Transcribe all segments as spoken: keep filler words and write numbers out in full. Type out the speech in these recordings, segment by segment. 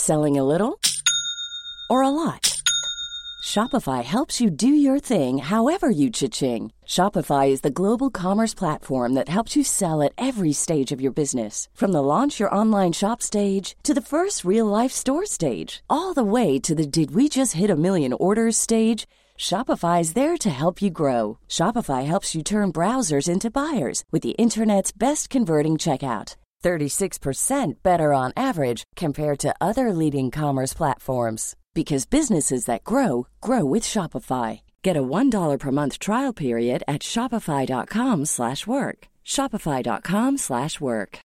Selling a little or a lot? Shopify helps you do your thing however you cha-ching. Shopify is the global commerce platform that helps you sell at every stage of your business. From the launch your online shop stage to the first real-life store stage, all the way to the did we just hit a million orders stage. Shopify is there to help you grow. Shopify helps you turn browsers into buyers with the internet's best converting checkout. thirty-six percent better on average compared to other leading commerce platforms. Because businesses that grow, grow with Shopify. Get a one dollar per month trial period at shopify.com slash work. Shopify.com slash work.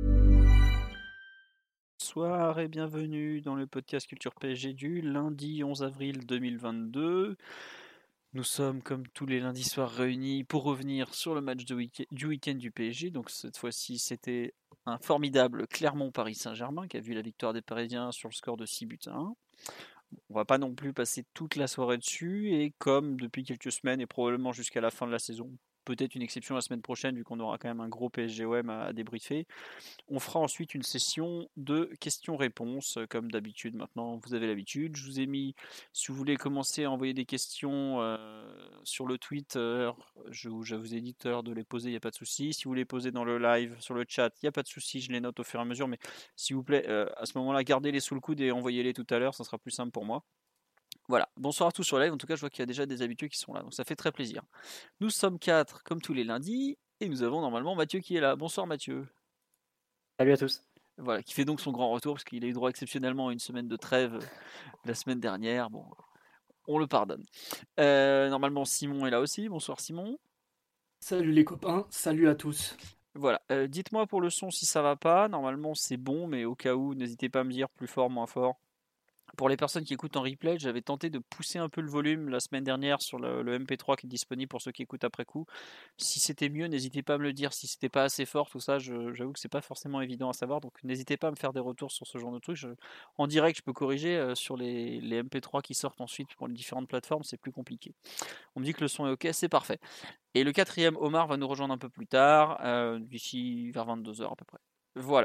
Bonsoir et bienvenue dans le podcast Culture P S G du lundi onze avril deux mille vingt-deux. Nous sommes comme tous les lundis soirs réunis pour revenir sur le match de week- du week-end du P S G. Donc cette fois-ci c'était un formidable Clermont-Paris Saint-Germain qui a vu la victoire des Parisiens sur le score de six buts à un. On va pas non plus passer toute la soirée dessus et comme depuis quelques semaines et probablement jusqu'à la fin de la saison, peut-être une exception la semaine prochaine vu qu'on aura quand même un gros P S G O M à, à débriefer, on fera ensuite une session de questions-réponses comme d'habitude. Maintenant vous avez l'habitude, je vous ai mis, si vous voulez commencer à envoyer des questions euh, sur le Twitter, je, je vous ai dit tout à l'heure de les poser, il n'y a pas de souci. Si vous les posez dans le live, sur le chat, il n'y a pas de souci, je les note au fur et à mesure, mais s'il vous plaît, euh, à ce moment-là, gardez-les sous le coude et envoyez-les tout à l'heure, ça sera plus simple pour moi. Voilà, bonsoir à tous sur live, en tout cas je vois qu'il y a déjà des habitués qui sont là, donc ça fait très plaisir. Nous sommes quatre comme tous les lundis, et nous avons normalement Mathieu qui est là. Bonsoir Mathieu. Salut à tous. Voilà, qui fait donc son grand retour, parce qu'il a eu droit exceptionnellement à une semaine de trêve la semaine dernière, bon, on le pardonne. Euh, normalement Simon est là aussi, bonsoir Simon. Salut les copains, salut à tous. Voilà, euh, dites-moi pour le son si ça va pas, normalement c'est bon, mais au cas où, n'hésitez pas à me dire plus fort, moins fort. Pour les personnes qui écoutent en replay, j'avais tenté de pousser un peu le volume la semaine dernière sur le, le M P trois qui est disponible pour ceux qui écoutent après coup. Si c'était mieux, n'hésitez pas à me le dire. Si c'était pas assez fort, tout ça, je, j'avoue que c'est pas forcément évident à savoir. Donc n'hésitez pas à me faire des retours sur ce genre de trucs. Je, en direct, je peux corriger euh, sur les, les M P trois qui sortent ensuite pour les différentes plateformes. C'est plus compliqué. On me dit que le son est ok, c'est parfait. Et le quatrième, Omar, va nous rejoindre un peu plus tard, euh, d'ici vers vingt-deux heures à peu près. Voilà.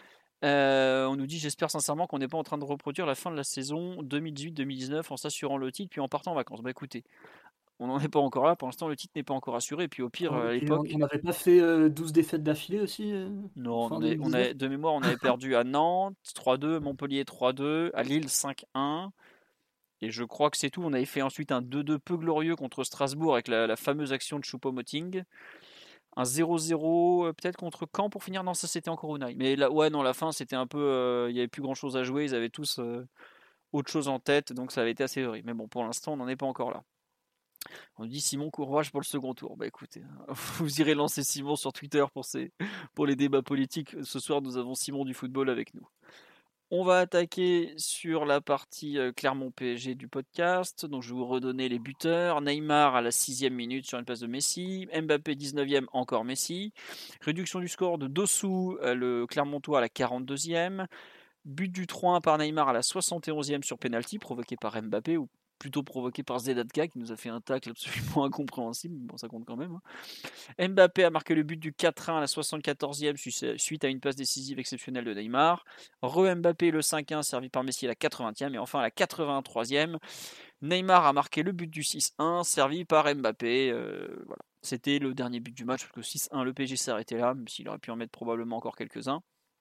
Euh, on nous dit, j'espère sincèrement qu'on n'est pas en train de reproduire la fin de la saison deux mille dix-huit deux mille dix-neuf en s'assurant le titre puis en partant en vacances. Bah écoutez, on n'en est pas encore là, pour l'instant le titre n'est pas encore assuré, et puis au pire Oh, à et l'époque... on n'avait pas fait euh, douze défaites d'affilée aussi euh, Non, fin on est, on deux mille dix-neuf? est, de mémoire on avait perdu à Nantes trois deux, Montpellier trois deux, à Lille cinq un, et je crois que c'est tout. On avait fait ensuite un deux deux peu glorieux contre Strasbourg avec la, la fameuse action de Choupo-Moting. Un zéro zéro, euh, peut-être contre Caen pour finir. Non, ça c'était encore Unai. Mais là, ouais, non, la fin c'était un peu. euh, Il n'y avait plus grand chose à jouer. Ils avaient tous euh, autre chose en tête. Donc ça avait été assez horrible. Mais bon, pour l'instant, on n'en est pas encore là. On nous dit Simon courage pour le second tour. Bah écoutez, vous irez lancer Simon sur Twitter pour, ces, pour les débats politiques. Ce soir, nous avons Simon du football avec nous. On va attaquer sur la partie Clermont-P S G du podcast. Donc je vais vous redonner les buteurs. Neymar à la sixième minute sur une passe de Messi. Mbappé dix-neuvième, encore Messi. Réduction du score de Dossou, le Clermontois à la quarante-deuxième. But du trois un par Neymar à la soixante et onzième sur penalty provoqué par Mbappé, ou plutôt provoqué par Zedatka qui nous a fait un tacle absolument incompréhensible. Bon, ça compte quand même. Hein. Mbappé a marqué le but du quatre un à la soixante-quatorzième suite à une passe décisive exceptionnelle de Neymar. Re-Mbappé le cinq un servi par Messi à la quatre-vingtième. Et enfin à la quatre-vingt-troisième, Neymar a marqué le but du six un servi par Mbappé. Euh, voilà. C'était le dernier but du match parce que six un, le P S G s'est arrêté là, même s'il aurait pu en mettre probablement encore quelques-uns.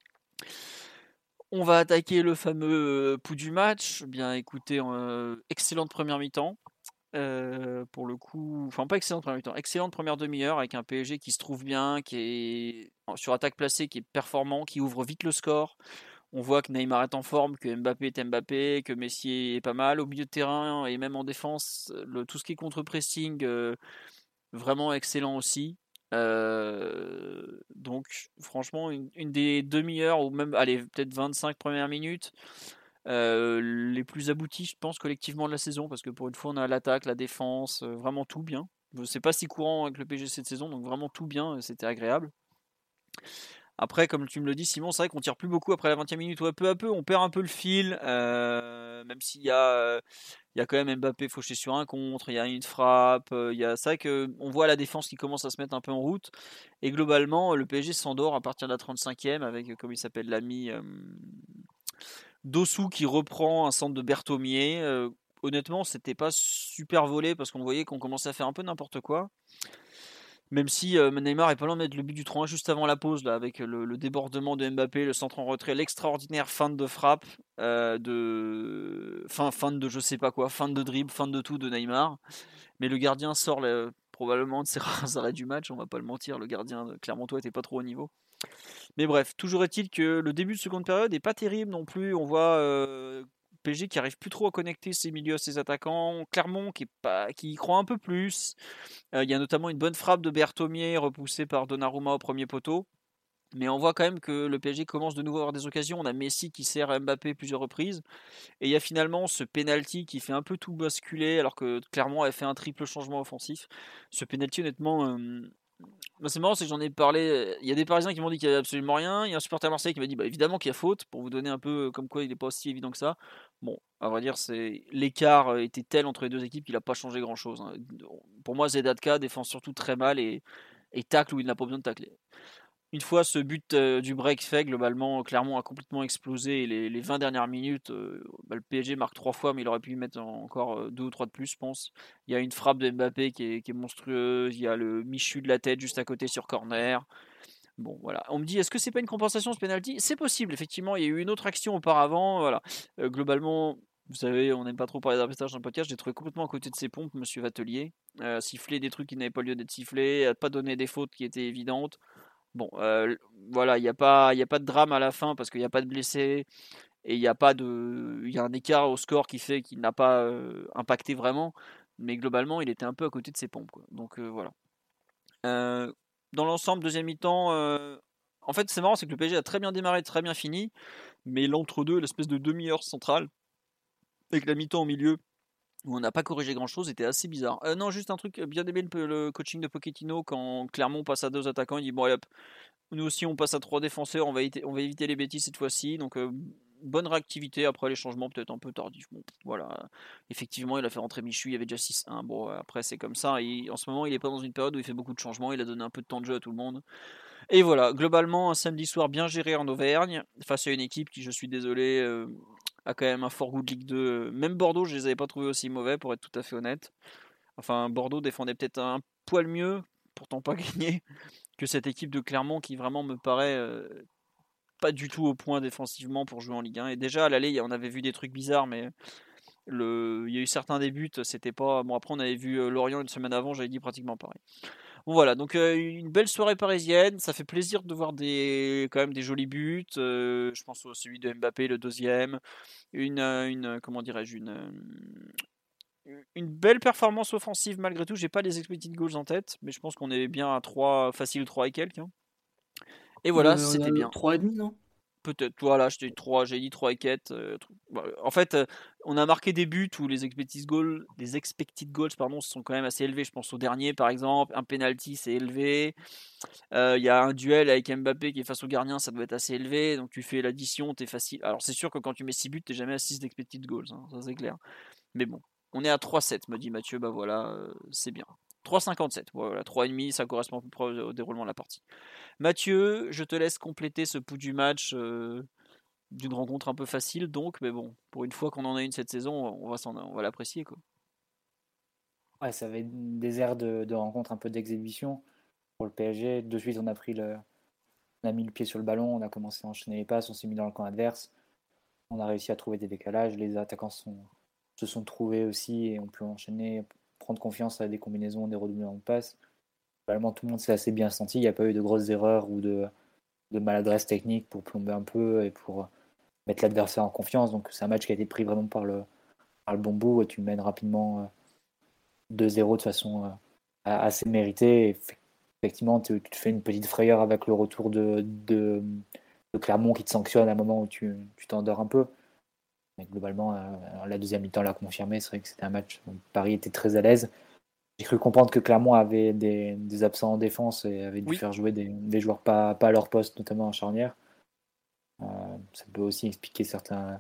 On va attaquer le fameux pouls du match. Bien écoutez, euh, excellente première mi-temps. Euh, pour le coup, enfin pas excellente première mi-temps, excellente première demi-heure avec un P S G qui se trouve bien, qui est sur attaque placée, qui est performant, qui ouvre vite le score. On voit que Neymar est en forme, que Mbappé est Mbappé, que Messi est pas mal au milieu de terrain et même en défense. Le, tout ce qui est contre-pressing, euh, vraiment excellent aussi. Euh, donc franchement une, une des demi-heures ou même allez peut-être vingt-cinq premières minutes euh, les plus abouties je pense collectivement de la saison, parce que pour une fois on a l'attaque, la défense, euh, vraiment tout bien. C'est pas si courant avec le P S G cette saison, donc vraiment tout bien, c'était agréable. Après, comme tu me le dis Simon, c'est vrai qu'on tire plus beaucoup après la vingtième minute, ouais, peu à peu on perd un peu le fil, euh, même s'il y a euh, il y a quand même Mbappé fauché sur un contre, il y a une frappe, il y a... c'est vrai qu'on voit la défense qui commence à se mettre un peu en route, et globalement le P S G s'endort à partir de la trente-cinquième avec, comme il s'appelle, l'ami, euh... Dossou qui reprend un centre de Berthomier. Euh, honnêtement, c'était pas super volé parce qu'on voyait qu'on commençait à faire un peu n'importe quoi. Même si euh, Neymar est pas loin de mettre le but du trois un juste avant la pause, là, avec le, le débordement de Mbappé, le centre en retrait, l'extraordinaire fin de frappe, euh, de fin, fin de je sais pas quoi, fin de dribble, fin de tout de Neymar. Mais le gardien sort le- probablement de ses rares arrêts du match, on va pas le mentir, le gardien de Clermontois était pas trop au niveau. Mais bref, toujours est-il que le début de seconde période n'est pas terrible non plus. On voit euh, P S G qui arrive plus trop à connecter ses milieux à ses attaquants. Clermont qui, est pas, qui y croit un peu plus. Euh, Il y a notamment une bonne frappe de Berthomier repoussée par Donnarumma au premier poteau. Mais on voit quand même que le P S G commence de nouveau à avoir des occasions. On a Messi qui sert à Mbappé plusieurs reprises. Et il y a finalement ce penalty qui fait un peu tout basculer alors que Clermont avait fait un triple changement offensif. Ce penalty honnêtement... euh, bah, c'est marrant, c'est que j'en ai parlé. Il y a des Parisiens qui m'ont dit qu'il n'y avait absolument rien. Il y a un supporter marseillais qui m'a dit bah, évidemment qu'il y a faute, pour vous donner un peu comme quoi il n'est pas aussi évident que ça. Bon, à vrai dire, c'est l'écart était tel entre les deux équipes qu'il n'a pas changé grand chose. Pour moi, Zedatka défend surtout très mal et, et tacle où il n'a pas besoin de tacler. Une fois ce but euh, du break fait, globalement, Clermont a complètement explosé. Et les, les vingt dernières minutes, euh, bah, le P S G marque trois fois, mais il aurait pu y mettre encore euh, deux ou trois de plus, je pense. Il y a une frappe de Mbappé qui est, qui est monstrueuse. Il y a le Michu de la tête juste à côté sur corner. Bon, voilà. On me dit, est-ce que c'est pas une compensation ce penalty? C'est possible, effectivement. Il y a eu une autre action auparavant. Voilà. Euh, globalement, vous savez, on n'aime pas trop parler d'arbitrage dans le podcast. J'ai trouvé complètement à côté de ses pompes, monsieur Vatelier. Euh, siffler des trucs qui n'avaient pas lieu d'être sifflés, pas donner des fautes qui étaient évidentes. Bon, euh, voilà, il n'y a pas, il y a pas de drame à la fin parce qu'il n'y a pas de blessés et il y a pas de, il y a un écart au score qui fait qu'il n'a pas euh, impacté vraiment, mais globalement, il était un peu à côté de ses pompes, quoi. Donc euh, voilà. Euh, dans l'ensemble, deuxième mi-temps, euh, en fait, c'est marrant, c'est que le P S G a très bien démarré, très bien fini, mais l'entre-deux, l'espèce de demi-heure centrale avec la mi-temps au milieu où on n'a pas corrigé grand chose, était assez bizarre. Euh, non, juste un truc, bien aimé le, le coaching de Pochettino quand Clermont passe à deux attaquants, il dit bon allez hop, nous aussi, on passe à trois défenseurs. On va éviter, on va éviter les bêtises cette fois-ci. Donc, euh, bonne réactivité. Après, les changements peut-être un peu tardifs. Bon, voilà. Effectivement, il a fait rentrer Michu. Il y avait déjà six un. Bon, après, c'est comme ça. Et en ce moment, il n'est pas dans une période où il fait beaucoup de changements. Il a donné un peu de temps de jeu à tout le monde. Et voilà. Globalement, un samedi soir bien géré en Auvergne. Face à une équipe qui, je suis désolé, euh, a quand même un fort goût de Ligue deux. Même Bordeaux, je les avais pas trouvés aussi mauvais, pour être tout à fait honnête. Enfin, Bordeaux défendait peut-être un poil mieux. Pourtant, pas gagné que cette équipe de Clermont qui vraiment me paraît euh, pas du tout au point défensivement pour jouer en Ligue un. Et déjà à l'aller, on avait vu des trucs bizarres, mais le, il y a eu certains débuts, c'était pas. Bon, après, on avait vu euh, Lorient une semaine avant, j'avais dit pratiquement pareil. Bon, voilà, donc euh, une belle soirée parisienne, ça fait plaisir de voir des, quand même des jolis buts. Euh, je pense au celui de Mbappé, le deuxième. Une, euh, une comment dirais-je, une, euh, une belle performance offensive malgré tout. J'ai pas les expected goals en tête, mais je pense qu'on est bien à trois, facile trois et quelques, hein. Et voilà, Euh, on a c'était le bien. trois virgule cinq, non? Peut-être, voilà, j'ai dit trois, j'ai dit trois et quatre. euh, tr- bah, en fait, euh, on a marqué des buts où les expected goals, les expected goals pardon, sont quand même assez élevés. Je pense au dernier, par exemple, un penalty, c'est élevé. Euh, Il y a un duel avec Mbappé qui est face au gardien, ça doit être assez élevé. Donc tu fais l'addition, t'es facile. Alors c'est sûr que quand tu mets six buts, t'es jamais à six d'expected goals, hein, ça c'est clair. Mais bon, on est à trois sept, me dit Mathieu, bah voilà, euh, c'est bien. trois cinquante-sept, voilà, trois virgule cinq, ça correspond à peu près au déroulement de la partie. Mathieu, je te laisse compléter ce pouls du match euh, d'une rencontre un peu facile, donc, mais bon, pour une fois qu'on en a une cette saison, on va, s'en- on va l'apprécier, quoi. Ouais, ça avait des airs de, de rencontre un peu d'exhibition pour le P S G. De suite, on a pris le, on a mis le pied sur le ballon, on a commencé à enchaîner les passes, on s'est mis dans le camp adverse. On a réussi à trouver des décalages. Les attaquants sont, se sont trouvés aussi et ont pu enchaîner, prendre confiance à des combinaisons, des redoublements de passes. Globalement, tout le monde s'est assez bien senti. Il n'y a pas eu de grosses erreurs ou de, de maladresse technique pour plomber un peu et pour mettre l'adversaire en confiance. Donc, c'est un match qui a été pris vraiment par le, par le bon bout et tu mènes rapidement euh, deux zéro de façon euh, assez méritée. Et effectivement, tu, tu te fais une petite frayeur avec le retour de, de, de Clermont qui te sanctionne à un moment où tu, tu t'endors un peu. Mais globalement, euh, la deuxième mi-temps l'a confirmé. C'est vrai que c'était un match où Paris était très à l'aise. J'ai cru comprendre que Clermont avait des, des absents en défense et avait dû Oui, faire jouer des, des joueurs pas, pas à leur poste, notamment en charnière. Euh, ça peut aussi expliquer certains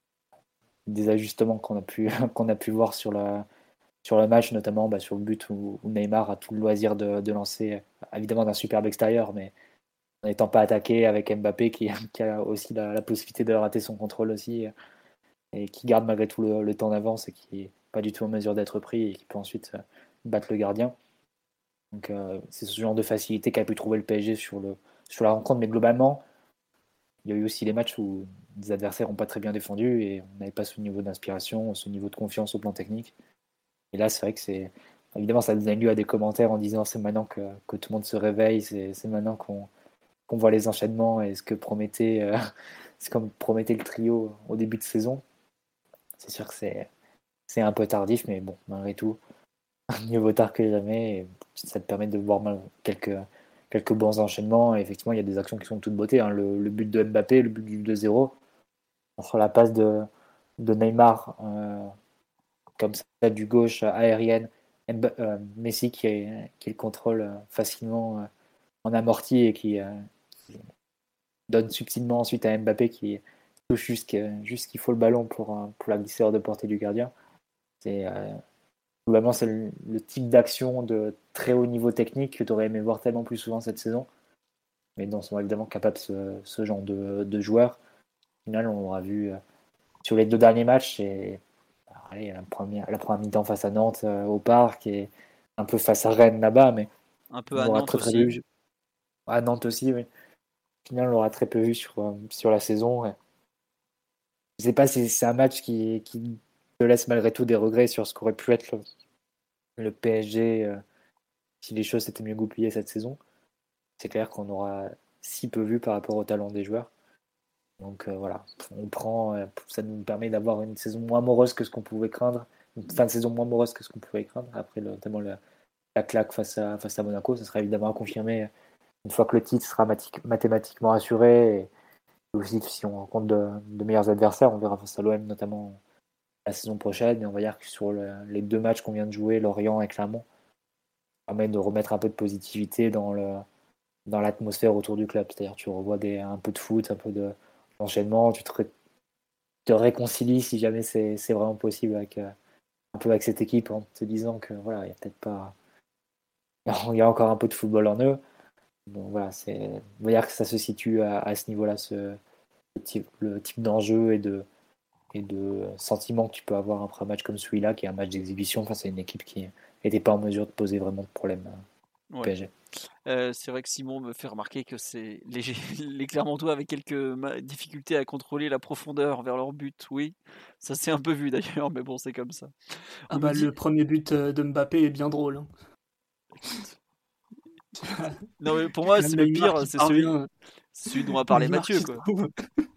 des ajustements qu'on a pu, qu'on a pu voir sur, la, sur le match, notamment bah, sur le but où, où Neymar a tout le loisir de, de lancer, évidemment d'un superbe extérieur, mais en n'étant pas attaqué avec Mbappé qui, qui a aussi la, la possibilité de rater son contrôle aussi et qui garde malgré tout le, le temps d'avance et qui n'est pas du tout en mesure d'être pris et qui peut ensuite euh, battre le gardien. Donc euh, c'est ce genre de facilité qu'a pu trouver le P S G sur, le, sur la rencontre, mais globalement, il y a eu aussi des matchs où des adversaires n'ont pas très bien défendu et on n'avait pas ce niveau d'inspiration, ce niveau de confiance au plan technique. Et là, c'est vrai que c'est. Évidemment, ça donne lieu à des commentaires en disant c'est maintenant que, que tout le monde se réveille, c'est, c'est maintenant qu'on, qu'on voit les enchaînements et ce que promettait, euh, c'est comme promettait le trio au début de saison. C'est sûr que c'est, c'est un peu tardif, mais bon, malgré tout, mieux vaut tard que jamais. Et ça te permet de voir quelques, quelques bons enchaînements. Et effectivement, il y a des actions qui sont de toute beauté. Hein. Le, le but de Mbappé, le but du deux zéro, sur la passe de, de Neymar, euh, comme ça, du gauche aérienne, Mb- euh, Messi qui, est, qui le contrôle euh, facilement euh, en amorti et qui, euh, qui donne subtilement ensuite à Mbappé qui touche jusqu'à, jusqu'il faut le ballon pour, euh, pour la glisser hors de portée du gardien. C'est, euh, globalement, c'est le, le type d'action de très haut niveau technique que tu aurais aimé voir tellement plus souvent cette saison, mais dont sont évidemment capables ce, ce genre de, de joueurs. Au final, on aura vu euh, sur les deux derniers matchs, et allez, la première, la première mi-temps face à Nantes euh, au Parc et un peu face à Rennes là-bas, mais Un peu on à l'aura Nantes très très aussi. peu vu. À Nantes aussi, oui. Au final, on l'aura très peu vu sur, euh, sur la saison. Ouais. Je ne sais pas si c'est un match qui, qui te laisse malgré tout des regrets sur ce qu'aurait pu être le, le P S G euh, si les choses s'étaient mieux goupillées cette saison. C'est clair qu'on aura si peu vu par rapport au talent des joueurs. Donc euh, voilà, on prend, euh, ça nous permet d'avoir une saison moins morose que ce qu'on pouvait craindre, une fin de saison moins morose que ce qu'on pouvait craindre, après le, notamment la, la claque face à, face à Monaco. Ça sera évidemment à confirmer une fois que le titre sera mathi- mathématiquement assuré. Et aussi, si on rencontre de, de meilleurs adversaires, on verra face à l'O M notamment la saison prochaine. Et on va dire que sur le, les deux matchs qu'on vient de jouer, Lorient et Clermont, ça permet de remettre un peu de positivité dans, le, dans l'atmosphère autour du club. C'est-à-dire tu revois des, un peu de foot, un peu de, d'enchaînement, tu te, ré, te réconcilies si jamais c'est, c'est vraiment possible avec, euh, un peu avec cette équipe en te disant que voilà, il y a peut-être pas. Il y a encore un peu de football en eux. Donc voilà, c'est, on va dire que ça se situe à, à ce niveau-là, ce, le, type, le type d'enjeu et de, et de sentiment que tu peux avoir après un match comme celui-là, qui est un match d'exhibition face à une équipe qui n'était pas en mesure de poser vraiment de problème au Ouais. P S G. Euh, c'est vrai que Simon me fait remarquer que c'est les, les Clermontois avaient quelques ma- difficultés à contrôler la profondeur vers leur but. Oui, ça s'est un peu vu d'ailleurs, mais bon, c'est comme ça. Ah On bah nous dit. le premier but euh, de Mbappé est bien drôle. Hein. Non, mais pour Il y a moi, quand même c'est le Neymar pire, qui c'est celui, parvient. c'est celui dont a parlé Neymar Mathieu, qui quoi. trouve.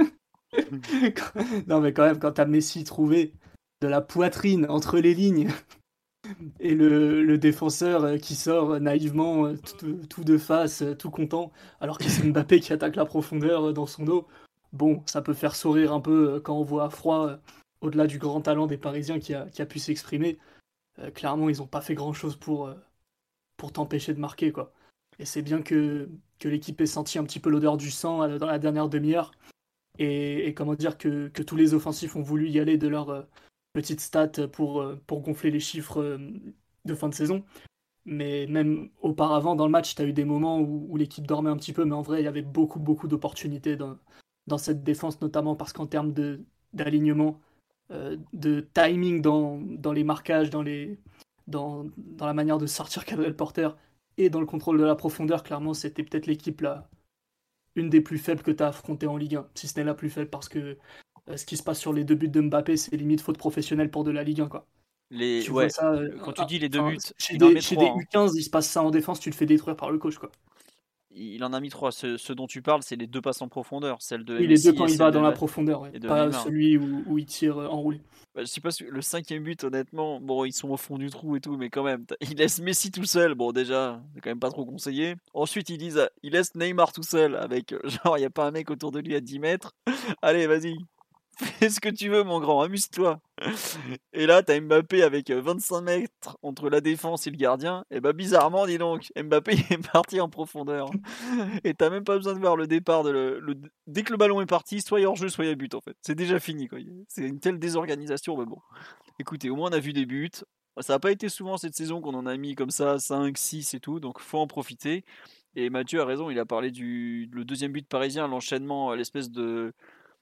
Non mais quand même, quand t'as Messi trouvé de la poitrine entre les lignes et le, le défenseur euh, qui sort naïvement, euh, tout, tout de face, euh, tout content, alors que c'est Mbappé qui attaque la profondeur euh, dans son dos. Bon, ça peut faire sourire un peu euh, quand on voit à froid, euh, au-delà du grand talent des Parisiens qui a, qui a pu s'exprimer. Euh, clairement, ils n'ont pas fait grand-chose pour, euh, pour t'empêcher de marquer, quoi. Et c'est bien que, que l'équipe ait senti un petit peu l'odeur du sang euh, dans la dernière demi-heure. Et, et comment dire que, que tous les offensifs ont voulu y aller de leur euh, petite stat pour, euh, pour gonfler les chiffres euh, de fin de saison. Mais même auparavant, dans le match, tu as eu des moments où, où l'équipe dormait un petit peu, mais en vrai, il y avait beaucoup, beaucoup d'opportunités dans, dans cette défense, notamment parce qu'en termes de, d'alignement, euh, de timing dans, dans les marquages, dans, les, dans, dans la manière de sortir cadrer le porteur et dans le contrôle de la profondeur, clairement, c'était peut-être l'équipe là, une des plus faibles que tu as affrontée en Ligue un, si ce n'est la plus faible, parce que euh, ce qui se passe sur les deux buts de Mbappé, c'est limite faute professionnelle pour de la Ligue un, quoi. Les, Tu vois ouais, ça, euh, quand tu ah, dis les deux enfin, buts, chez il en des, met chez trois. des Hein. U quinze, il se passe ça en défense, tu le fais détruire par le coach, quoi. Il en a mis trois. Ce, ce dont tu parles, c'est les deux passes en profondeur, celle de Oui, les deux Messi quand et il celle va de, dans la Ma- profondeur, ouais. et de Pas Neymar. celui où, où il tire euh, enroulé. Bah, je sais pas, si- le cinquième but, honnêtement, bon, ils sont au fond du trou et tout, mais quand même, t'as- il laisse Messi tout seul. Bon, déjà, c'est quand même pas trop conseillé. Ensuite, ils disent, ah, il laisse Neymar tout seul, avec euh, genre, il y a pas un mec autour de lui à dix mètres. Allez, vas-y, fais ce que tu veux, mon grand, amuse-toi. Et là, t'as Mbappé avec euh, vingt-cinq mètres entre la défense et le gardien. Et bah, bizarrement, dis donc, Mbappé il est parti en profondeur. Et t'as même pas besoin de voir le départ. De le, le- dès que le ballon est parti, soit il y a hors-jeu, soit il y a but, en fait. C'est déjà fini, quoi. C'est une telle désorganisation, mais bon. Écoutez, au moins on a vu des buts. Ça n'a pas été souvent cette saison qu'on en a mis comme ça, cinq, six et tout, donc faut en profiter. Et Mathieu a raison, il a parlé du le deuxième but parisien, l'enchaînement, l'espèce de,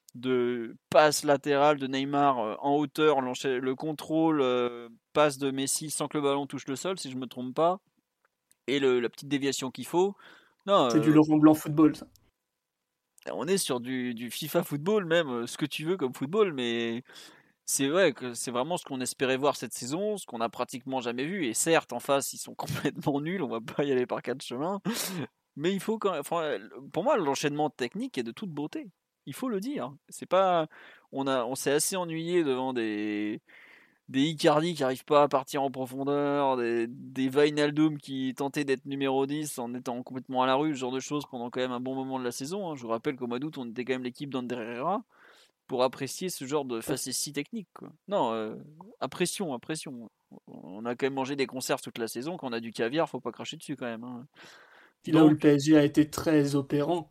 de passe latérale de Neymar en hauteur, le contrôle, euh, passe de Messi sans que le ballon touche le sol, si je ne me trompe pas, et le, la petite déviation qu'il faut. Non, C'est euh, du Laurent Blanc football, ça. On est sur du, du FIFA football, même ce que tu veux comme football, mais c'est vrai que c'est vraiment ce qu'on espérait voir cette saison, ce qu'on a pratiquement jamais vu. Et certes, en face, ils sont complètement nuls, on va pas y aller par quatre chemins. Mais il faut quand même, enfin, pour moi, l'enchaînement technique est de toute beauté. Il faut le dire. C'est pas, on a, on s'est assez ennuyé devant des, des Icardi qui n'arrivent pas à partir en profondeur, des, des Wijnaldum qui tentaient d'être numéro dix en étant complètement à la rue, ce genre de choses pendant quand même un bon moment de la saison. Hein. Je vous rappelle qu'au mois d'août, on était quand même l'équipe d'Ander Herrera pour apprécier ce genre de facétie technique. Quoi. Non, euh, impression, impression. On a quand même mangé des conserves toute la saison. Quand on a du caviar, faut pas cracher dessus quand même. Hein. Puis là où le P S G a été très opérant,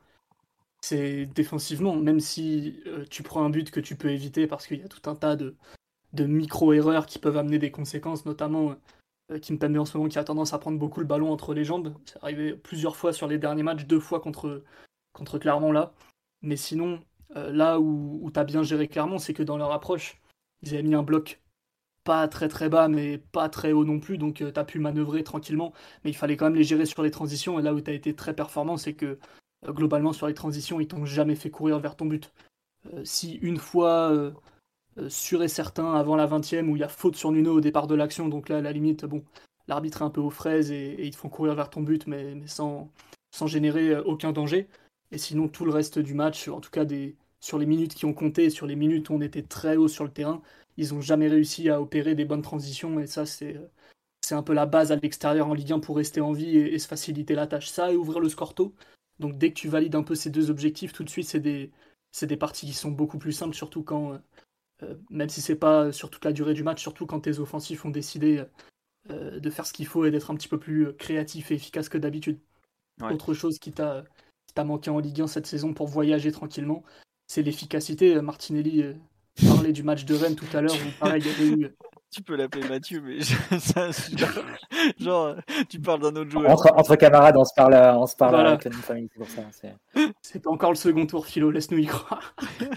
c'est défensivement, même si euh, tu prends un but que tu peux éviter parce qu'il y a tout un tas de, de micro-erreurs qui peuvent amener des conséquences, notamment euh, Kimpembe en ce moment qui a tendance à prendre beaucoup le ballon entre les jambes. C'est arrivé plusieurs fois sur les derniers matchs, deux fois contre, contre Clermont là. Mais sinon, euh, là où, où tu as bien géré Clermont, c'est que dans leur approche, ils avaient mis un bloc pas très très bas, mais pas très haut non plus, donc euh, tu as pu manœuvrer tranquillement. Mais il fallait quand même les gérer sur les transitions, et là où tu as été très performant, c'est que euh, globalement sur les transitions, ils t'ont jamais fait courir vers ton but. Euh, si une fois... Euh, Euh, sûr et certain avant la vingtième où il y a faute sur Nuno au départ de l'action, donc là à la limite bon, l'arbitre est un peu aux fraises et, et ils te font courir vers ton but mais, mais sans, sans générer aucun danger. Et sinon tout le reste du match, en tout cas des, sur les minutes qui ont compté, sur les minutes où on était très haut sur le terrain, ils n'ont jamais réussi à opérer des bonnes transitions et ça c'est, c'est un peu la base à l'extérieur en Ligue un pour rester en vie et, et se faciliter la tâche. Ça et ouvrir le score tôt. Donc dès que tu valides un peu ces deux objectifs, tout de suite c'est des, c'est des parties qui sont beaucoup plus simples, surtout quand... Euh, même si c'est pas sur toute la durée du match, surtout quand tes offensifs ont décidé euh, de faire ce qu'il faut et d'être un petit peu plus créatif et efficace que d'habitude. Ouais. Autre chose qui t'a, qui t'a manqué en Ligue un cette saison pour voyager tranquillement, c'est l'efficacité. Martinelli euh, parlait du match de Rennes tout à l'heure où pareil, il y avait eu... Tu peux l'appeler Mathieu, mais ça, genre, genre, tu parles d'un autre joueur. Entre, entre camarades, on se parle, on se parle voilà. Avec une famille, c'est pour ça. C'est... c'est pas encore le second tour, Philo, laisse-nous y croire.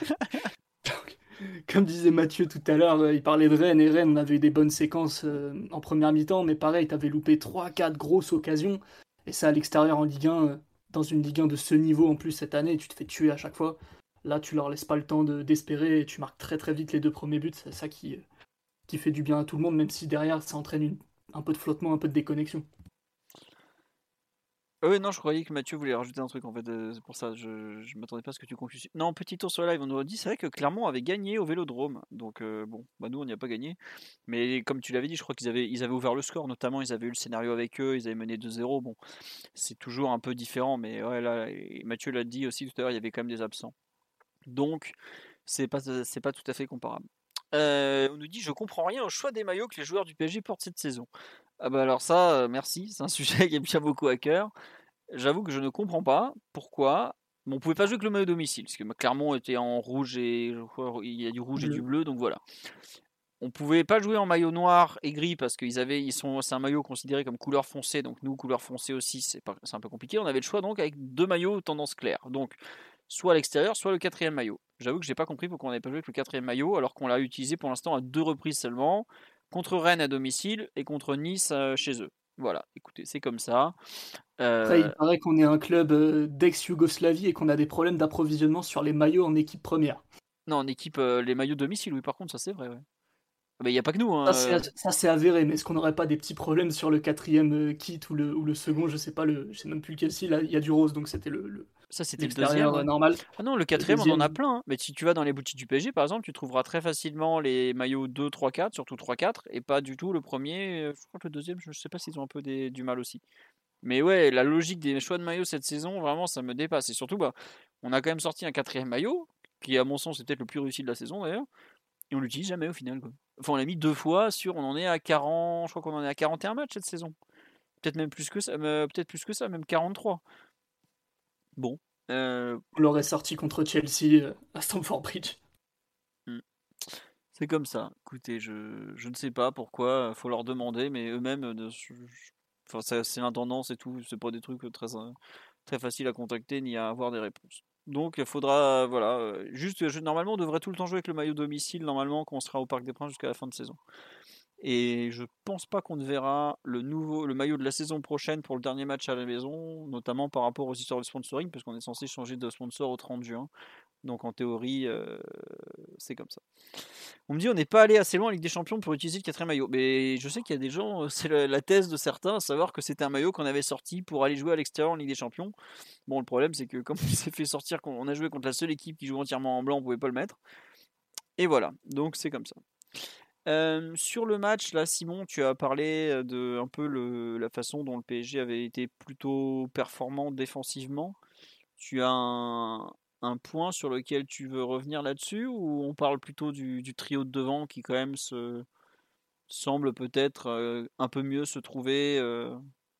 Comme disait Mathieu tout à l'heure, il parlait de Rennes, et Rennes, on avait eu des bonnes séquences euh, en première mi-temps, mais pareil, t'avais loupé trois quatre grosses occasions, et ça à l'extérieur en Ligue un, euh, dans une Ligue un de ce niveau en plus cette année, tu te fais tuer à chaque fois. Là, tu leur laisses pas le temps de, d'espérer, et tu marques très très vite les deux premiers buts, c'est ça qui, euh, qui fait du bien à tout le monde, même si derrière, ça entraîne une, un peu de flottement, un peu de déconnexion. Ah oui, non, je croyais que Mathieu voulait rajouter un truc en fait, euh, c'est pour ça, je ne m'attendais pas à ce que tu conclues. Non, petit tour sur live, on nous a dit, c'est vrai que Clermont avait gagné au Vélodrome, donc euh, bon, bah nous on n'y a pas gagné, mais comme tu l'avais dit, je crois qu'ils avaient, ils avaient ouvert le score, notamment ils avaient eu le scénario avec eux, ils avaient mené deux zéro, bon, c'est toujours un peu différent, mais ouais, là, Mathieu l'a dit aussi tout à l'heure, il y avait quand même des absents, donc c'est pas, c'est pas tout à fait comparable. Euh, on nous dit, je comprends rien au choix des maillots que les joueurs du P S G portent cette saison. Ah bah alors ça, euh, merci, c'est un sujet qui me tient beaucoup à cœur. J'avoue que je ne comprends pas pourquoi. Bon, on pouvait pas jouer avec le maillot domicile, parce que Clermont était en rouge et il y a du rouge bleu. Et du bleu, donc voilà. On pouvait pas jouer en maillot noir et gris parce qu'ils avaient, ils sont, c'est un maillot considéré comme couleur foncée, donc nous couleur foncée aussi, c'est, pas, c'est un peu compliqué. On avait le choix donc avec deux maillots tendance claire, donc soit à l'extérieur, soit le quatrième maillot. J'avoue que j'ai pas compris pourquoi on n'avait pas joué avec le quatrième maillot, alors qu'on l'a utilisé pour l'instant à deux reprises seulement, contre Rennes à domicile et contre Nice euh, chez eux. Voilà, écoutez, c'est comme ça. Euh... Après, il paraît qu'on est un club d'ex-Yougoslavie et qu'on a des problèmes d'approvisionnement sur les maillots en équipe première. Non, en équipe, euh, les maillots domicile, oui, par contre, ça c'est vrai. Ouais. Il n'y a pas que nous. Hein. Ça, c'est, ça, c'est avéré, mais est-ce qu'on n'aurait pas des petits problèmes sur le quatrième kit ou le, ou le second? Je sais pas, le, je sais même plus lequel c'est. Là, il y a du rose, donc c'était le. le ça, c'était le deuxième. Ouais. Normal. Ah non, le quatrième, le on en a plein. Hein. Mais si tu vas dans les boutiques du P S G, par exemple, tu trouveras très facilement les maillots deux, trois, quatre, surtout trois, quatre, et pas du tout le premier. Je crois que le deuxième, je ne sais pas s'ils ont un peu des, du mal aussi. Mais ouais, la logique des choix de maillots cette saison, vraiment, ça me dépasse. Et surtout, bah, on a quand même sorti un quatrième maillot, qui, à mon sens, c'est peut-être le plus réussi de la saison d'ailleurs. Et on l'utilise jamais au final. Quoi. Enfin, on l'a mis deux fois sur. On en est à quarante. Je crois qu'on en est à quarante et un matchs cette saison. Peut-être même plus que ça. Euh, peut-être plus que ça, même quarante-trois. Bon. Euh... On l'aurait sorti contre Chelsea euh, à Stamford Bridge. Hmm. C'est comme ça. Écoutez, je, je ne sais pas pourquoi. Il faut leur demander, mais eux-mêmes. De... enfin, c'est, c'est l'intendance et tout. C'est pas des trucs très, euh, très faciles à contacter ni à avoir des réponses. Donc il faudra, voilà, euh, juste, je- normalement on devrait tout le temps jouer avec le maillot domicile, normalement quand on sera au Parc des Princes jusqu'à la fin de saison. Et je pense pas qu'on ne verra le nouveau, le maillot de la saison prochaine pour le dernier match à la maison, notamment par rapport aux histoires de sponsoring, parce qu'on est censé changer de sponsor au trente juin. Donc en théorie, euh, c'est comme ça. On me dit on n'est pas allé assez loin en Ligue des Champions pour utiliser le quatrième maillot. Mais je sais qu'il y a des gens, euh, c'est la, la thèse de certains, à savoir que c'était un maillot qu'on avait sorti pour aller jouer à l'extérieur en Ligue des Champions. Bon, le problème c'est que comme on s'est fait sortir, on a joué contre la seule équipe qui joue entièrement en blanc, on pouvait pas le mettre. Et voilà, donc c'est comme ça. Euh, sur le match, là, Simon, tu as parlé de un peu le, la façon dont le P S G avait été plutôt performant défensivement. Tu as un, un point sur lequel tu veux revenir là-dessus ou on parle plutôt du, du trio de devant qui quand même se semble peut-être euh, un peu mieux se trouver euh,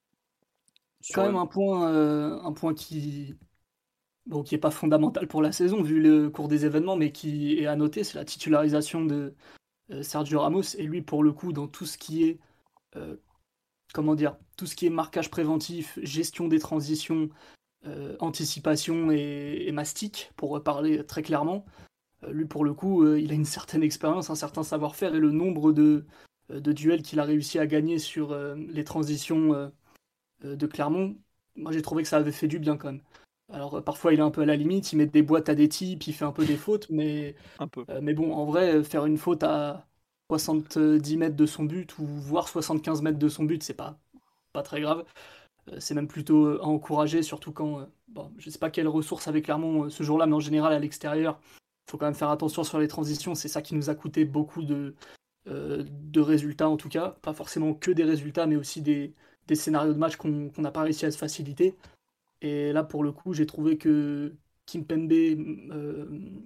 C'est quand sur même le... un point, euh, un point qui, bon, qui est pas fondamental pour la saison vu le cours des événements, mais qui est à noter, c'est la titularisation de euh, Sergio Ramos. Et lui, pour le coup, dans tout ce qui est, euh, comment dire, tout ce qui est marquage préventif, gestion des transitions, euh, anticipation et, et mastic, pour parler très clairement, euh, lui, pour le coup, euh, il a une certaine expérience, un certain savoir-faire, et le nombre de, euh, de duels qu'il a réussi à gagner sur euh, les transitions euh, euh, de Clermont, moi j'ai trouvé que ça avait fait du bien quand même. Alors euh, parfois il est un peu à la limite, il met des boîtes à des types, il fait un peu des fautes, mais, un peu. euh, mais bon, en vrai, euh, faire une faute à soixante-dix mètres de son but, ou voire soixante-quinze mètres de son but, c'est pas, pas très grave. Euh, c'est même plutôt euh, à encourager, surtout quand, euh, bon, je sais pas quelles ressources avec Clermont euh, ce jour-là, mais en général à l'extérieur, il faut quand même faire attention sur les transitions, c'est ça qui nous a coûté beaucoup de, euh, de résultats en tout cas, pas forcément que des résultats, mais aussi des, des scénarios de match qu'on qu'on n'a pas réussi à se faciliter. Et là, pour le coup, j'ai trouvé que Kimpembe euh,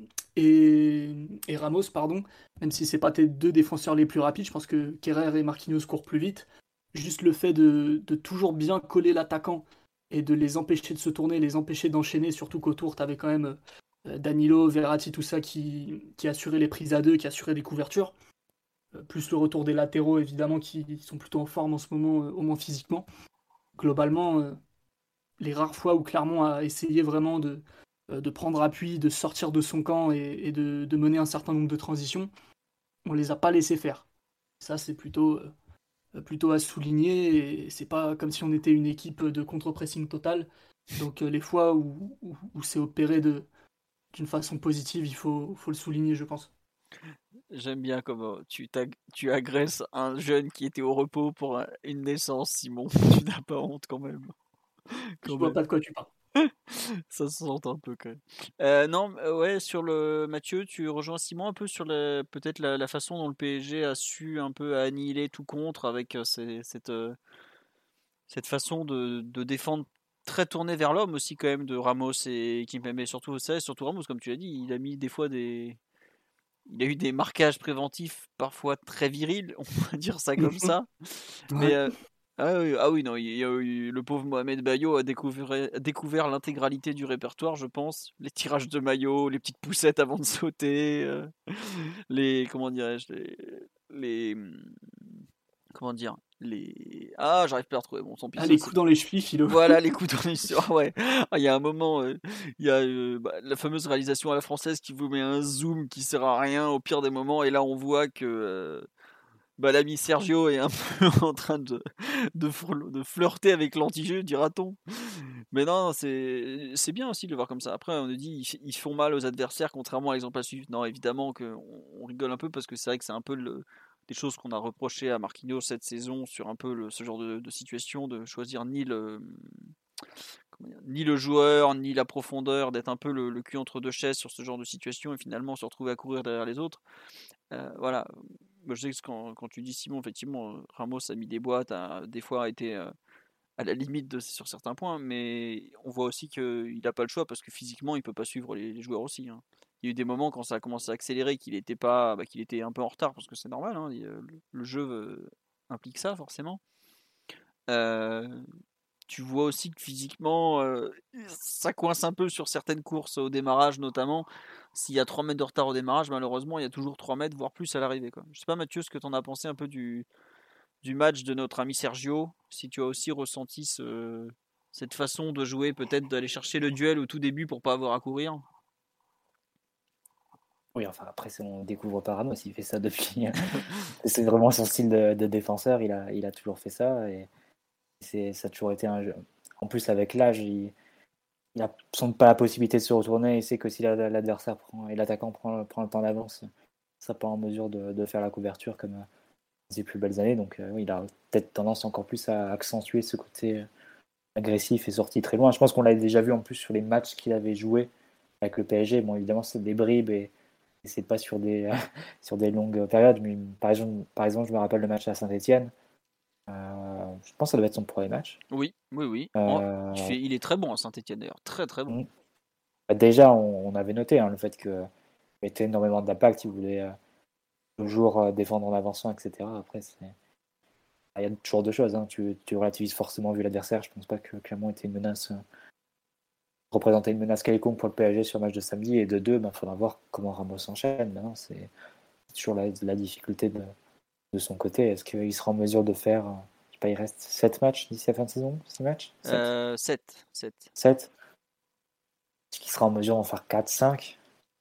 et, et Ramos, pardon, même si c'est pas tes deux défenseurs les plus rapides, je pense que Kerrer et Marquinhos courent plus vite. Juste le fait de, de toujours bien coller l'attaquant et de les empêcher de se tourner, les empêcher d'enchaîner, surtout qu'autour, tu avais quand même euh, Danilo, Verratti, tout ça qui, qui assuraient les prises à deux, qui assuraient des couvertures. Euh, plus le retour des latéraux, évidemment, qui sont plutôt en forme en ce moment, euh, au moins physiquement. Globalement, euh, les rares fois où Clermont a essayé vraiment de, euh, de prendre appui, de sortir de son camp et, et de, de mener un certain nombre de transitions, on les a pas laissés faire. Ça, c'est plutôt, euh, plutôt à souligner. Et c'est pas comme si on était une équipe de contre-pressing total. Donc euh, les fois où, où, où c'est opéré de, d'une façon positive, il faut, faut le souligner, je pense. J'aime bien comment tu, t'ag- tu agresses un jeune qui était au repos pour un- une naissance, Simon. Tu n'as pas honte quand même. Je Quand vois même. pas de quoi tu parles. Ça se sent un peu quand même. Euh, non, euh, ouais, sur le Mathieu, tu rejoins Simon un peu sur la, peut-être la, la façon dont le P S G a su un peu annihiler tout contre avec euh, ces- cette, euh, cette façon de, de défendre très tournée vers l'homme aussi quand même de Ramos et Kimpembe, surtout ça, surtout Ramos comme tu l'as dit, il a mis des fois des, il a eu des marquages préventifs parfois très virils, on va dire ça comme ça. Mais Ouais. euh, ah, oui, ah oui, non, il y a eu- le pauvre Mohamed Bayo a découvert, a découvert l'intégralité du répertoire, je pense. Les tirages de maillot, les petites poussettes avant de sauter, euh, les comment dirais-je, les, les comment dire, les ah, j'arrive pas à retrouver bon, tant pis, Ah, ça, les c'est coups dans les chevilles, Philo. voilà les coups dans les ah ouais. Ah, il y a un moment, euh, il y a euh, bah, la fameuse réalisation à la française qui vous met un zoom qui sert à rien au pire des moments, et là on voit que euh, bah, l'ami Sergio est un peu en train de, de, frel- de flirter avec l'anti-jeu, dira-t-on. Mais non, c'est c'est bien aussi de le voir comme ça. Après, on nous dit ils, ils font mal aux adversaires, contrairement à l'exemple à suivre. Non, évidemment qu'on on rigole un peu parce que c'est vrai que c'est un peu le, des choses qu'on a reproché à Marquinhos cette saison sur un peu le- ce genre de, de situation, de choisir ni le, comment dire, ni le joueur, ni la profondeur, d'être un peu le, le cul entre deux chaises sur ce genre de situation et finalement se retrouver à courir derrière les autres. Euh, voilà. Moi, je sais que quand, quand tu dis Simon, effectivement, Ramos a mis des boîtes, a des fois a été euh, à la limite de, sur certains points, mais on voit aussi qu'il n'a pas le choix parce que physiquement, il peut pas suivre les, les joueurs aussi. Hein. Il y a eu des moments quand ça a commencé à accélérer qu'il était pas, bah, qu'il était un peu en retard parce que c'est normal. Hein, le, le jeu euh, implique ça forcément. Euh, tu vois aussi que physiquement, euh, ça coince un peu sur certaines courses au démarrage, notamment. S'il y a trois mètres de retard au démarrage, malheureusement, il y a toujours trois mètres, voire plus à l'arrivée. Quoi. Je sais pas, Mathieu, ce que tu en as pensé un peu du, du match de notre ami Sergio, si tu as aussi ressenti ce, cette façon de jouer, peut-être d'aller chercher le duel au tout début pour pas avoir à courir. Oui, enfin après, c'est- on découvre pas Ramos, il fait ça depuis. C'est vraiment son style de, de défenseur, il a, il a toujours fait ça. Et c'est, ça a toujours été un jeu. En plus, avec l'âge, il il n'a sans doute pas la possibilité de se retourner. Il sait que si la- l'adversaire prend, et l'attaquant prend, prend le temps d'avance, il ne sera pas en mesure de, de faire la couverture comme euh, ses plus belles années. Donc, euh, oui, il a peut-être tendance encore plus à accentuer ce côté euh, agressif et sorti très loin. Je pense qu'on l'avait déjà vu en plus sur les matchs qu'il avait joués avec le P S G. Bon, évidemment, c'est des bribes et, et c'est pas sur des, sur des longues périodes. Mais par exemple, par exemple, je me rappelle le match à Saint-Etienne. Euh, je pense que ça doit être son premier match. Oui, oui, oui. En- il, Euh, fait, il est très bon à Saint-Etienne d'ailleurs, très très bon. mm. Bah, déjà, on, on avait noté hein, le fait qu'il mettait énormément d'impact. Il voulait euh, toujours euh, défendre en avançant, et cetera. Après, c'est... il y a toujours deux choses. Hein. Tu, tu relativises forcément vu l'adversaire. Je pense pas que Clermont était une menace, euh, représentait une menace quelconque pour le P S G sur le match de samedi. Et de deux, il ben, faudra voir comment Ramos enchaîne. Maintenant, c'est, c'est toujours la, la difficulté de, de son côté. Est-ce qu'il sera en mesure de faire, euh, je sais pas, il reste sept matchs d'ici la fin de saison six matchs sept Euh, sept. sept. sept Est-ce qu'il sera en mesure d'en faire quatre cinq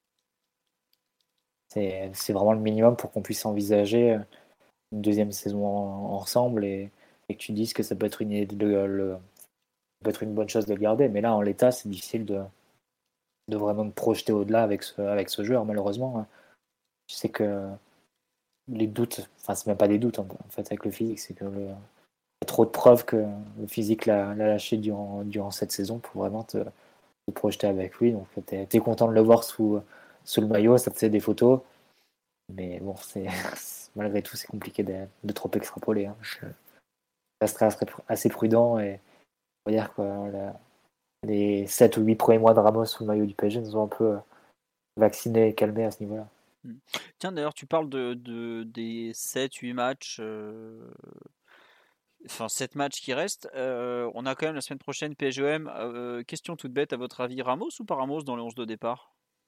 c'est, c'est vraiment le minimum pour qu'on puisse envisager euh, une deuxième saison en- ensemble et, et que tu dises que ça peut être une, le, le- peut être une bonne chose de le garder. Mais là, en l'état, c'est difficile de, de vraiment me projeter au-delà avec ce, avec ce joueur, malheureusement. Hein. Je sais que les doutes, enfin, c'est même pas des doutes en fait avec le physique, c'est que le, il y a trop de preuves que le physique l'a, l'a lâché durant, durant cette saison pour vraiment te, te projeter avec lui. Donc, tu es content de le voir sous, sous le maillot, ça te fait des photos. Mais bon, c'est, malgré tout, c'est compliqué de, de trop extrapoler. Hein. Je resterai assez prudent et on va dire que la, les sept ou huit premiers mois de Ramos sous le maillot du P S G nous ont un peu vaccinés et calmés à ce niveau-là. Tiens, d'ailleurs, tu parles de, de des sept huit matchs, euh, enfin sept matchs qui restent. Euh, on a quand même la semaine prochaine P S G O M. Euh, question toute bête, à votre avis, Ramos ou pas Ramos dans le onze de départ?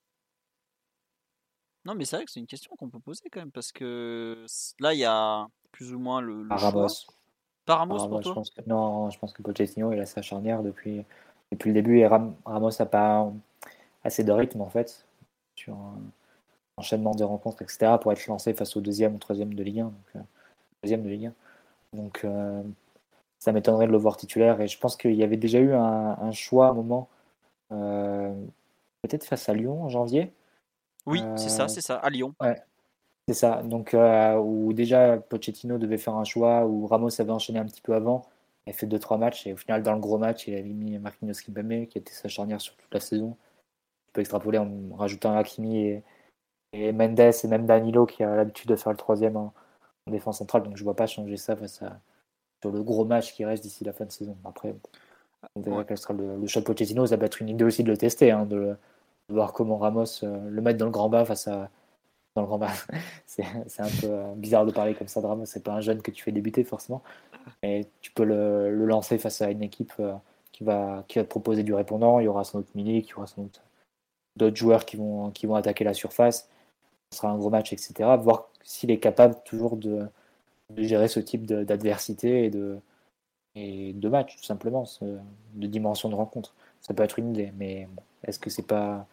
Non, mais c'est vrai que c'est une question qu'on peut poser quand même, parce que c- là, il y a plus ou moins le, le À choix. Ramos. Pas À Ramos pour Ramos, je toi? pense que non, je pense que Pochettino il a sa charnière depuis, depuis le début et Ram, Ramos n'a pas assez de rythme en fait sur un enchaînement de rencontres, et cetera pour être lancé face au deuxième ou troisième de Ligue un. Donc, euh, deuxième de Ligue un. Donc euh, ça m'étonnerait de le voir titulaire et je pense qu'il y avait déjà eu un, un choix à un moment, euh, peut-être face à Lyon en janvier. Oui, c'est ça, Euh, c'est ça, à Lyon. ouais, c'est ça. Donc, euh, où déjà Pochettino devait faire un choix, où Ramos avait enchaîné un petit peu avant, il a fait deux trois matchs, et au final, dans le gros match, il avait mis Marquinhos Kimpembe, qui était sa charnière sur toute la saison. Tu peux extrapoler en rajoutant Hakimi et, et Mendes, et même Danilo, qui a l'habitude de faire le troisième en, en défense centrale. Donc, je ne vois pas changer ça face à, sur le gros match qui reste d'ici la fin de saison. Après, on verra Ouais. quel sera le, le choix de Pochettino. Ça peut être une idée aussi de le tester, hein, de, de voir comment Ramos, euh, le mettre dans le grand bas face à dans le grand bas. c'est, c'est un peu euh, bizarre de parler comme ça de Ramos. C'est pas un jeune que tu fais débuter forcément. Mais tu peux le, le lancer face à une équipe euh, qui, va, qui va te proposer du répondant. Il y aura sans doute Milik, il y aura sans doute d'autres joueurs qui vont, qui vont attaquer la surface. Ce sera un gros match, et cetera. Voir s'il est capable toujours de, de gérer ce type de, d'adversité et de, et de match, tout simplement, ce, de dimension de rencontre. Ça peut être une idée, mais bon, est-ce que c'est pas.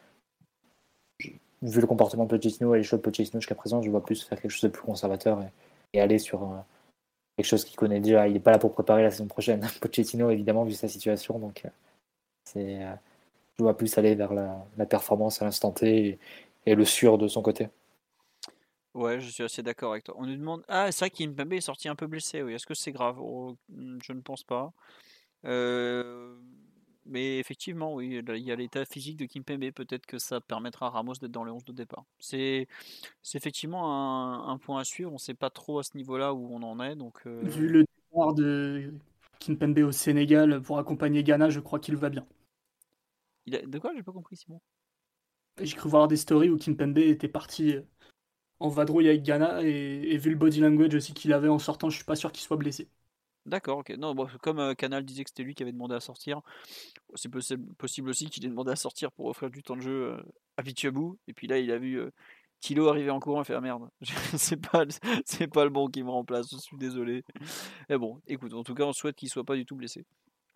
Vu le comportement de Pochettino et les choix de Pochettino jusqu'à présent, je vois plus faire quelque chose de plus conservateur et, et aller sur euh, quelque chose qu'il connaît déjà. Il n'est pas là pour préparer la saison prochaine. Pochettino, évidemment, vu sa situation, donc euh, c'est, euh, je vois plus aller vers la, la performance à l'instant T et, et le sûr de son côté. Ouais, je suis assez d'accord avec toi. On nous demande. Ah, c'est vrai qu'Impembe est sorti un peu blessé, oui. Est-ce que c'est grave? Oh, je ne pense pas. Euh, Mais effectivement, oui, il y a l'état physique de Kimpembe. Peut-être que ça permettra à Ramos d'être dans le onze de départ. C'est, c'est effectivement un, un point à suivre. On ne sait pas trop à ce niveau-là où on en est. Donc, euh, Vu le départ de Kimpembe au Sénégal pour accompagner Ghana, je crois qu'il va bien. il a... De quoi? J'ai pas compris, Simon. J'ai cru voir des stories où Kimpembe était parti en vadrouille avec Ghana et, et vu le body language aussi qu'il avait en sortant, je suis pas sûr qu'il soit blessé. D'accord, ok. Non, bon, comme euh, Canal disait que c'était lui qui avait demandé à sortir, c'est possible, possible aussi qu'il ait demandé à sortir pour offrir du temps de jeu euh, à Vichiabou. Et puis là, il a vu euh, Thilo arrivé en courant et fait ah merde, c'est pas, c'est pas le bon qui me remplace, je suis désolé. Et bon, écoute, en tout cas, on souhaite qu'il soit pas du tout blessé.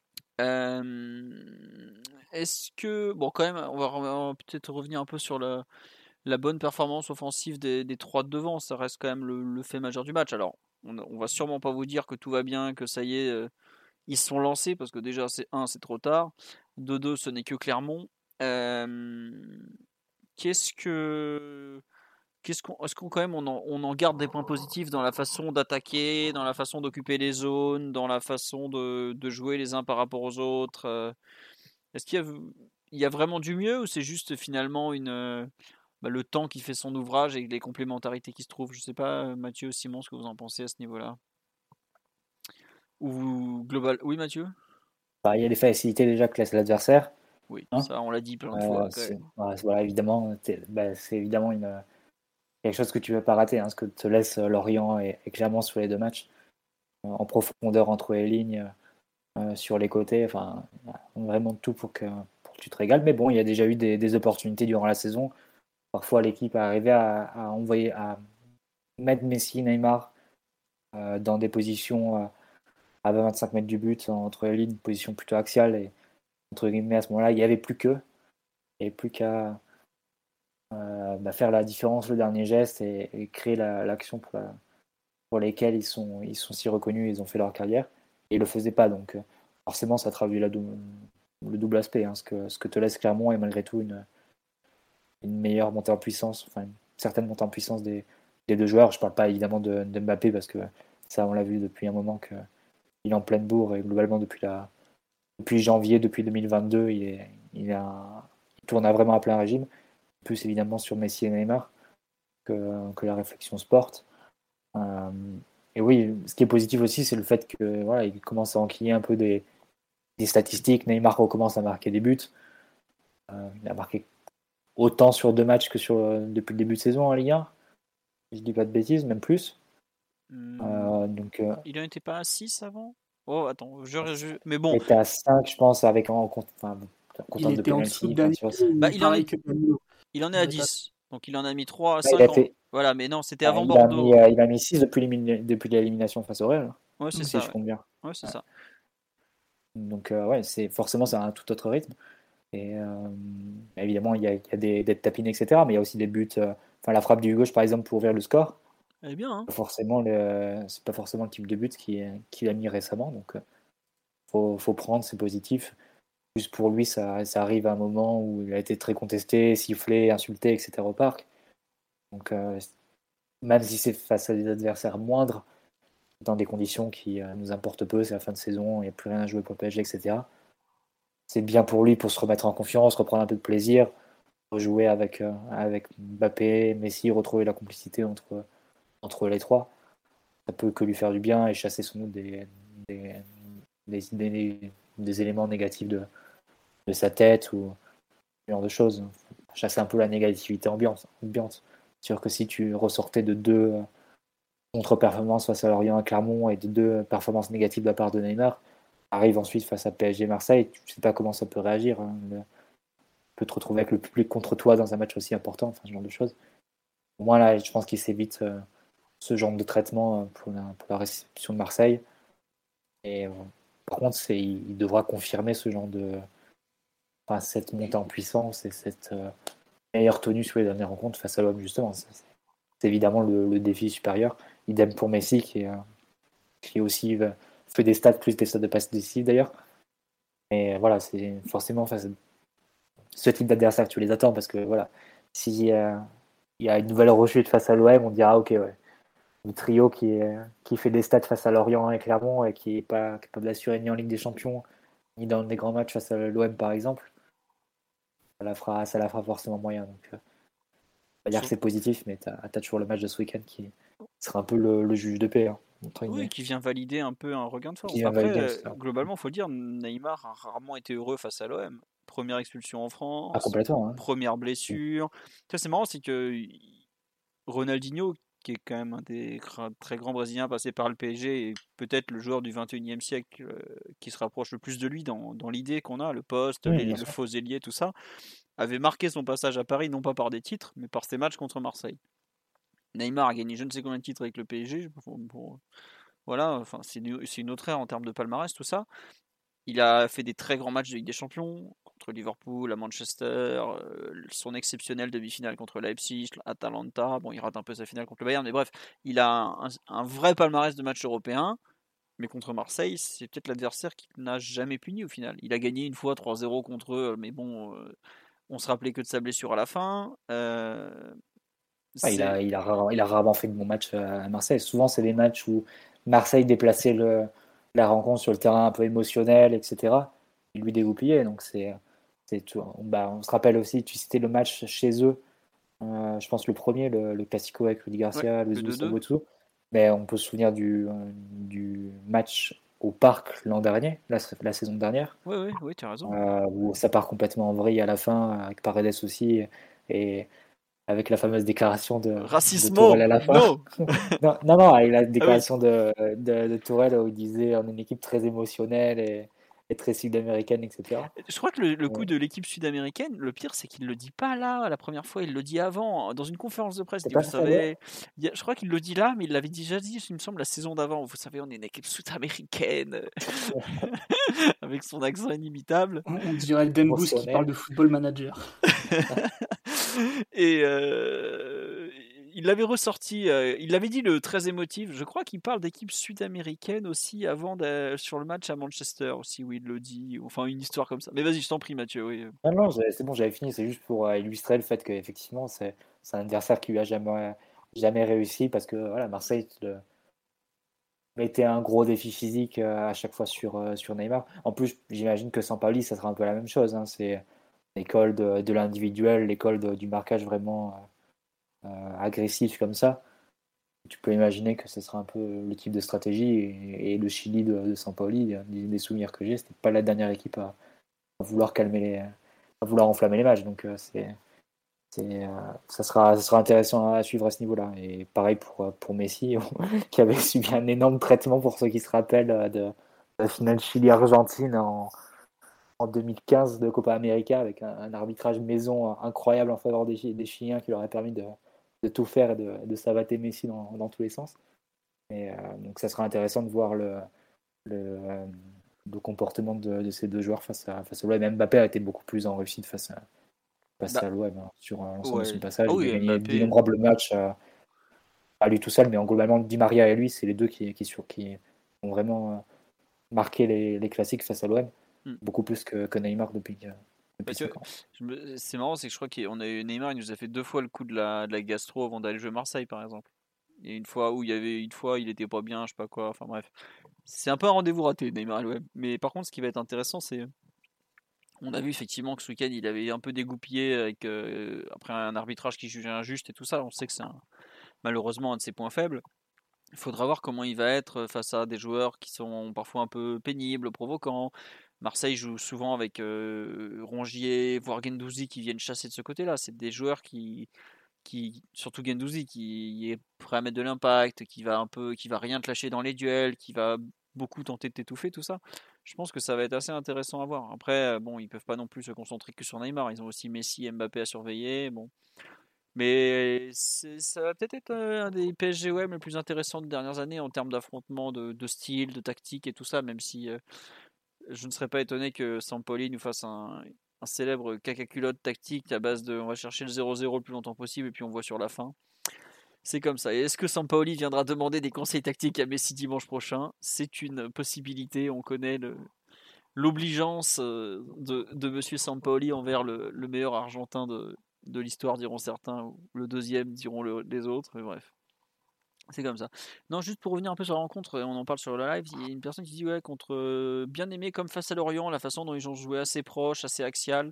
Euh, est-ce que bon, quand même, on va, on va peut-être revenir un peu sur la, la bonne performance offensive des, des trois de devant. Ça reste quand même le, le fait majeur du match. Alors, on, on va sûrement pas vous dire que tout va bien, que ça y est, euh, ils sont lancés parce que déjà, c'est un, c'est trop tard. De deux, ce n'est que Clermont. Euh, qu'est-ce que Qu'est-ce qu'on, est-ce qu'on quand même on en, on en garde des points positifs dans la façon d'attaquer, dans la façon d'occuper les zones, dans la façon de, de jouer les uns par rapport aux autres. euh, Est-ce qu'il y a, il y a vraiment du mieux ou c'est juste finalement une, euh, bah, le temps qui fait son ouvrage et les complémentarités qui se trouvent? Je sais pas, euh, Mathieu, Simon, ce que vous en pensez à ce niveau-là. Ou vous- global, oui Mathieu? Bah, il y a des facilités déjà que laisse l'adversaire. Oui, Hein. ça on l'a dit plein de Euh, fois quand c'est, même. voilà, c'est- voilà, évidemment, t'es- bah, c'est évidemment une, quelque chose que tu ne veux pas rater, hein, ce que te laisse euh, Lorient et, et Clermont sur les deux matchs, euh, en profondeur entre les lignes, euh, sur les côtés, enfin, voilà, vraiment tout pour que, pour que tu te régales. Mais bon, il y a déjà eu des, des opportunités durant la saison. Parfois, l'équipe a arrivé à, à envoyer, à mettre Messi, Neymar euh, dans des positions euh, à vingt à vingt-cinq mètres du but, entre les lignes, une position plutôt axiale. Et entre guillemets, à ce moment-là, il n'y avait plus qu'eux. Il n'y avait plus qu'à euh, bah, faire la différence, le dernier geste et, et créer la, l'action pour, la, pour lesquelles ils sont, ils sont si reconnus, ils ont fait leur carrière. Et ils ne le faisaient pas. Donc, euh, forcément, ça traduit la dou- le double aspect. Hein, ce, que, ce que te laisse Clermont est malgré tout une, une meilleure montée en puissance, enfin une certaine montée en puissance des, des deux joueurs. Je ne parle pas évidemment de, de Mbappé parce que ça, on l'a vu depuis un moment qu'il est en pleine bourre et globalement depuis, la, depuis janvier, depuis deux mille vingt-deux, il, est, il, a, il tourne à vraiment à plein régime. Plus évidemment sur Messi et Neymar que, que la réflexion se porte. Euh, et oui, ce qui est positif aussi, c'est le fait que voilà, il commence à enquiller un peu des, des statistiques. Neymar recommence à marquer des buts. Euh, il a marqué autant sur deux matchs que sur, euh, depuis le début de saison en Ligue un. Je dis pas de bêtises, même plus. Hmm, Euh, donc, euh, il en était pas à six avant? Oh, attends, je, je- mais il bon, était à cinq, je pense, avec en compte, enfin, Il comptant de était en dessous penalty. de Enfin, tu vois, Danilo, bah, ou il en pareil est, que Danilo. il en est Il à est pas- dix. Donc il en a mis trois à là, il, a cinq ans. fait, Voilà, mais non, c'était euh, avant il, a mis, Bordeaux. euh, il a mis six depuis, l'élimin- depuis l'élimination face au Real, Ouais, c'est si ça. je Ouais, compte bien. ouais c'est Ouais. ça. Donc, euh, ouais, c'est, forcément, c'est un tout autre rythme. Et euh, évidemment, il y a, il y a des, des tapines, et cetera. Mais il y a aussi des buts. euh, Enfin, la frappe du gauche, par exemple, pour ouvrir le score. Elle est bien, hein. Forcément, le, c'est pas forcément le type de but qu'il, qu'il a mis récemment. Donc, euh, faut, faut prendre, c'est positif. Juste pour lui, ça, ça arrive à un moment où il a été très contesté, sifflé, insulté, et cetera au parc. Donc, euh, même si c'est face à des adversaires moindres, dans des conditions qui euh, nous importent peu, c'est la fin de saison, il n'y a plus rien à jouer pour le P S G, et cetera. C'est bien pour lui pour se remettre en confiance, reprendre un peu de plaisir, rejouer avec, euh, avec Mbappé, Messi, retrouver la complicité entre, entre les trois. Ça peut que lui faire du bien et chasser sans doute des, des, des, des, des éléments négatifs de, de sa tête ou ce genre de choses. Chasser un peu la négativité ambiante. ambiante. C'est sûr que si tu ressortais de deux euh, contre-performances face à Lorient et Clermont et de deux performances négatives de la part de Neymar, arrive ensuite face à P S G Marseille, tu ne sais pas comment ça peut réagir. Hein. Le, tu peux te retrouver avec le public contre toi dans un match aussi important, enfin, ce genre de choses. Au moins là, je pense qu'il s'évite euh, ce genre de traitement euh, pour, la, pour la réception de Marseille. Et euh, par contre, c'est, il, il devra confirmer ce genre de, enfin, cette montée en puissance et cette euh, meilleure tenue sur les dernières rencontres face à l'O M justement. C'est, c'est évidemment le, le défi supérieur. Idem pour Messi qui, euh, qui aussi euh, fait des stats plus des stats de passes décisives d'ailleurs. Mais voilà, c'est forcément face à ce type d'adversaire que tu les attends parce que voilà, si euh, il y a une nouvelle rechute face à l'O M, on dira ok ouais, le trio qui, est, qui fait des stats face à Lorient et Clermont et qui n'est pas capable d'assurer ni en Ligue des Champions ni dans des grands matchs face à l'O M par exemple, ça la fera, ça la fera forcément moyen. Donc, euh, on va dire que c'est positif, mais tu as toujours le match de ce week-end qui sera un peu le, le juge de paix. Hein, Oui, qui vient valider un peu un regain de forme. Qui vient Après, valider, euh, c'est ça. globalement, il faut le dire, Neymar a rarement été heureux face à l'O M. Première expulsion en Ah, France, complètement. Hein. première blessure. Ça, c'est marrant, c'est que Ronaldinho, qui est quand même un des gra- très grands Brésiliens passés par le P S G, et peut-être le joueur du vingt et unième siècle euh, qui se rapproche le plus de lui dans, dans l'idée qu'on a, le poste, Oui, les- bien le sûr. faux ailier, tout ça. avait marqué son passage à Paris, non pas par des titres, mais par ses matchs contre Marseille. Neymar a gagné je ne sais combien de titres avec le P S G. Pour, pour, voilà, enfin, c'est une, c'est une autre ère en termes de palmarès, tout ça. Il a fait des très grands matchs de Ligue des Champions contre Liverpool, à Manchester, euh, son exceptionnel demi-finale contre Leipzig, Atalanta. Bon, il rate un peu sa finale contre le Bayern, mais bref, il a un, un vrai palmarès de matchs européens. Mais contre Marseille, c'est peut-être l'adversaire qui n'a jamais puni au final. Il a gagné une fois trois zéro contre eux, mais bon, euh, on se rappelait que de sa blessure à la fin. Euh, Ah, il, c'est... a, il, a rare- il a rarement fait de bons matchs à Marseille. Souvent, c'est des matchs où Marseille déplaçait le, la rencontre sur le terrain un peu émotionnel, et cetera. Il lui dégoupillait. Donc, c'est, c'est tout. Bah, on se rappelle aussi, tu citais le match chez eux. Euh, je pense le premier, le, le Classico avec Rudy Ouais, Garcia, le Luis deux deux. Sabotu. Mais on peut se souvenir du, euh, du match au Parc l'an dernier, la, la saison dernière, Oui, oui, oui, tu as raison. euh, où ça part complètement en vrille à la fin, avec Paredes aussi. Et avec la fameuse déclaration de, de Tourelle Racismo, à la fin. no. non, non, non, avec la Ah oui. déclaration de, de, de Tourelle où il disait on est une équipe très émotionnelle et, et très sud-américaine, et cetera. Je crois que le, le coup Ouais. de l'équipe sud-américaine, le pire, c'est qu'il le dit pas là, la première fois, il le dit avant, dans une conférence de presse. Il C'est dit, pas vous ça, ouais. savez, il y a- je crois qu'il le dit là, mais il l'avait déjà dit, il me semble, la saison d'avant. Vous savez, on est une équipe sud-américaine, avec son accent inimitable. On, on dirait Dembous qui Émotionnel. parle de football manager. Et euh, il l'avait ressorti, euh, il l'avait dit le très émotif. Je crois qu'il parle d'équipe sud-américaine aussi avant de- sur le match à Manchester aussi où il le dit. Enfin une histoire comme ça. Mais vas-y, je t'en prie, Mathieu. Oui. Non, non, j'ai- c'est bon, j'avais fini. C'est juste pour euh, illustrer le fait qu'effectivement, c'est c'est un adversaire qui lui a jamais, jamais réussi parce que voilà, Marseille le, mettait un gros défi physique euh, à chaque fois sur, euh, sur Neymar. En plus, j'imagine que Sampaoli, ça sera un peu la même chose. Hein. C'est l'école de, de l'individuel, l'école de- du marquage vraiment euh, euh, agressif comme ça. Tu peux imaginer que ce sera un peu le type de stratégie. Et, et le Chili de, de Sampaoli, des, des souvenirs que j'ai, c'était pas la dernière équipe à, à vouloir calmer les, à vouloir enflammer les matchs. Donc euh, c'est, c'est, euh, ça sera, ça sera intéressant à suivre à ce niveau-là. Et pareil pour, pour Messi, qui avait subi un énorme traitement pour ceux qui se rappellent de, de la finale Chili-Argentine en, en deux mille quinze de Copa América avec un, un arbitrage maison incroyable en faveur des, des Chiliens qui leur a permis de, de tout faire et de, de savater Messi dans, dans tous les sens. Et, euh, donc ça sera intéressant de voir le, le, euh, le comportement de, de ces deux joueurs face à, face à l'O M. Mbappé a été beaucoup plus en réussite face à, face Bah, à l'O M hein, sur euh, l'ensemble de son ouais. passage. Ah Il a oui, gagné Mbappé. d'innombrables matchs euh, à lui tout seul, mais en globalement, Di Maria et lui, c'est les deux qui, qui, sur, qui ont vraiment euh, marqué les, les classiques face à l'O M, Hmm. beaucoup plus que, que Neymar depuis, euh, depuis Bah, tu cinq vois, ans. je me- c'est marrant, c'est que je crois qu'on a eu Neymar, il nous a fait deux fois le coup de la, de la gastro avant d'aller jouer Marseille, par exemple. Et une fois où il y avait une fois, il était pas bien, je sais pas quoi. Enfin bref, c'est un peu un rendez-vous raté, Neymar à l'O M. Mais par contre, ce qui va être intéressant, c'est on a vu effectivement que ce week-end, il avait un peu dégoupillé avec, euh, après un arbitrage qui jugeait injuste et tout ça. On sait que c'est un- malheureusement un de ses points faibles. Il faudra voir comment il va être face à des joueurs qui sont parfois un peu pénibles, provoquants. Marseille joue souvent avec euh, Rongier, voire Guendouzi qui viennent chasser de ce côté-là. C'est des joueurs qui, qui, surtout Guendouzi, qui est prêt à mettre de l'impact, qui va un peu, qui va rien te lâcher dans les duels, qui va beaucoup tenter de t'étouffer, tout ça. Je pense que ça va être assez intéressant à voir. Après, bon, ils peuvent pas non plus se concentrer que sur Neymar. Ils ont aussi Messi et Mbappé à surveiller. Bon, mais c'est- ça va peut-être être euh, un des P S G O M les plus intéressants des dernières années en termes d'affrontement, de, de style, de tactique et tout ça, même si euh, je ne serais pas étonné que Sampoli nous fasse un, un célèbre caca-culotte tactique à base de on va chercher le zéro zéro le plus longtemps possible et puis on voit sur la fin. C'est comme ça. Et est-ce que Sampaoli viendra demander des conseils tactiques à Messi dimanche prochain? C'est une possibilité. On connaît le, l'obligeance euh, de, de Monsieur Sampaoli envers le, le meilleur Argentin de, de l'histoire, diront certains, ou le deuxième, diront le- les autres. Mais bref, c'est comme ça. Non, juste pour revenir un peu sur la rencontre, on en parle sur le live. Il y a une personne qui dit ouais, contre euh, bien aimé comme face à Lorient, la façon dont ils ont joué assez proche, assez axial.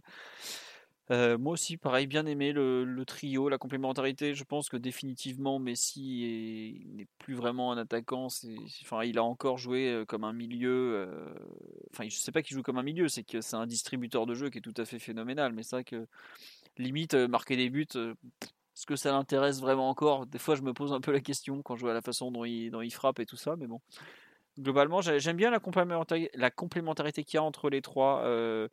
Euh, moi aussi, pareil, bien aimé le, le trio, la complémentarité. Je pense que définitivement Messi est- n'est plus vraiment un attaquant. C'est, enfin, il a encore joué euh, comme un milieu. euh, Enfin, je sais pas qu'il joue comme un milieu, c'est que c'est un distributeur de jeu qui est tout à fait phénoménal. Mais c'est vrai que limite euh, marquer des buts, euh, est-ce que ça l'intéresse vraiment encore? Des fois, je me pose un peu la question quand je vois la façon dont il, dont il frappe et tout ça. Mais bon, globalement, j'ai- j'aime bien la complémentarité, la complémentarité qu'il y a entre les trois. euh,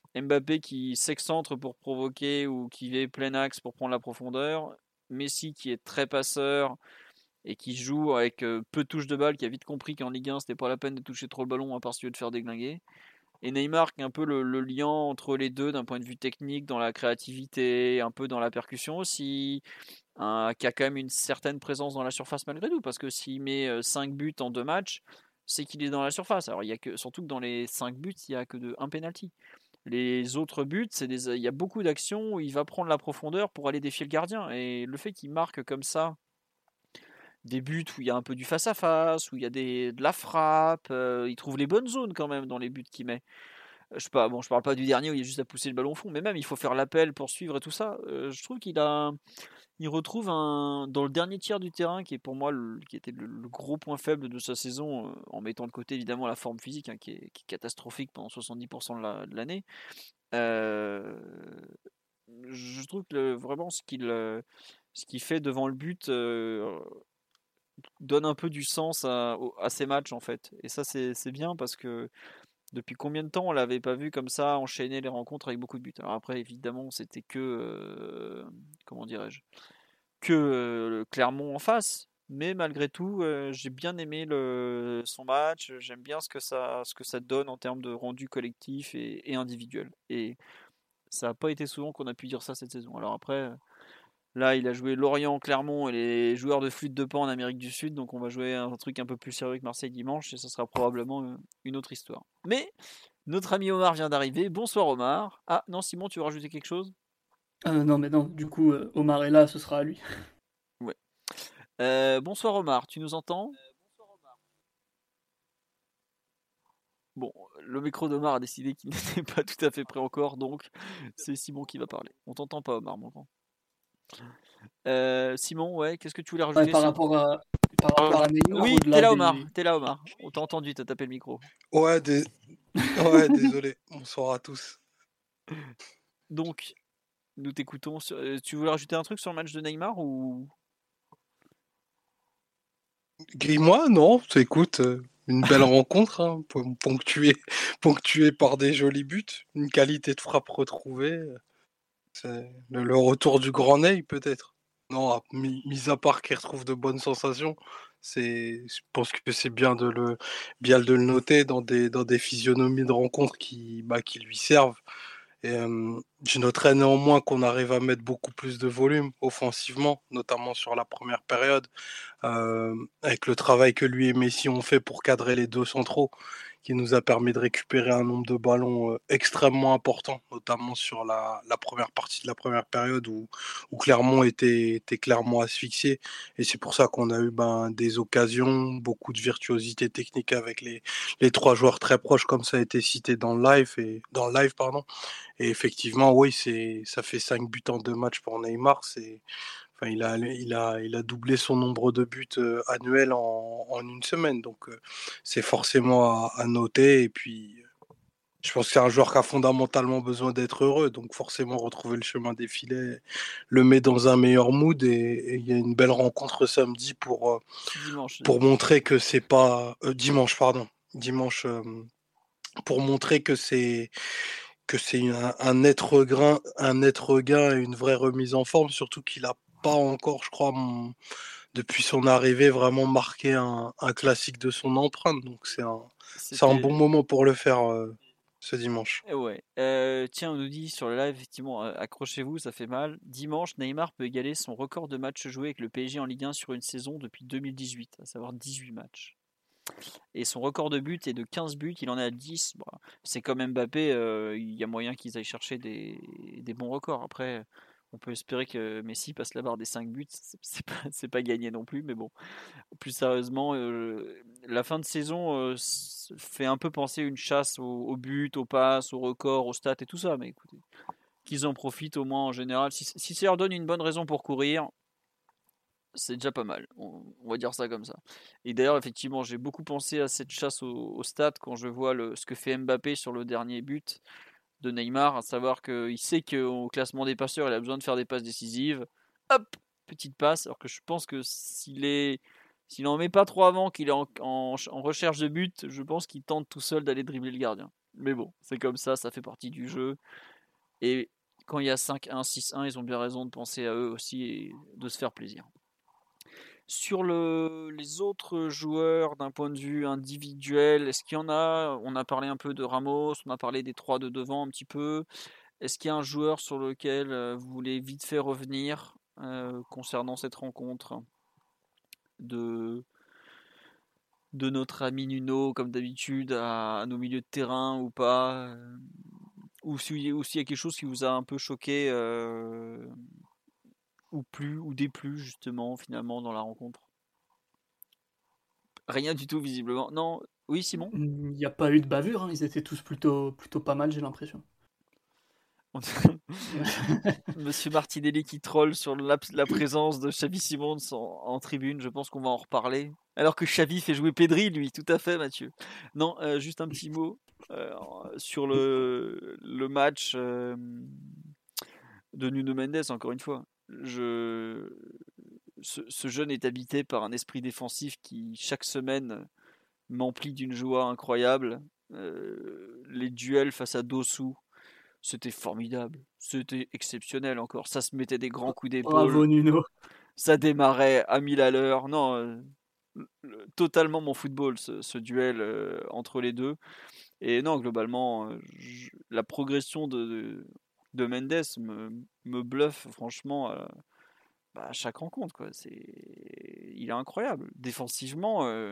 Mbappé qui s'excentre pour provoquer ou qui va plein axe pour prendre la profondeur. Messi qui est très passeur et qui joue avec euh, peu de touches de balle, qui a vite compris qu'en Ligue un, c'était pas la peine de toucher trop le ballon à part si tu veux te faire déglinguer. Et Neymar qui est un peu le, le lien entre les deux d'un point de vue technique, dans la créativité, un peu dans la percussion aussi, hein, qui a quand même une certaine présence dans la surface malgré tout, parce que s'il met euh, cinq buts en deux matchs, c'est qu'il est dans la surface. Alors il y a que, surtout que dans les cinq buts, il n'y a que de, un penalty. Les autres buts, c'est des, il y a beaucoup d'actions où il va prendre la profondeur pour aller défier le gardien. Et le fait qu'il marque comme ça des buts où il y a un peu du face-à-face, où il y a des, de la frappe, euh, il trouve les bonnes zones quand même dans les buts qu'il met. Je sais pas, bon, je parle pas du dernier où il y a juste à pousser le ballon au fond, mais même il faut faire l'appel pour suivre et tout ça. Euh, je trouve qu'il a, il retrouve un dans le dernier tiers du terrain qui est pour moi le, qui était le, le gros point faible de sa saison, euh, en mettant de côté évidemment la forme physique hein, qui, est, qui est catastrophique pendant soixante-dix pour cent de, la, de l'année. Euh, je trouve que le- vraiment ce qu'il euh, ce qu'il fait devant le but euh, donne un peu du sens à, au- à ces matchs en fait. Et ça c'est c'est bien parce que depuis combien de temps on l'avait pas vu comme ça enchaîner les rencontres avec beaucoup de buts. Alors après évidemment c'était que euh, comment dirais-je que euh, Clermont en face. Mais malgré tout, euh, j'ai bien aimé le, son match. J'aime bien ce que ça, ce que ça donne en termes de rendu collectif et, et individuel. Et ça n'a pas été souvent qu'on a pu dire ça cette saison. Alors après, là, il a joué Lorient, Clermont et les joueurs de flûte de Pan en Amérique du Sud. Donc on va jouer un truc un peu plus sérieux que Marseille dimanche et ça sera probablement une autre histoire. Mais notre ami Omar vient d'arriver. Bonsoir Omar. Ah non, Simon, tu veux rajouter quelque chose? Euh, non, mais non, du coup, euh, Omar est là, ce sera à lui. Ouais. Euh, bonsoir Omar, tu nous entends? Bon, le micro d'Omar a décidé qu'il n'était pas tout à fait prêt encore, donc c'est Simon qui va parler. On t'entend pas, Omar, mon grand. Euh, Simon, ouais, qu'est-ce que tu voulais Ouais, rajouter par sur... rapport à, par rapport à Neymar, Oui, t'es au-delà là, Omar. des. T'es là, Omar. On t'a entendu, t'as tapé le micro. Ouais, dé- ouais, désolé. Bonsoir à tous. Donc, nous t'écoutons. sur- euh, Tu voulais rajouter un truc sur le match de Neymar ou... Grimoire, non, écoute, euh, une belle rencontre, hein, pon- ponctuée, ponctuée par des jolis buts, une qualité de frappe retrouvée. C'est le, le retour du grand Ney, peut-être. Non, à- mis, mis à part qu'il retrouve de bonnes sensations, c'est, je pense que c'est bien de le, bien de le noter dans des, dans des physionomies de rencontres qui, bah, qui lui servent. Et, euh, je noterais néanmoins qu'on arrive à mettre beaucoup plus de volume offensivement, notamment sur la première période, euh, avec le travail que lui et Messi ont fait pour cadrer les deux centraux, qui nous a permis de récupérer un nombre de ballons euh, extrêmement important, notamment sur la, la première partie de la première période où, où Clermont était, était clairement asphyxié. Et c'est pour ça qu'on a eu ben, des occasions, beaucoup de virtuosité technique avec les, les trois joueurs très proches, comme ça a été cité dans le live. Et, dans le live pardon. Et effectivement, oui, c'est, ça fait cinq buts en deux matchs pour Neymar. C'est, enfin, il a, il a, il a doublé son nombre de buts euh, annuels en, en une semaine. Donc, euh, c'est forcément à, à noter. Et puis, je pense que c'est un joueur qui a fondamentalement besoin d'être heureux. Donc, forcément, retrouver le chemin des filets le met dans un meilleur mood. Et et il y a une belle rencontre samedi pour, euh, Dimanche. pour montrer que c'est pas. euh, dimanche, pardon. Dimanche, euh, pour montrer que c'est que c'est un, un être gain, un être gain et une vraie remise en forme, surtout qu'il a pas encore, je crois, mon- depuis son arrivée, vraiment marqué un, un classique de son empreinte. Donc c'est un, c'est un bon C'était... moment pour le faire euh, ce dimanche. Eh ouais. Euh, tiens, on nous dit sur le live, effectivement, euh, accrochez-vous, ça fait mal. Dimanche, Neymar peut égaler son record de matchs joués avec le P S G en Ligue un sur une saison depuis deux mille dix-huit, à savoir dix-huit matchs. Et son record de buts est de quinze buts, il en est à dix. Bon, c'est comme Mbappé, euh, il y a moyen qu'ils aillent chercher des, des bons records. Après, on peut espérer que Messi passe la barre des cinq buts, c'est c'est pas, c'est pas gagné non plus, mais bon. Plus sérieusement, euh, la fin de saison euh, s- fait un peu penser une chasse au, au but, aux passes, aux records, aux stats et tout ça. Mais écoutez, qu'ils en profitent au moins en général. Si, si ça leur donne une bonne raison pour courir, c'est déjà pas mal. On, on va dire ça comme ça. Et d'ailleurs, effectivement, j'ai beaucoup pensé à cette chasse au, au stats quand je vois le, ce que fait Mbappé sur le dernier but de Neymar, à savoir qu'il sait qu'au classement des passeurs, il a besoin de faire des passes décisives. Hop, petite passe. Alors que je pense que s'il est, s'il en met pas trop avant, qu'il est en, en, en recherche de but, je pense qu'il tente tout seul d'aller dribbler le gardien. Mais bon, c'est comme ça, ça fait partie du jeu. Et quand il y a cinq un, six un, ils ont bien raison de penser à eux aussi et de se faire plaisir. Sur le, les autres joueurs d'un point de vue individuel, est-ce qu'il y en a? On a parlé un peu de Ramos, on a parlé des trois de devant un petit peu. Est-ce qu'il y a un joueur sur lequel euh, vous voulez vite fait revenir euh, concernant cette rencontre de, de notre ami Nuno, comme d'habitude, à, à nos milieux de terrain ou pas euh, ou s'il ou s'il y a quelque chose qui vous a un peu choqué euh, ou plu ou déplu justement finalement dans la rencontre? Rien du tout visiblement. Non, oui Simon? Il n'y a pas eu de bavure, hein, ils étaient tous plutôt, plutôt pas mal, j'ai l'impression. Monsieur Martinelli qui troll sur la, la présence de Xavi Simons en, en tribune, je pense qu'on va en reparler. Alors que Xavi fait jouer Pedri, lui, tout à fait, Mathieu. Non, euh, juste un petit mot euh, sur le, le match euh, de Nuno Mendes, encore une fois. Je, ce, ce jeune est habité par un esprit défensif qui, chaque semaine, m'emplit d'une joie incroyable. Euh, les duels face à Dossou, c'était formidable, c'était exceptionnel encore. Ça se mettait des grands coups d'épaule, Bravo Nuno. ça démarrait à mille à l'heure. Non, euh, totalement mon football, ce, ce duel euh, entre les deux. Et non, globalement, euh, je- la progression de, de, de Mendes me, me bluffe franchement euh, bah, à chaque rencontre, quoi. C'est, il est incroyable. Défensivement, euh,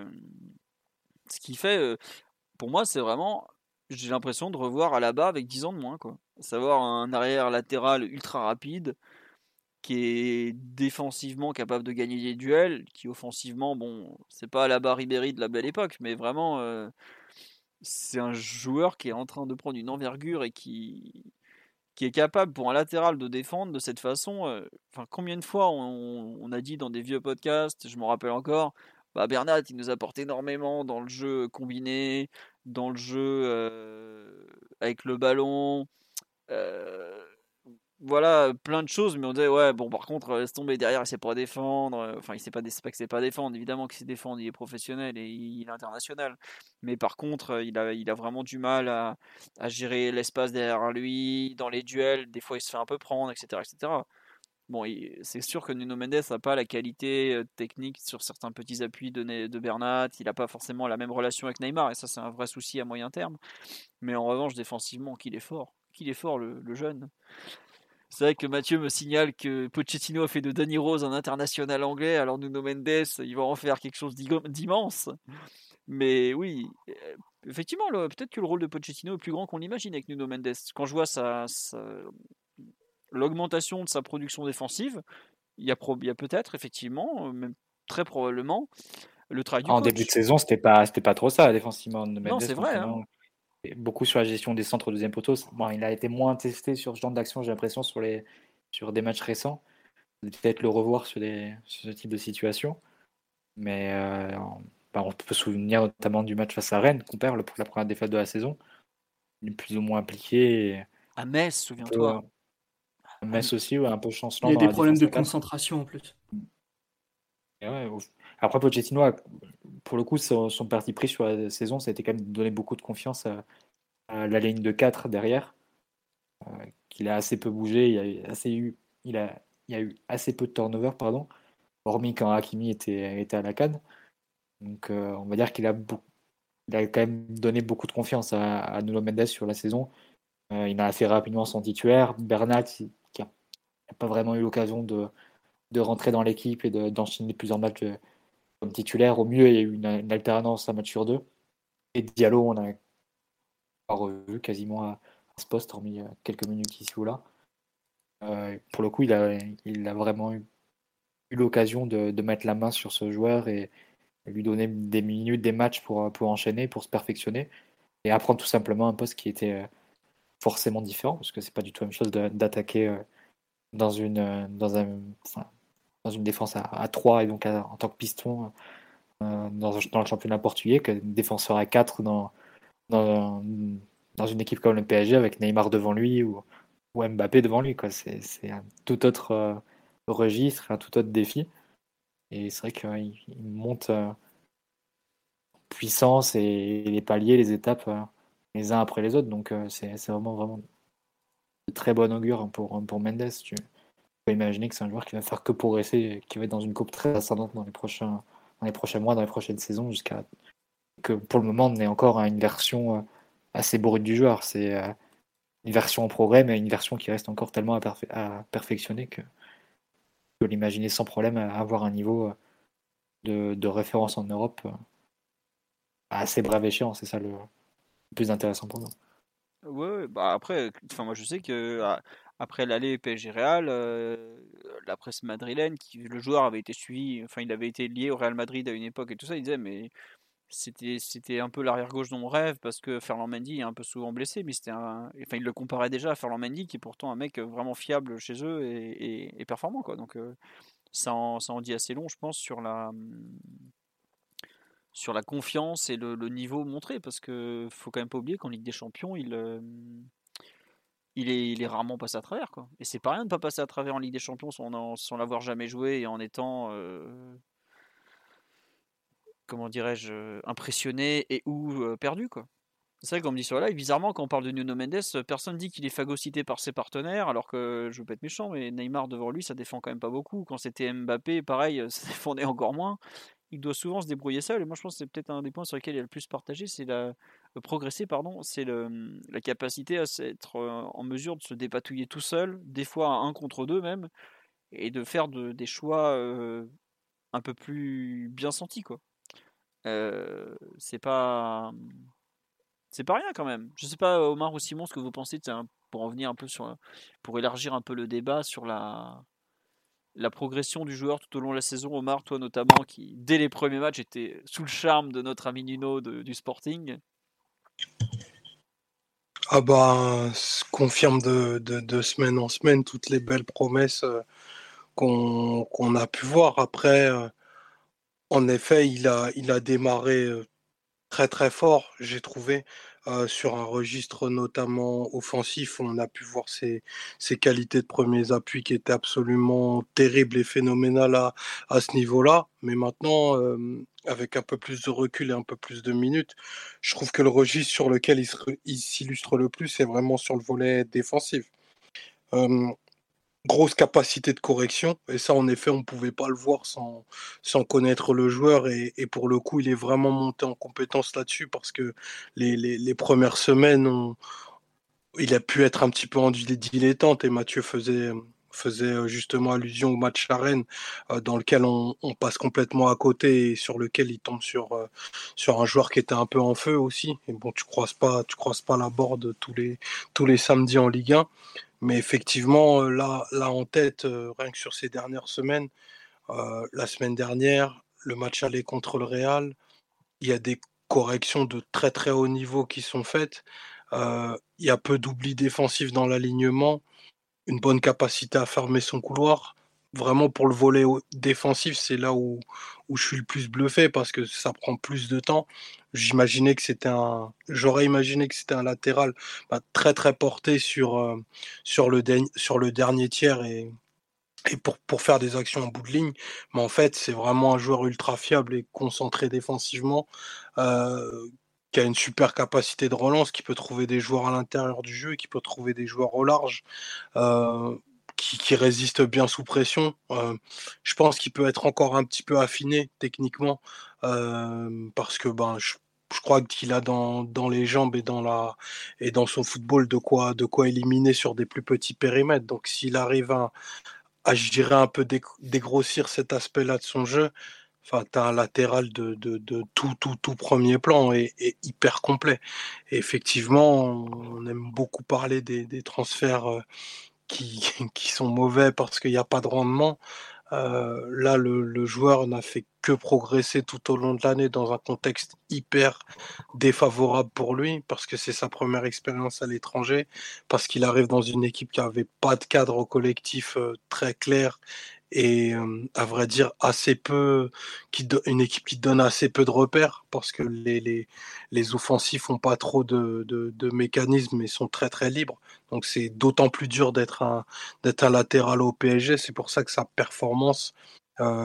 ce qu'il fait, euh, pour moi, c'est vraiment. J'ai l'impression de revoir Alaba avec dix ans de moins, quoi. À savoir un arrière latéral ultra rapide, qui est défensivement capable de gagner des duels, qui offensivement, bon, c'est pas Alaba Ribéry de la belle époque, mais vraiment, euh, c'est un joueur qui est en train de prendre une envergure et qui, qui est capable pour un latéral de défendre de cette façon. euh, Enfin, combien de fois on, on a dit dans des vieux podcasts, je me rappelle encore, bah Bernat, il nous apporte énormément dans le jeu combiné, dans le jeu euh, avec le ballon. euh, voilà, plein de choses, mais on disait, ouais, bon, par contre, laisse tomber derrière, il sait pas défendre. euh, Enfin, il sait pas, c'est pas que c'est pas défendre, évidemment qu'il sait défendre, il est professionnel et il est international. Mais par contre, euh, il a, il a vraiment du mal à, à gérer l'espace derrière lui, dans les duels, des fois il se fait un peu prendre, et cetera, et cetera. Bon, il- c'est sûr que Nuno Mendes n'a pas la qualité euh, technique sur certains petits appuis de, Ne- de Bernat, il n'a pas forcément la même relation avec Neymar, et ça, c'est un vrai souci à moyen terme. Mais en revanche, défensivement, qu'il est fort, qu'il est fort, le, le jeune. C'est vrai que Mathieu me signale que Pochettino a fait de Danny Rose un international anglais, alors Nuno Mendes, il va en faire quelque chose d'immense. Mais oui, euh, effectivement, le- peut-être que le rôle de Pochettino est plus grand qu'on l'imagine avec Nuno Mendes. Quand je vois sa, sa- l'augmentation de sa production défensive, il y a, pro- il y a peut-être, effectivement, euh, même très probablement, le travail du En début de coach. saison, c'était pas, c'était pas trop ça, défensivement, de Non, Mendes, c'est vrai, hein. notamment. Et beaucoup sur la gestion des centres au deuxième poteau. Bon, il a été moins testé sur ce genre d'action, j'ai l'impression, sur, les, sur des matchs récents. Peut-être le revoir sur, des, sur ce type de situation. Mais euh, bah, on peut se souvenir notamment du match face à Rennes, qu'on perd le- pour la première défaite de la saison. Il est plus ou moins impliqué. et À Metz, Un peu, souviens-toi. euh, Metz aussi, ouais, un peu Il chancelant y a dans des la problèmes défense de à quatre. concentration en plus. Et ouais, au- après, Pochettino, a- pour le coup, son, son parti pris sur la saison, ça a été quand même de donner beaucoup de confiance à, à la ligne de quatre derrière, euh, qu'il a assez peu bougé. Il y a eu assez eu, il a, il y a eu assez peu de turnover, pardon, hormis quand Hakimi était, était à la canne. Donc, euh, on va dire qu'il a, beau- il a quand même donné beaucoup de confiance à, à Nuno Mendes sur la saison. Euh, il a fait rapidement son titulaire. Bernat, qui n'a pas vraiment eu l'occasion de, de rentrer dans l'équipe et de- d'enchaîner plusieurs matchs euh, comme titulaire. Au mieux, il y a eu une, une alternance, un match sur deux. Et Diallo, on a pas revu quasiment à, à ce poste, hormis euh, quelques minutes ici ou là. Euh, pour le coup, il a, il a vraiment eu, eu l'occasion de, de mettre la main sur ce joueur et lui donner des minutes, des matchs pour, pour enchaîner, pour se perfectionner et apprendre tout simplement un poste qui était euh, forcément différent, parce que c'est pas du tout la même chose de- d'attaquer euh, dans une, euh, dans un, enfin, dans une défense à, à trois et donc à- en tant que piston euh, dans, dans le championnat portugais que défenseur à quatre dans, dans, dans une équipe comme le P S G avec Neymar devant lui ou, ou Mbappé devant lui. Quoi. C'est, c'est un tout autre euh, registre, un tout autre défi. Et c'est vrai qu'il il monte euh, puissance et les paliers, les étapes euh, les uns après les autres. Donc euh, c'est, c'est vraiment, vraiment de très bon augure pour, pour Mendes. Tu peux imaginer que c'est un joueur qui va faire que progresser, qui va être dans une coupe très ascendante dans les prochains, dans les prochains mois, dans les prochaines saisons, jusqu'à que pour le moment on est encore à une version euh, assez brute du joueur. C'est euh, une version en progrès, mais une version qui reste encore tellement à, perfe- à perfectionner que tu peux l'imaginer sans problème à avoir un niveau de, de référence en Europe euh, à assez brève échéance. C'est ça le, le plus intéressant pour nous. Ouais, ouais, bah après, enfin moi je sais que à- après l'aller P S G Real, euh, la presse madrilène, qui le joueur avait été suivi, enfin il avait été lié au Real Madrid à une époque et tout ça, il disait mais c'était c'était un peu l'arrière gauche de mon rêve parce que Ferland Mendy est un peu souvent blessé, mais c'était un, enfin il le comparait déjà à Ferland Mendy qui est pourtant un mec vraiment fiable chez eux et, et- et performant quoi. Donc euh, ça en, ça en dit assez long je pense sur la sur la confiance et le, le niveau montré parce que faut quand même pas oublier qu'en Ligue des Champions il euh, il est, il est rarement passé à travers, quoi. Et c'est pas rien de pas passer à travers en Ligue des Champions sans, en- sans l'avoir jamais joué et en étant, euh, comment dirais-je, euh, impressionné et ou euh, perdu, quoi. C'est vrai qu'on me dit sur là, bizarrement, quand on parle de Nuno Mendes, personne dit qu'il est phagocyté par ses partenaires, alors que je veux pas être méchant, mais Neymar devant lui, ça défend quand même pas beaucoup. Quand c'était Mbappé, pareil, ça défendait encore moins. Il doit souvent se débrouiller seul. Et moi, je pense que c'est peut-être un des points sur lesquels il a le plus partagé, c'est la euh, progresser, pardon, c'est le, la capacité à être euh, en mesure de se dépatouiller tout seul, des fois à un contre deux même, et de faire de, des choix euh, un peu plus bien sentis, quoi. Euh, c'est pas c'est pas rien quand même. Je sais pas Omar ou Simon ce que vous pensez, tiens, pour en venir un peu sur pour élargir un peu le débat sur la la progression du joueur tout au long de la saison. Omar, toi notamment, qui dès les premiers matchs était sous le charme de notre ami Nuno de- du Sporting. Ah bah, se confirme de, de, de semaine en semaine toutes les belles promesses euh, qu'on qu'on a pu voir. Après, euh, en effet, il a, il a démarré euh, très très fort, j'ai trouvé, euh, sur un registre notamment offensif. On a pu voir ses, ses qualités de premiers appuis qui étaient absolument terribles et phénoménales à, à ce niveau-là. Mais maintenant, euh, avec un peu plus de recul et un peu plus de minutes, je trouve que le registre sur lequel il, se- il s'illustre le plus, c'est vraiment sur le volet défensif. Euh, Grosse capacité de correction, et ça en effet on ne pouvait pas le voir sans, sans connaître le joueur, et, et pour le coup il est vraiment monté en compétence là-dessus parce que les, les, les premières semaines on- il a pu être un petit peu en dilettante, et Mathieu faisait, faisait euh, justement allusion au match à Rennes, euh, dans lequel on, on passe complètement à côté et sur lequel il tombe sur, euh, sur un joueur qui était un peu en feu aussi. Et bon, tu croises pas, tu croises pas la board tous les, tous les samedis en Ligue un. Mais effectivement, euh, là, là en tête, euh, rien que sur ces dernières semaines, euh, la semaine dernière, le match aller contre le Real, il y a des corrections de très très haut niveau qui sont faites. Euh, il y a peu d'oublis défensifs dans l'alignement, une bonne capacité à fermer son couloir. Vraiment pour le volet au- défensif, c'est là où, où je suis le plus bluffé parce que ça prend plus de temps. J'imaginais que c'était un, j'aurais imaginé que c'était un latéral bah, très très porté sur, euh, sur, le, de- sur le dernier tiers et, et pour, pour faire des actions en bout de ligne. Mais en fait, c'est vraiment un joueur ultra fiable et concentré défensivement, euh, qui a une super capacité de relance, qui peut trouver des joueurs à l'intérieur du jeu, qui peut trouver des joueurs au large, euh, qui, qui résiste bien sous pression. Euh, je pense qu'il peut être encore un petit peu affiné techniquement, euh, parce que ben, je, je crois qu'il a dans, dans les jambes et dans, la, et dans son football de quoi, de quoi éliminer sur des plus petits périmètres. Donc s'il arrive à, à, je dirais, un peu dé- dégrossir cet aspect-là de son jeu, enfin, tu as un latéral de, de, de tout, tout, tout premier plan et, et hyper complet. Et effectivement, on aime beaucoup parler des, des transferts euh, qui, qui sont mauvais parce qu'il n'y a pas de rendement. Euh, là, le, le joueur n'a fait que progresser tout au long de l'année dans un contexte hyper défavorable pour lui, parce que c'est sa première expérience à l'étranger, parce qu'il arrive dans une équipe qui n'avait pas de cadre collectif euh, très clair et euh, à vrai dire assez peu, qui do- une équipe qui donne assez peu de repères, parce que les, les, les offensifs n'ont pas trop de, de, de mécanismes et sont très très libres. Donc c'est d'autant plus dur d'être un, d'être un latéral au P S G. C'est pour ça que sa performance euh,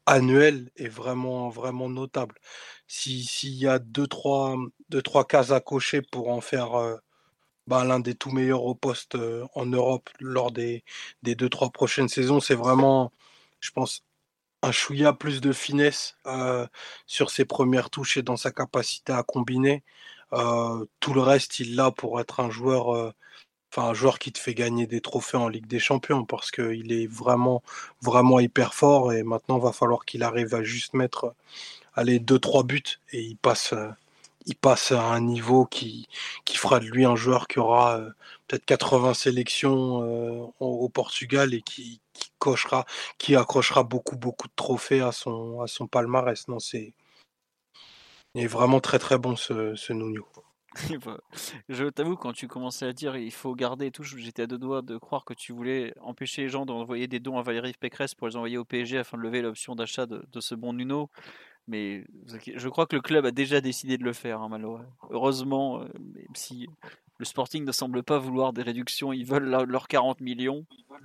annuel est vraiment, vraiment notable. Si, s'il y a deux, trois, deux, trois cases à cocher pour en faire euh, bah, l'un des tout meilleurs au poste euh, en Europe lors des, des deux, trois prochaines saisons, c'est vraiment, je pense, un chouïa plus de finesse euh, sur ses premières touches et dans sa capacité à combiner. Euh, tout le reste, il l'a pour être un joueur, euh, enfin un joueur qui te fait gagner des trophées en Ligue des Champions parce qu'il est vraiment, vraiment hyper fort et maintenant, il va falloir qu'il arrive à juste mettre allez, deux, trois buts et il passe, euh, il passe à un niveau qui, qui fera de lui un joueur qui aura euh, peut-être quatre-vingts sélections euh, au, au Portugal et qui, qui cochera, qui accrochera beaucoup, beaucoup de trophées à son, à son palmarès. Non, c'est, il est vraiment très, très bon ce, ce Nuno. Je t'avoue, quand tu commençais à dire il faut garder et tout, j'étais à deux doigts de croire que tu voulais empêcher les gens d'envoyer des dons à Valérie Pécresse pour les envoyer au P S G afin de lever l'option d'achat de, de ce bon Nuno. Mais je crois que le club a déjà décidé de le faire, hein, malheureusement. Heureusement, euh, même si le Sporting ne semble pas vouloir des réductions, ils veulent la- leurs quarante millions.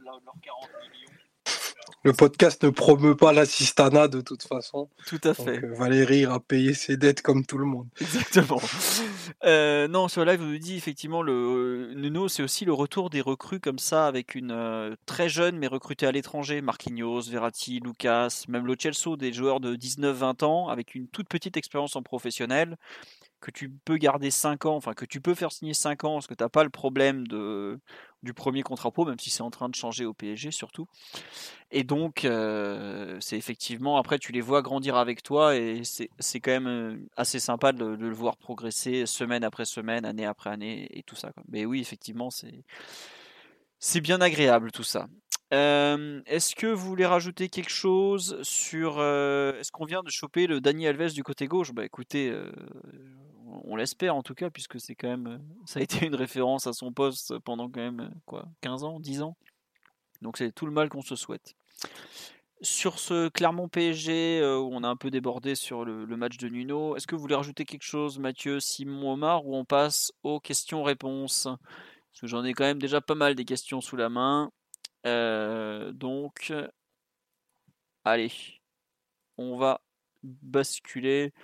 Le podcast ne promeut pas l'assistanat de toute façon. Tout à Donc fait. euh, Valérie ira payer ses dettes comme tout le monde. Exactement. Euh, non, sur le live, on nous dit effectivement le Nuno, c'est aussi le retour des recrues comme ça, avec une euh, très jeune mais recrutée à l'étranger. Marquinhos, Verratti, Lucas, même Lo Celso, des joueurs de dix-neuf vingt ans avec une toute petite expérience en professionnel que tu peux garder cinq ans, enfin que tu peux faire signer cinq ans parce que tu n'as pas le problème de, du premier contrat pro, même si c'est en train de changer au P S G surtout. Et donc, euh, c'est effectivement, après, tu les vois grandir avec toi et c'est, c'est quand même euh, assez sympa de, de le voir progresser semaine après semaine, année après année et tout ça, quoi. Mais oui, effectivement, c'est, c'est bien agréable tout ça. Euh, est-ce que vous voulez rajouter quelque chose sur... euh, est-ce qu'on vient de choper le Dani Alves du côté gauche? Bah écoutez, euh, on l'espère en tout cas, puisque c'est quand même... Ça a été une référence à son poste pendant quand même, quoi, quinze ans, dix ans. Donc c'est tout le mal qu'on se souhaite. Sur ce Clermont-P S G, euh, où on a un peu débordé sur le, le match de Nuno, est-ce que vous voulez rajouter quelque chose, Mathieu, Simon, Omar, ou on passe aux questions-réponses? Parce que j'en ai quand même déjà pas mal des questions sous la main. Euh, donc, allez, on va basculer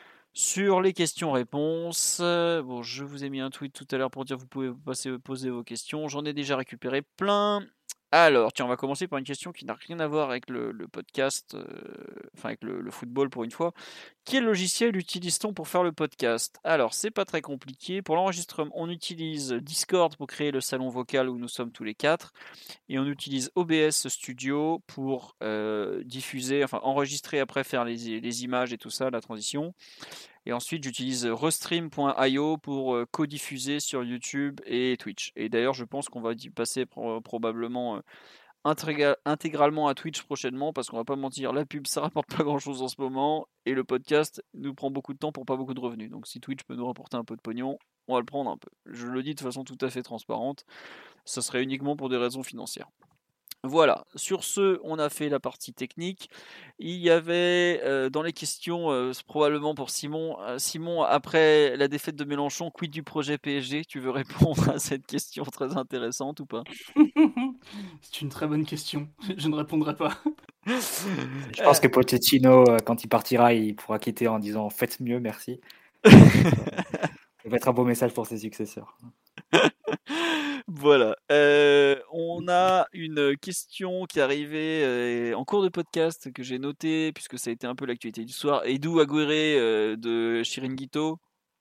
sur les questions-réponses. Bon, je vous ai mis un tweet tout à l'heure pour dire que vous pouvez passer, poser vos questions. J'en ai déjà récupéré plein. Alors, tiens, on va commencer par une question qui n'a rien à voir avec le, le podcast, euh, enfin avec le, le football pour une fois. Quel logiciel utilise-t-on pour faire le podcast? Alors, c'est pas très compliqué. Pour l'enregistrement, on utilise Discord pour créer le salon vocal où nous sommes tous les quatre. Et on utilise O B S Studio pour euh, diffuser, enfin enregistrer après faire les, les images et tout ça, la transition. Et ensuite, j'utilise restream point i o pour euh, co-diffuser sur YouTube et Twitch. Et d'ailleurs, je pense qu'on va y passer pro- probablement euh, intégra- intégralement à Twitch prochainement, parce qu'on va pas mentir, la pub ça rapporte pas grand-chose en ce moment, et le podcast nous prend beaucoup de temps pour pas beaucoup de revenus. Donc si Twitch peut nous rapporter un peu de pognon, on va le prendre un peu. Je le dis de façon tout à fait transparente, ça serait uniquement pour des raisons financières. Voilà, sur ce, on a fait la partie technique. Il y avait euh, dans les questions, euh, probablement pour Simon, euh, Simon, après la défaite de Mélenchon, quid du projet P S G? Tu veux répondre à cette question très intéressante ou pas? C'est une très bonne question. Je ne répondrai pas. Je pense que Pochettino, euh, quand il partira, il pourra quitter en disant faites mieux, merci. Ça va être un beau message pour ses successeurs. Voilà. Euh, on a une question qui est arrivée euh, en cours de podcast que j'ai notée puisque ça a été un peu l'actualité du soir. Edu Aguirre euh, de Chiringuito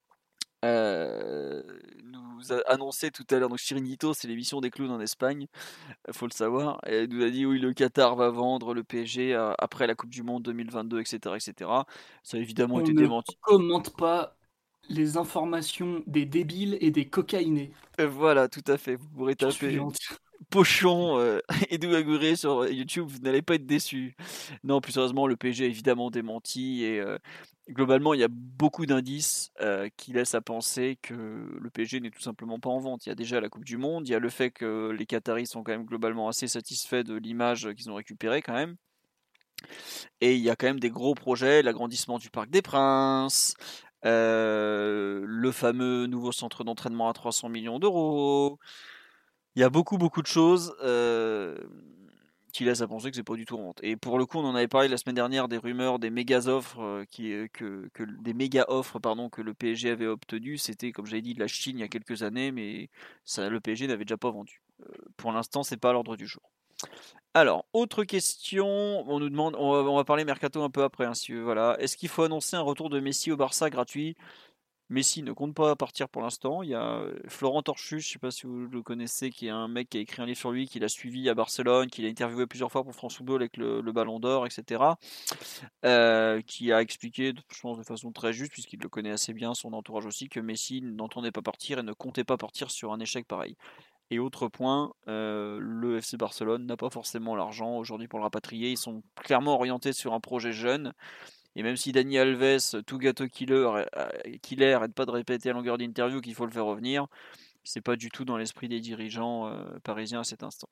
euh, nous a annoncé tout à l'heure. Donc Chiringuito, c'est l'émission des clowns en Espagne, il faut le savoir. Et elle nous a dit oui, le Qatar va vendre le P S G euh, après la Coupe du Monde deux mille vingt-deux, et cetera, et cetera. Ça a évidemment On été ne démenti. commente pas les informations des débiles et des cocaïnés. Euh, Voilà, tout à fait. Vous pourrez Je suis taper gentil. Pochon, euh, Edu Aguirre sur YouTube, vous n'allez pas être déçus. Non, plus sérieusement, le P S G a évidemment démenti et euh, globalement, il y a beaucoup d'indices euh, qui laissent à penser que le P S G n'est tout simplement pas en vente. Il y a déjà la Coupe du Monde, il y a le fait que les Qataris sont quand même globalement assez satisfaits de l'image qu'ils ont récupérée quand même. Et il y a quand même des gros projets, l'agrandissement du Parc des Princes, euh, le fameux nouveau centre d'entraînement à trois cents millions d'euros. Il y a beaucoup, beaucoup de choses. Euh, qui laisse à penser que c'est pas du tout en vente. Et pour le coup, on en avait parlé la semaine dernière des rumeurs, des méga offres euh, qui, euh, que, que des méga offres pardon que le P S G avait obtenues. C'était comme j'avais dit de la Chine il y a quelques années, mais ça, le P S G n'avait déjà pas vendu. Euh, pour l'instant, c'est pas à l'ordre du jour. Alors, autre question, on nous demande, on va, on va parler mercato un peu après, hein, si, voilà. Est-ce qu'il faut annoncer un retour de Messi au Barça gratuit? Messi ne compte pas partir pour l'instant. Il y a Florent Torchus, je ne sais pas si vous le connaissez, qui est un mec qui a écrit un livre sur lui, qui l'a suivi à Barcelone, qui l'a interviewé plusieurs fois pour France Football avec le, le Ballon d'Or, et cetera. Euh, qui a expliqué, je pense de façon très juste, puisqu'il le connaît assez bien, son entourage aussi, que Messi n'entendait pas partir et ne comptait pas partir sur un échec pareil. Et autre point, euh, le F C Barcelone n'a pas forcément l'argent aujourd'hui pour le rapatrier. Ils sont clairement orientés sur un projet jeune. Et même si Dani Alves, tout gâteau killer, killer, arrête pas de répéter à longueur d'interview qu'il faut le faire revenir, c'est pas du tout dans l'esprit des dirigeants euh, parisiens à cet instant.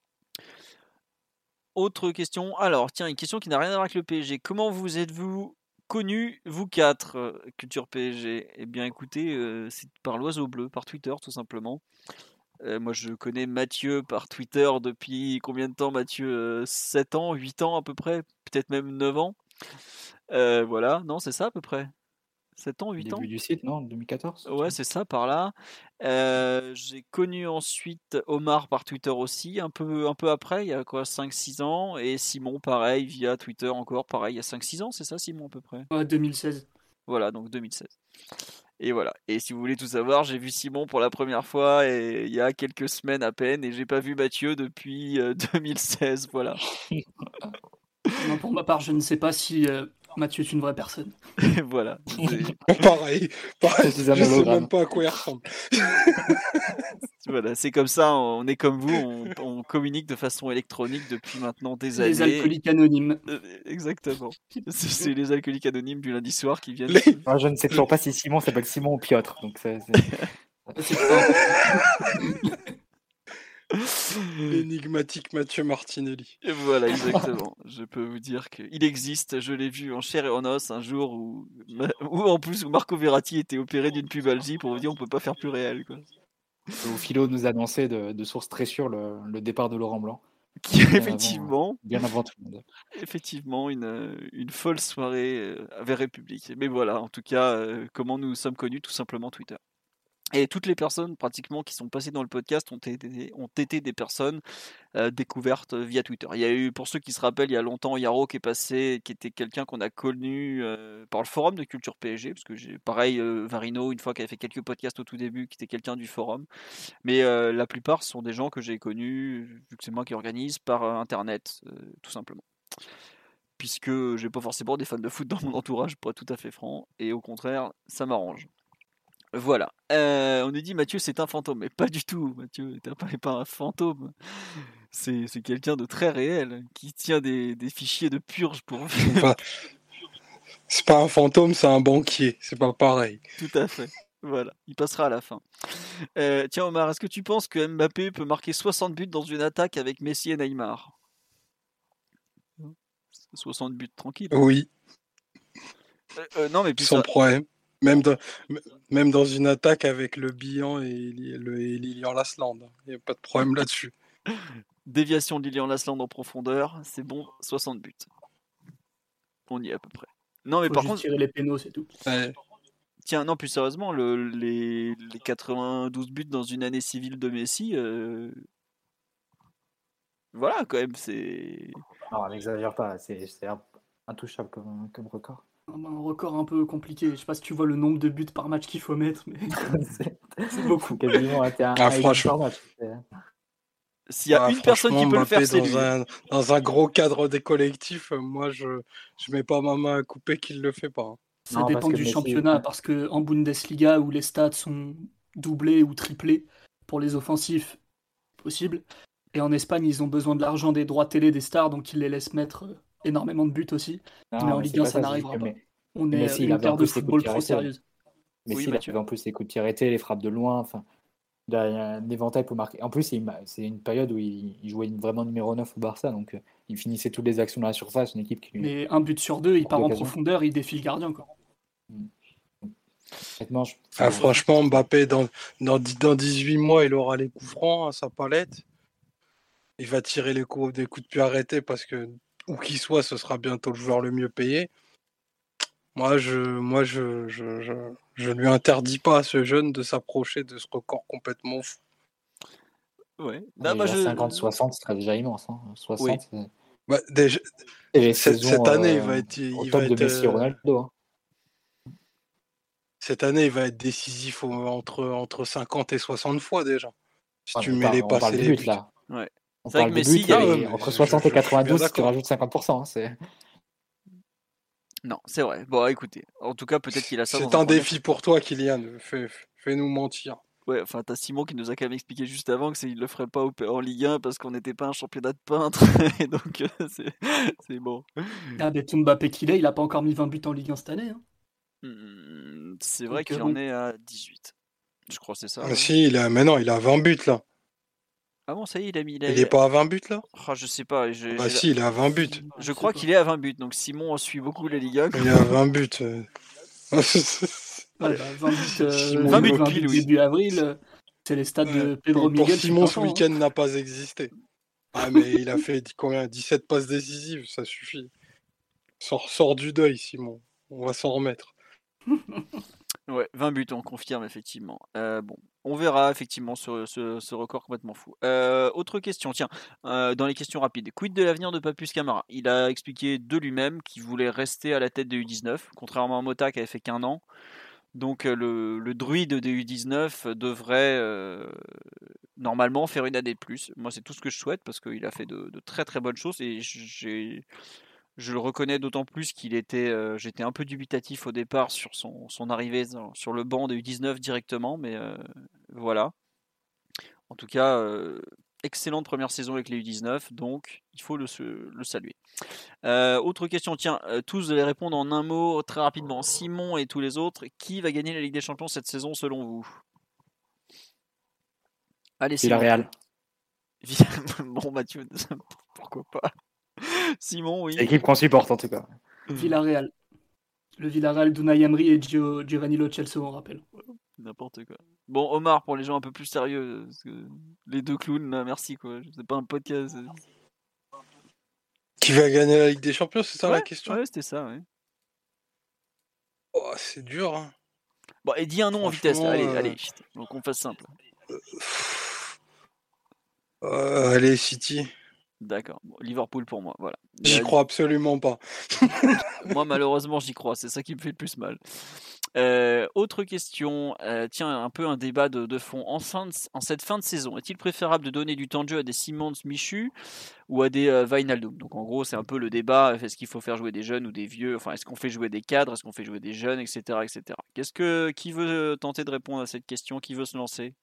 Autre question. Alors, tiens, une question qui n'a rien à voir avec le P S G. Comment vous êtes-vous connus, vous quatre, euh, Culture P S G? Eh bien, écoutez, euh, c'est par l'Oiseau Bleu, par Twitter, tout simplement. Euh, moi, je connais Mathieu par Twitter depuis combien de temps, Mathieu? euh, sept ans, huit ans à peu près, peut-être même neuf ans. Euh, voilà, non, c'est ça à peu près. sept ans, huit ans? Début du site, non? deux mille quatorze? Ouais, c'est ça, par là. Euh, j'ai connu ensuite Omar par Twitter aussi, un peu, un peu après, il y a quoi, cinq six ans. Et Simon, pareil, via Twitter encore, pareil, il y a cinq six ans, c'est ça, Simon, à peu près? Ouais, deux mille seize. Voilà, donc deux mille seize. Et voilà. Et si vous voulez tout savoir, j'ai vu Simon pour la première fois et il y a quelques semaines à peine, et j'ai pas vu Mathieu depuis euh, deux mille seize. Voilà. Moi, pour ma part, je ne sais pas si euh, Mathieu est une vraie personne. Voilà. pareil, pareil C'est un je sais hologramme. même pas à quoi il ressemble. Voilà, c'est comme ça, on est comme vous, on, on communique de façon électronique depuis maintenant des années. Les alcooliques anonymes. Euh, exactement. C'est, c'est les alcooliques anonymes du lundi soir qui viennent. Les... Moi, je ne sais toujours pas si Simon s'appelle Simon ou Piotr. Donc c'est, c'est... C'est pas L'énigmatique Mathieu Martinelli. Et voilà, exactement. Je peux vous dire qu'il existe, je l'ai vu en chair et en os un jour où, où en plus où Marco Verratti était opéré d'une pubalgie pour vous dire on peut pas faire plus réel, quoi. Où Philo nous annonçait de, de sources très sûres le, le départ de Laurent Blanc. Qui Bien effectivement, avant, bien avant tout le monde. effectivement une, une folle soirée vers République. Mais voilà, en tout cas, euh, comment nous sommes connus, tout simplement Twitter. Et toutes les personnes pratiquement qui sont passées dans le podcast ont été, ont été des personnes euh, découvertes via Twitter. Il y a eu, pour ceux qui se rappellent, il y a longtemps, Yaro qui est passé, qui était quelqu'un qu'on a connu euh, par le forum de Culture P S G, parce que j'ai pareil, euh, Varino, une fois qui avait fait quelques podcasts au tout début, qui était quelqu'un du forum. Mais euh, la plupart sont des gens que j'ai connus, vu que c'est moi qui organise, par euh, Internet, euh, tout simplement. Puisque j'ai pas forcément des fans de foot dans mon entourage, pour être tout à fait franc, et au contraire, ça m'arrange. Voilà. Euh, on nous dit Mathieu c'est un fantôme, mais pas du tout. Mathieu n'est pas, pas un fantôme. C'est, c'est quelqu'un de très réel qui tient des, des fichiers de purge pour. Enfin, c'est pas un fantôme, c'est un banquier. C'est pas pareil. Tout à fait. Voilà, il passera à la fin. Euh, tiens Omar, est-ce que tu penses que Mbappé peut marquer soixante buts dans une attaque avec Messi et Neymar? soixante buts tranquille. Oui. Euh, euh, non mais puis sans ça... problème. Même dans, même dans une attaque avec le Bihan et, le, et Lilian Lasland. Il n'y a pas de problème là-dessus. Déviation de Lilian Lasland en profondeur, c'est bon, soixante buts. On y est à peu près. Non mais Faut par juste contre... tirer les pénaux, c'est tout. Ouais. Tiens, non, plus sérieusement, le, les, les quatre-vingt-douze buts dans une année civile de Messi, euh... voilà, quand même, c'est... Non, on n'exagère pas, c'est, c'est intouchable comme, comme record. Un record un peu compliqué. Je sais pas si tu vois le nombre de buts par match qu'il faut mettre, mais c'est, c'est beaucoup. Quasiment un, un, Ah, un franchement. par match. C'est... S'il y a Ah, une personne qui peut Mbappé, le faire, c'est dans lui. Un, dans un gros cadre des collectifs, moi, je je mets pas ma main à couper qu'il le fait pas. Ça Non, dépend parce que du Messi- championnat, parce que en Bundesliga, où les stats sont doublés ou triplés pour les offensifs, possible. Et en Espagne, ils ont besoin de l'argent des droits télé des stars, donc ils les laissent mettre euh, énormément de buts aussi. Non, mais en mais Ligue c'est un, pas ça ça, c'est n'arrivera juste pas. que Mais- On est Messi, il une avait paire en de plus les football coups de trop pied arrêtés. sérieuse. Messi, Oui, il Mathieu. avait en plus les coups de tir arrêtés, les frappes de loin. Enfin, il a un éventail pour marquer. En plus, il, c'est une période où il, il jouait vraiment numéro neuf au Barça, donc euh, il finissait toutes les actions dans la surface, une équipe qui lui. Mais un but sur deux, il part en D'occasion. profondeur, il défie le gardien, quoi. Honnêtement, je- Ah, c'est- franchement, Mbappé, dans, dans, dans dix-huit mois, il aura les coups francs à sa palette. il va tirer les coups, des coups de pied arrêtés parce que, où qu'il soit, ce sera bientôt le joueur le mieux payé. Moi, je, moi, je, je, je, je lui interdis pas à ce jeune de s'approcher de ce record complètement fou. Ouais. Non, Déjà moi, je... cinquante soixante, ce serait déjà immense. Hein. soixante, Oui. c'est- Bah, déjà, et les cette, saisons cette année, il euh, va être, au il top va de être, Messi et euh, Ronaldo. Hein. cette année, il va être décisif au- entre, entre cinquante et soixante fois déjà. Si Ouais, tu mais on, mets les parle, on passes parle et du les but buts. là. Ouais. On C'est vrai parle que du Messi, but il y a- Ah ouais, et mais entre je, soixante je- et je suis bien quatre-vingt-douze, tu d'accord. rajoutes cinquante pour cent. Hein, c'est... Non, c'est vrai. Bon, écoutez. En tout cas, peut-être qu'il a ça dans C'est un un coin de la défi tête. pour toi, Kylian. Fais, fais-nous mentir. Ouais, enfin, t'as Simon qui nous a quand même expliqué juste avant que c'est, il le ferait pas au- en Ligue un parce qu'on n'était pas un championnat de peintres. Et donc, euh, c'est, c'est bon. Ah, mais tout Mbappé qu'il est, il a pas encore mis vingt buts en Ligue un cette année. Hein. Hmm, c'est vrai Donc, euh, qu'il en bon. est à dix-huit. Je crois que c'est ça, Ah, ouais. si, il a, mais non, il a vingt buts là. Ah bon, ça y est, il a mis. Il a- Il est pas à vingt buts là? Ah, je sais pas. j'ai- Bah j'ai la- si, il est à vingt buts. Je Je crois sais pas. qu'il est à vingt buts. Donc, Simon suit beaucoup la Ligue un. Il est à vingt buts. euh. Ouais, bah, vingt buts, euh, Simon, vingt buts il- vingt buts pile, oui. début avril, euh, c'est les stats Ouais. de Pedro Pour, pour Miguel fut Simon, un ce temps. Hein. week-end n'a pas existé. Ah, mais il a fait dix- combien? dix-sept passes décisives, ça suffit. Sors, sors du deuil, Simon. On va s'en remettre. Ouais, vingt buts, on confirme effectivement. Euh, bon, on verra effectivement ce, ce- ce record complètement fou. Euh, autre question, tiens, euh, dans les questions rapides. Quid de l'avenir de Papus Camara? Il a expliqué de lui-même qu'il voulait rester à la tête des U dix-neuf, contrairement à Mota qui avait fait qu'un an. Donc euh, le, le druide des U dix-neuf devrait euh, normalement faire une année de plus. Moi, c'est tout ce que je souhaite parce qu'il a fait de, de très très bonnes choses et j'ai je le reconnais d'autant plus qu'il était, euh, j'étais un peu dubitatif au départ sur son, son arrivée dans- sur le banc des U dix-neuf directement, mais euh, voilà. En tout cas, euh, excellente première saison avec les U dix-neuf, donc il faut le, le saluer. Euh, autre question, tiens, euh, tous vous allez répondre en un mot très rapidement. Simon et tous les autres, qui va gagner la Ligue des Champions cette saison selon vous? Allez, Simon. Villarreal. Bon, Mathieu, pourquoi pas? Simon, oui. C'est l'équipe qu'on supporte en tout cas. Villarreal. Le Villarreal d'Unai Emery et Gio, Giovanni Lo Celso, on rappelle. N'importe quoi. Bon, Omar, pour les gens un peu plus sérieux, parce que les deux clowns, là, merci quoi. C'est pas un podcast. Qui va gagner la Ligue des Champions, c'est ça ouais, la question? Ouais, c'était ça, ouais. Oh, c'est dur, hein. Bon, et dis un nom en vitesse, là. Allez, euh... allez, donc on fasse simple. Euh, allez, City. D'accord. Bon, Liverpool pour moi, voilà. J'y a... crois absolument pas. Moi, malheureusement, j'y crois. C'est ça qui me fait le plus mal. Euh, autre question, euh, tiens, un peu un débat de, de fond. En, fin de, en cette fin de saison, est-il préférable de donner du temps de jeu à des Simons Michu ou à des euh, Wijnaldum? Donc en gros, c'est un peu le débat, est-ce qu'il faut faire jouer des jeunes ou des vieux? Enfin, est-ce qu'on fait jouer des cadres? Est-ce qu'on fait jouer des jeunes? Etc. et cetera. Qu'est-ce que, qui veut tenter de répondre à cette question? Qui veut se lancer?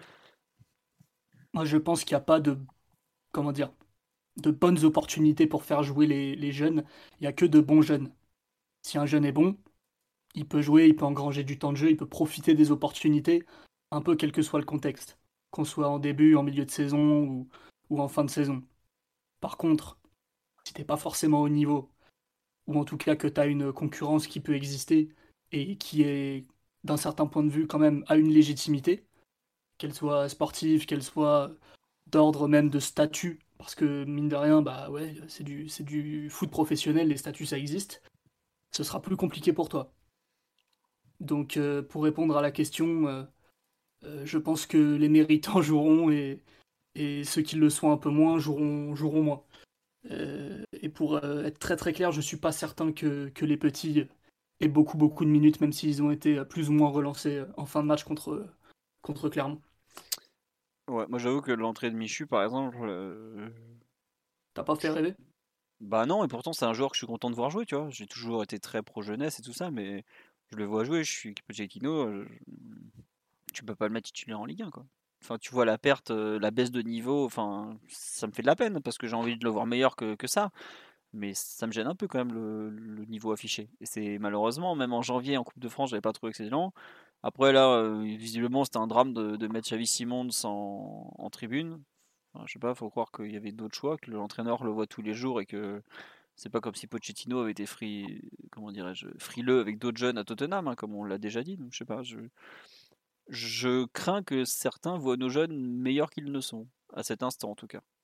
Moi, je pense qu'il n'y a pas de, comment dire, de bonnes opportunités pour faire jouer les, les jeunes. Il n'y a que de bons jeunes. Si un jeune est bon, il peut jouer, il peut engranger du temps de jeu, il peut profiter des opportunités, un peu quel que soit le contexte, qu'on soit en début, en milieu de saison ou, ou en fin de saison. Par contre, si t'es pas forcément au niveau, ou en tout cas que tu as une concurrence qui peut exister et qui est, d'un certain point de vue, quand même, a une légitimité, qu'elle soit sportive, qu'elle soit d'ordre même de statut, parce que mine de rien, bah ouais, c'est du, c'est du foot professionnel, les statuts ça existe, ce sera plus compliqué pour toi. Donc euh, pour répondre à la question, euh, euh, je pense que les méritants joueront et, et ceux qui le sont un peu moins joueront, joueront moins. Euh, et pour euh, être très très clair, je suis pas certain que, que les petits aient beaucoup beaucoup de minutes, même s'ils ont été plus ou moins relancés en fin de match contre, contre Clermont. Ouais, moi j'avoue que l'entrée de Michu, par exemple, euh... T'as pas fait rêver? Bah non, et pourtant c'est un joueur que je suis content de voir jouer, tu vois. J'ai toujours été très pro jeunesse et tout ça, mais je le vois jouer, je suis Pochettino, je... tu peux pas le mettre titulaire en Ligue un, quoi. Enfin, tu vois la perte, euh, la baisse de niveau, enfin, ça me fait de la peine parce que j'ai envie de le voir meilleur que, que ça. Mais ça me gêne un peu quand même le, le niveau affiché. Et c'est malheureusement, même en janvier en Coupe de France, j'avais pas trouvé excellent. Après là, euh, visiblement, c'était un drame de, de mettre Xavi Simons en, en tribune. Enfin, je sais pas, faut croire qu'il y avait d'autres choix, que l'entraîneur le voit tous les jours et que c'est pas comme si Pochettino avait été free, comment dirais-je, frileux avec d'autres jeunes à Tottenham, hein, comme on l'a déjà dit. Donc je sais pas, je, je crains que certains voient nos jeunes meilleurs qu'ils ne sont, à cet instant en tout cas.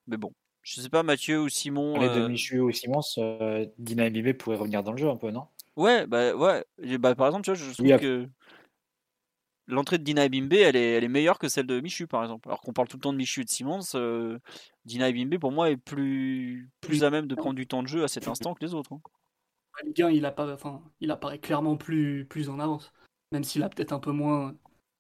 Mais bon, je sais pas, Mathieu ou Simon. Les deux euh, Michu ou Simons, euh, Dina Mbibé pourrait revenir dans le jeu un peu, non? Ouais, bah ouais. Et bah, par exemple, tu vois, je trouve Lui, a- que l'entrée de Dina Ebimbe, elle est, elle est meilleure que celle de Michu, par exemple. Alors qu'on parle tout le temps de Michu et de Simons, euh, Dina Ebimbe, pour moi, est plus, plus à même de prendre du temps de jeu à cet instant que les autres. hein. La Ligue un, il, a pas, enfin, il apparaît clairement plus, plus en avance. Même s'il a peut-être un peu moins.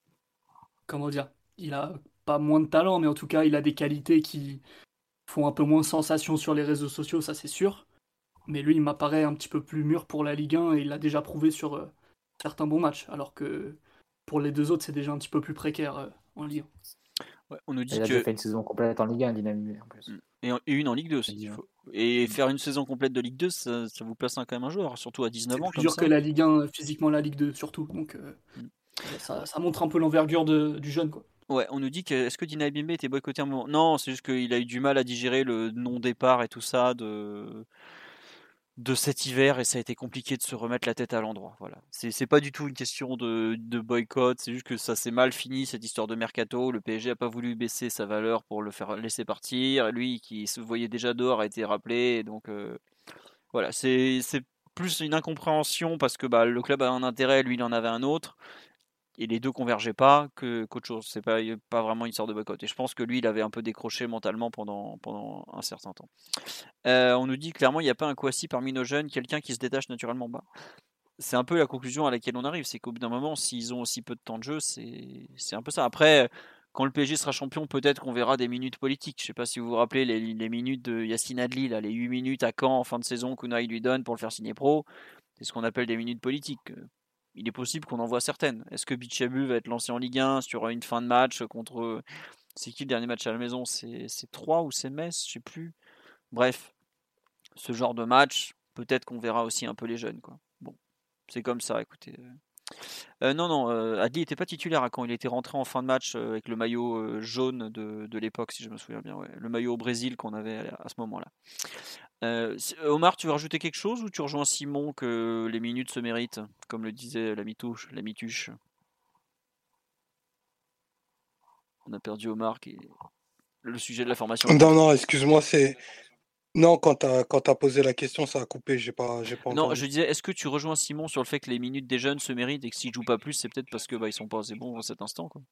Comment dire? Il a pas moins de talent, mais en tout cas, il a des qualités qui font un peu moins sensation sur les réseaux sociaux, ça c'est sûr. Mais lui, il m'apparaît un petit peu plus mûr pour la Ligue un et il l'a déjà prouvé sur euh, certains bons matchs. Alors que pour les deux autres, c'est déjà un petit peu plus précaire euh, en Ligue un. Ouais, on nous dit il a déjà que. fait une saison complète en Ligue un, Dina Mbibé, en plus. Et en- et une en Ligue deux C'est aussi. dit, hein. Faut- Et faire une saison complète de Ligue deux, ça, ça vous place un- quand même un joueur, surtout à dix-neuf C'est ans plus comme dur ça. que la Ligue un, physiquement la Ligue deux surtout. Donc euh, Mm. ça, ça montre un peu l'envergure de- du jeune, quoi. Ouais, on nous dit que est-ce que Dina Ebimbe était boycotté à un moment? Non, c'est juste qu'il a eu du mal à digérer le non-départ et tout ça de, de cet hiver et ça a été compliqué de se remettre la tête à l'endroit. Voilà. C'est, c'est pas du tout une question de, de boycott, c'est juste que ça s'est mal fini cette histoire de mercato. Le P S G a pas voulu baisser sa valeur pour le faire laisser partir. Lui qui se voyait déjà dehors a été rappelé. Et donc euh, voilà, c'est, c'est plus une incompréhension parce que bah, le club a un intérêt, lui il en avait un autre. Et les deux convergeaient pas que, qu'autre chose. C'est pas, pas vraiment une sorte de boycott. Et je pense que lui, il avait un peu décroché mentalement pendant, pendant un certain temps. Euh, on nous dit clairement, il n'y a pas un Kouassi parmi nos jeunes, quelqu'un qui se détache naturellement bas. C'est un peu la conclusion à laquelle on arrive. C'est qu'au bout d'un moment, s'ils ont aussi peu de temps de jeu, c'est, c'est un peu ça. Après, quand le P S G sera champion, peut-être qu'on verra des minutes politiques. Je sais pas si vous vous rappelez les, les minutes de Yacine Adli, là, les huit minutes à Caen en fin de saison qu'Unai lui donne pour le faire signer pro. C'est ce qu'on appelle des minutes politiques. Il est possible qu'on en voit certaines. Est-ce que Bichabu va être lancé en Ligue un sur une fin de match contre. C'est qui le dernier match à la maison? C'est, c'est trois ou c'est Metz? Je sais plus. Bref, ce genre de match, peut-être qu'on verra aussi un peu les jeunes. Quoi. Bon, c'est comme ça, écoutez. Euh, non, non, euh, Adli n'était pas titulaire hein, quand il était rentré en fin de match euh, avec le maillot euh, jaune de, de l'époque, si je me souviens bien. Ouais. Le maillot au Brésil qu'on avait à, à ce moment-là. Euh, Omar, tu veux rajouter quelque chose ou tu rejoins Simon que les minutes se méritent, comme le disait la mitouche, la mituche? On a perdu Omar, qui est le sujet de la formation. Non, non, excuse-moi, c'est. Non, quand t'as quand t'as posé la question, ça a coupé, j'ai pas, j'ai pas Non, entendu. je disais, est-ce que tu rejoins Simon sur le fait que les minutes des jeunes se méritent et que s'ils jouent pas plus, c'est peut-être parce que bah, ils sont pas assez bons à cet instant, quoi.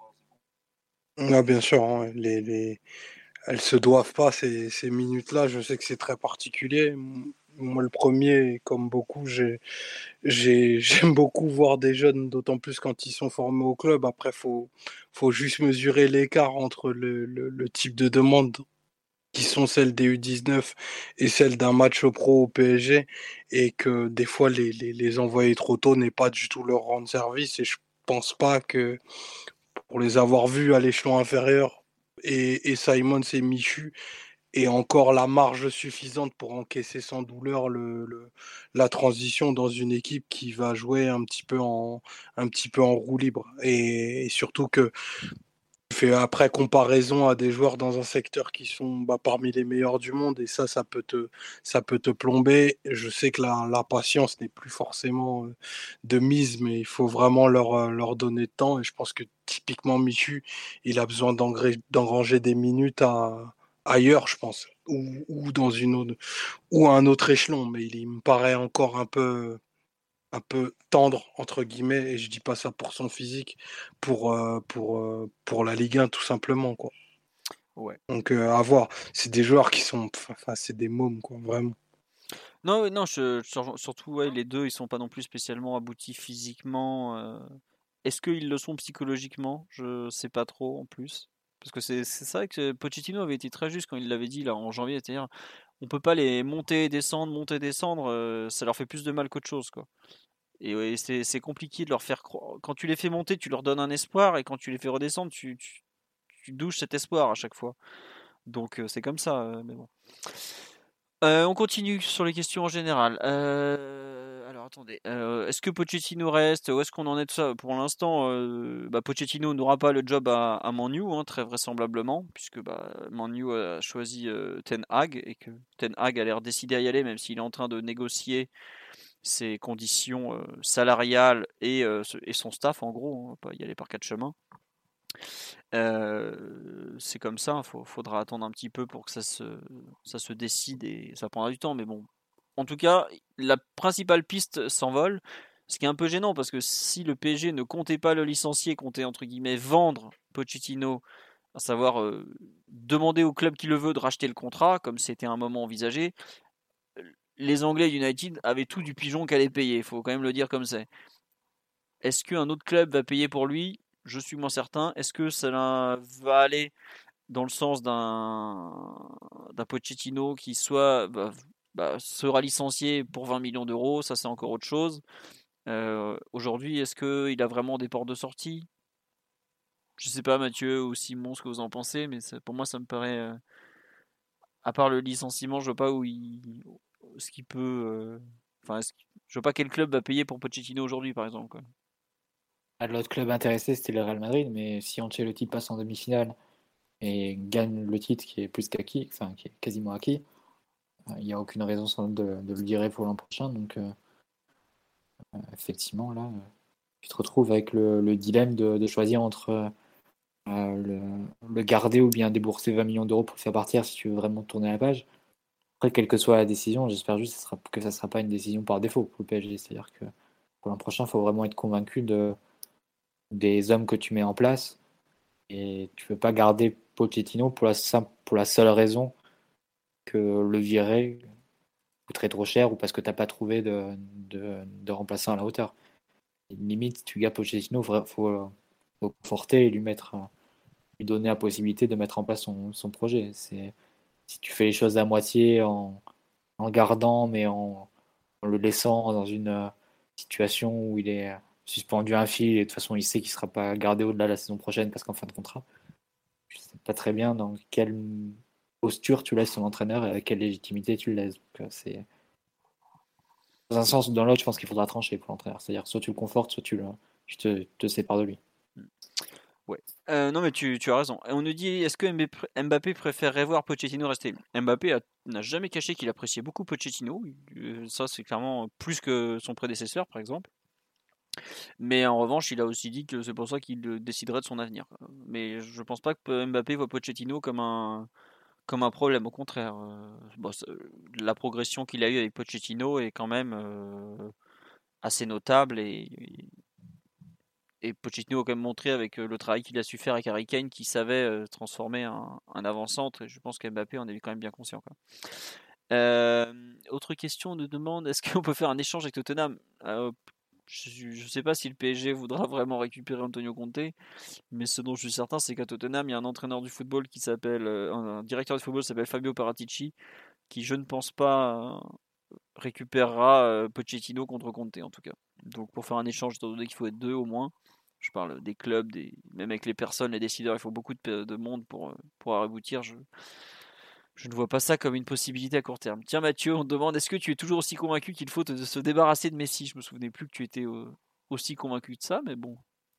Ah, bien sûr, hein, les, les... elles se doivent pas ces, ces minutes-là. Je sais que c'est très particulier. M- Moi, le premier, comme beaucoup, j'ai, j'ai, j'aime beaucoup voir des jeunes, d'autant plus quand ils sont formés au club. Après, faut, faut juste mesurer l'écart entre le, le, le type de demande qui sont celles des U dix-neuf et celles d'un match pro au P S G, et que des fois les, les, les envoyer trop tôt n'est pas du tout leur rendre service. Et je pense pas que pour les avoir vus à l'échelon inférieur, et, et Simons et Michu, et encore la marge suffisante pour encaisser sans douleur le, le, la transition dans une équipe qui va jouer un petit peu en, un petit peu en roue libre. Et, et surtout que fait après comparaison à des joueurs dans un secteur qui sont bah, parmi les meilleurs du monde, et ça ça peut te ça peut te plomber. Je sais que la, la patience n'est plus forcément euh, de mise, mais il faut vraiment leur, euh, leur donner de temps, et je pense que typiquement Michu, il a besoin d'engra- d'engranger des minutes à, ailleurs, je pense, ou, ou dans une autre, ou à un autre échelon, mais il, il me paraît encore un peu un peu tendre entre guillemets, et je dis pas ça pour son physique, pour euh, pour euh, pour la Ligue un tout simplement, quoi. Ouais. Donc euh, à voir, c'est des joueurs qui sont, enfin c'est des mômes, quoi, vraiment. Non, ouais, non, je, je- surtout ouais, les deux, ils sont pas non plus spécialement aboutis physiquement. euh. Est-ce qu'ils le sont psychologiquement? Je sais pas trop en plus. Parce que c'est c'est ça que Pochettino avait été très juste quand il l'avait dit là en janvier, c'est-à-dire on peut pas les monter, descendre, monter, descendre, euh, ça leur fait plus de mal qu'autre chose quoi. Et ouais, c'est c'est compliqué de leur faire croire. Quand tu les fais monter, tu leur donnes un espoir, et quand tu les fais redescendre, tu, tu, tu douches cet espoir à chaque fois. Donc euh, c'est comme ça, euh, mais bon. Euh, on continue sur les questions en général. Euh, alors attendez, Euh, est-ce que Pochettino reste? Où est-ce qu'on en est de ça? Pour l'instant, euh, bah, Pochettino n'aura pas le job à, à Man U, hein, très vraisemblablement, puisque bah, Man U a choisi euh, Ten Hag et que Ten Hag a l'air décidé à y aller, même s'il est en train de négocier ses conditions euh, salariales et, euh, ce- et son staff, en gros, hein, on va pas y aller par quatre chemins. Euh, c'est comme ça, il faudra attendre un petit peu pour que ça se, ça se décide et ça prendra du temps. Mais bon, en tout cas, la principale piste s'envole. Ce qui est un peu gênant parce que si le P S G ne comptait pas le licencier, comptait entre guillemets vendre Pochettino, à savoir euh, demander au club qui le veut de racheter le contrat, comme c'était un moment envisagé, les Anglais United avaient tout du pigeon qu'à les payer. Il faut quand même le dire comme c'est. Est-ce qu'un autre club va payer pour lui? Je suis moins certain. Est-ce que ça va aller dans le sens d'un d'un Pochettino qui soit bah, bah, sera licencié pour vingt millions d'euros? Ça, c'est encore autre chose. Euh, aujourd'hui, est-ce qu'il a vraiment des portes de sortie? Je sais pas, Mathieu ou Simon, ce que vous en pensez, mais ça, pour moi, ça me paraît. Euh, à part le licenciement, je vois pas où il, ce qu'il peut. Euh, Enfin, est-ce qu'il- je vois pas quel club va payer pour Pochettino aujourd'hui, par exemple. Quoi. Ah, l'autre club intéressé, c'était le Real Madrid, mais si Ancelotti passe en demi-finale et gagne le titre qui est plus qu'acquis, enfin qui est quasiment acquis, euh, il n'y a aucune raison sans doute de, de le virer pour l'an prochain. Donc euh, euh, effectivement, là, euh, tu te retrouves avec le, le dilemme de, de choisir entre euh, le, le garder ou bien débourser vingt millions d'euros pour le faire partir si tu veux vraiment tourner la page. Après, quelle que soit la décision, j'espère juste que ça sera, que ça ne sera pas une décision par défaut pour le P S G. C'est-à-dire que pour l'an prochain, il faut vraiment être convaincu de, des hommes que tu mets en place. Et tu ne peux pas garder Pochettino pour la, simple, pour la seule raison que le virer coûterait trop cher ou parce que tu n'as pas trouvé de, de, de remplaçant à la hauteur. Limite, tu gardes Pochettino, il faut, faut, faut conforter et lui, mettre, lui donner la possibilité de mettre en place son, son projet. C'est, si tu fais les choses à moitié en, en gardant, mais en, en le laissant dans une euh, situation où il est suspendu à un fil et de toute façon il sait qu'il ne sera pas gardé au-delà de la saison prochaine parce qu'en fin de contrat, je ne sais pas très bien dans quelle posture tu laisses ton entraîneur et avec quelle légitimité tu le laisses. Donc, c'est... Dans un sens ou dans l'autre, je pense qu'il faudra trancher pour l'entraîneur. C'est-à-dire soit tu le confortes, soit tu, le... tu te, te sépares de lui. Ouais. Euh, non, mais tu, tu as raison. Et on nous dit, est-ce que Mbappé préférerait voir Pochettino rester? Mbappé a- n'a jamais caché qu'il appréciait beaucoup Pochettino. Euh, ça, c'est clairement plus que son prédécesseur, par exemple. Mais en revanche, il a aussi dit que c'est pour ça qu'il euh, déciderait de son avenir. Mais je pense pas que Mbappé voit Pochettino comme un, comme un problème. Au contraire, euh, bon, la progression qu'il a eue avec Pochettino est quand même euh, assez notable et, et Pochettino a quand même montré avec le travail qu'il a su faire avec Harry Kane qu'il savait euh, transformer un, un avant-centre et je pense qu'Mbappé en est quand même bien conscient. Quoi. Euh, autre question, on nous demande est-ce qu'on peut faire un échange avec Tottenham? euh, Je ne sais pas si le P S G voudra vraiment récupérer Antonio Conte, mais ce dont je suis certain, c'est qu'à Tottenham, il y a un entraîneur du football qui s'appelle, euh, un directeur du football qui s'appelle Fabio Paratici, qui je ne pense pas euh, récupérera euh, Pochettino contre Conte en tout cas. Donc pour faire un échange, étant donné qu'il faut être deux au moins, je parle des clubs, des... même avec les personnes, les décideurs, il faut beaucoup de, de monde pour, pour aboutir. Je... je ne vois pas ça comme une possibilité à court terme. Tiens Mathieu, on te demande, est-ce que tu es toujours aussi convaincu qu'il faut te, se débarrasser de Messi? Je me souvenais plus que tu étais euh, aussi convaincu de ça, mais bon.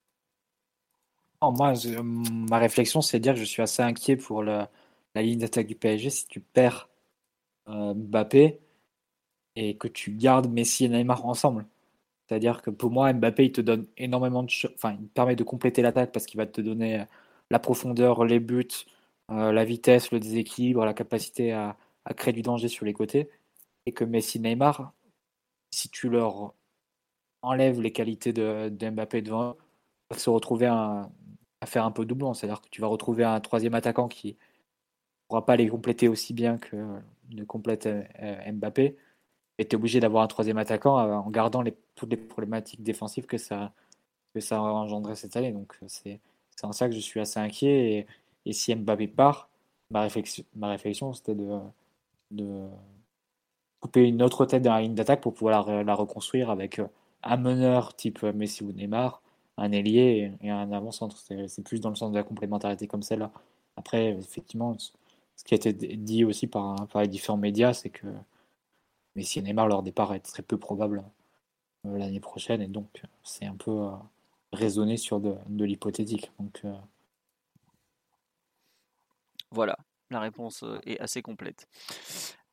Non, moi, je- ma réflexion, c'est de dire que je suis assez inquiet pour le- la ligne d'attaque du P S G si tu perds euh, Mbappé et que tu gardes Messi et Neymar ensemble. C'est-à-dire que pour moi, Mbappé, il te donne énormément de choses. Enfin, il permet de compléter l'attaque parce qu'il va te donner euh, la profondeur, les buts, euh, la vitesse, le déséquilibre, la capacité à, à créer du danger sur les côtés. Et que Messi, Neymar, si tu leur enlèves les qualités de, de Mbappé devant eux, ils peuvent se retrouver à, à faire un peu doublon. C'est-à-dire que tu vas retrouver un troisième attaquant qui ne pourra pas les compléter aussi bien que ne complète euh, Mbappé. Et tu es obligé d'avoir un troisième attaquant euh, en gardant les, toutes les problématiques défensives que ça, que ça a engendré cette année. Donc c'est c'est en ça que je suis assez inquiet. Et, et si Mbappé part, ma réflexion, ma réflexion c'était de, de couper une autre tête dans la ligne d'attaque pour pouvoir la, la reconstruire avec euh, un meneur type euh, Messi ou Neymar, un ailier et, et un avant-centre. C'est c'est plus dans le sens de la complémentarité comme celle-là. Après, effectivement, ce qui a été dit aussi par, par les différents médias, c'est que Messi et Neymar, leur départ est très peu probable euh, l'année prochaine. Et donc, c'est un peu euh, raisonné sur de, de l'hypothétique. Donc, euh, Voilà, la réponse euh, est assez complète.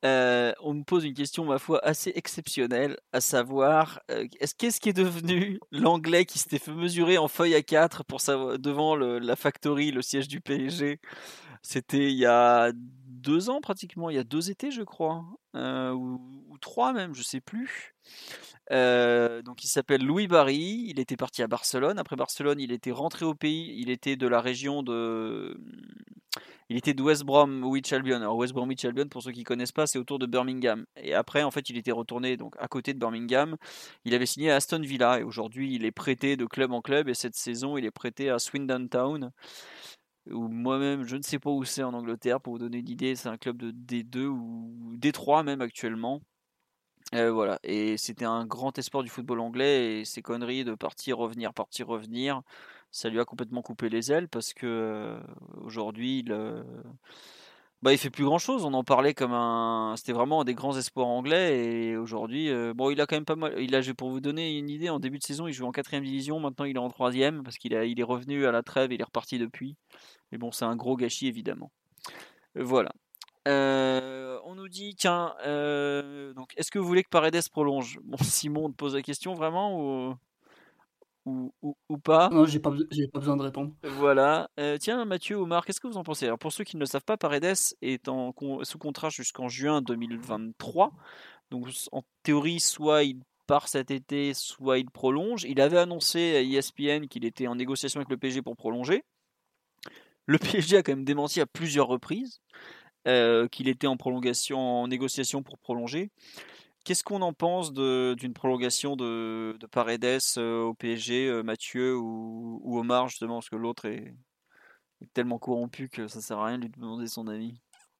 Euh, on me pose une question, ma foi, assez exceptionnelle, à savoir, euh, est-ce qu'est-ce qui est devenu l'anglais qui s'était fait mesurer en feuille A quatre pour savoir, devant le- la Factory, le siège du P S G? C'était il y a deux ans pratiquement, il y a deux étés je crois, euh, ou, ou trois même, je sais plus. Euh, donc il s'appelle Louis Barry, il était parti à Barcelone. Après Barcelone, il était rentré au pays, il était de la région de... Il était de West Bromwich Albion. Alors West Bromwich Albion, pour ceux qui ne connaissent pas, c'est autour de Birmingham. Et après, en fait, il était retourné donc à côté de Birmingham. Il avait signé à Aston Villa et aujourd'hui, il est prêté de club en club. Et cette saison, il est prêté à Swindon Town. Où moi-même, je ne sais pas où c'est en Angleterre. Pour vous donner une idée, c'est un club de D deux ou D trois même actuellement. Euh, voilà, et c'était un grand espoir du football anglais et ces conneries de partir, revenir, partir, revenir, ça lui a complètement coupé les ailes parce que euh, aujourd'hui il, euh, bah, il fait plus grand chose. On en parlait comme un, c'était vraiment un des grands espoirs anglais et aujourd'hui, euh, bon, il a quand même pas mal. Il a, pour vous donner une idée, en début de saison, il jouait en quatrième division, maintenant il est en troisième parce qu'il a, il est revenu à la trêve, il est reparti depuis. Mais bon, c'est un gros gâchis évidemment. Euh, Voilà. Euh, on nous dit, tiens, euh, donc, est-ce que vous voulez que Paredes prolonge? Bon, Simon te pose la question vraiment ou, ou, ou, ou pas? Non, j'ai pas, be- j'ai pas besoin de répondre. Voilà. Euh, tiens, Mathieu, Omar, qu'est-ce que vous en pensez? Alors, pour ceux qui ne le savent pas, Paredes est en, con- sous contrat jusqu'en juin deux mille vingt-trois. Donc, en théorie, soit il part cet été, soit il prolonge. Il avait annoncé à E S P N qu'il était en négociation avec le P S G pour prolonger. Le P S G a quand même démenti à plusieurs reprises. Euh, qu'il était en prolongation, en négociation pour prolonger. Qu'est-ce qu'on en pense de, d'une prolongation de, de Paredes euh, au P S G, euh, Mathieu ou, ou Omar justement, parce que l'autre est, est tellement corrompu que ça sert à rien de lui demander son avis.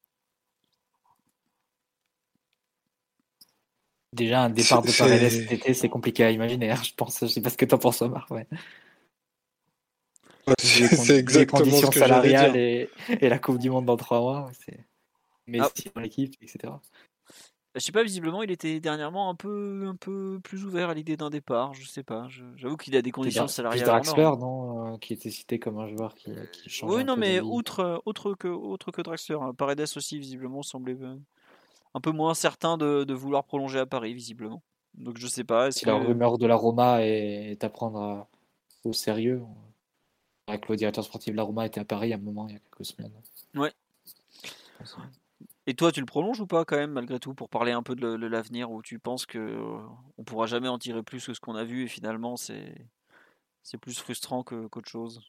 Déjà, un départ C'est de Paredes c'est- cet été, c'est compliqué à imaginer, hein, je pense. Je sais pas ce que t'en penses, Omar. Ouais. ouais, Vu les, c'est- con- c'est vu les exactement ce conditions que j'allais salariales dire. et, et la Coupe du Monde dans trois mois, ouais, c'est Ah, Messi dans l'équipe, et cetera. je sais pas, visiblement, il était dernièrement un peu, un peu plus ouvert à l'idée d'un départ. Je sais pas. je- j'avoue qu'il a des C'est conditions Dra- c'est plus salariales hors Draxler, normes. non, euh, qui était cité comme un joueur qui, qui changeait Oui, un non, peu mais d'avis. outre, euh, autre que, autre que Draxler, hein, Paredes aussi, visiblement, semblait euh, un peu moins certain de, de vouloir prolonger à Paris, visiblement. Donc je sais pas, est-ce Si la que... rumeur de la Roma est, est à prendre à- au sérieux, c'est vrai que le directeur sportif de la Roma était à Paris à un moment, il y a quelques semaines. Ouais. Je pense. Et toi, tu le prolonges ou pas quand même, malgré tout, pour parler un peu de, le- de l'avenir, où tu penses que euh, on pourra jamais en tirer plus que ce qu'on a vu et finalement c'est c'est plus frustrant que, qu'autre chose.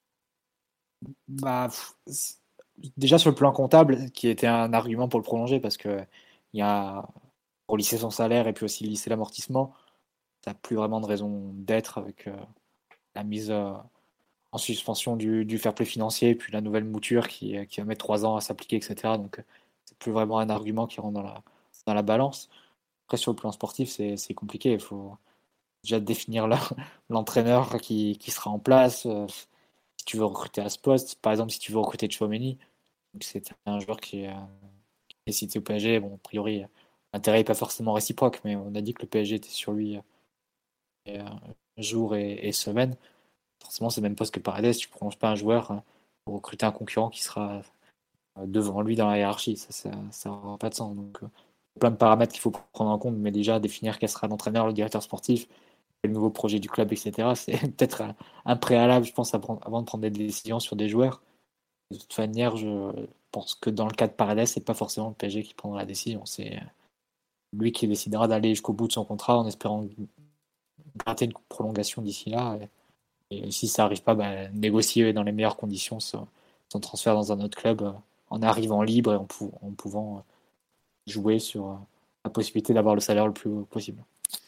Bah, pff, c'est- déjà sur le plan comptable, qui était un argument pour le prolonger, parce que il y a pour lisser son salaire et puis aussi lisser l'amortissement, ça n'a plus vraiment de raison d'être avec euh, la mise euh, en suspension du, du fair play financier, puis la nouvelle mouture qui, euh, qui va mettre trois ans à s'appliquer, et cetera. Donc, euh, c'est plus vraiment un argument qui rentre dans la, dans la balance. Après, sur le plan sportif, c'est c'est compliqué. Il faut déjà définir la- l'entraîneur qui, qui sera en place. euh, si tu veux recruter à ce poste, par exemple, si tu veux recruter Tchouaméni, donc c'est un joueur qui, est, euh, qui est cité au P S G. Bon, a priori, euh, l'intérêt n'est pas forcément réciproque, mais on a dit que le P S G était sur lui euh, jour et, et semaine. Forcément, c'est le même poste que Paredes. Tu ne prolonges pas un joueur euh, pour recruter un concurrent qui sera euh, devant lui dans la hiérarchie. Ça n'aura pas de sens. Donc, euh, plein de paramètres qu'il faut prendre en compte, mais déjà définir quel sera l'entraîneur, le directeur sportif, le nouveau projet du club, et cetera. C'est peut-être un, un préalable, je pense, avant de prendre des décisions sur des joueurs. De toute manière, je pense que dans le cas de Paredes, c'est pas forcément le P S G qui prendra la décision. C'est lui qui décidera d'aller jusqu'au bout de son contrat en espérant gratter une prolongation d'ici là. Et, et si ça n'arrive pas, bah, négocier dans les meilleures conditions son, son transfert dans un autre club euh, en arrivant libre et en, pou- en pouvant euh, jouer sur euh, la possibilité d'avoir le salaire le plus haut possible.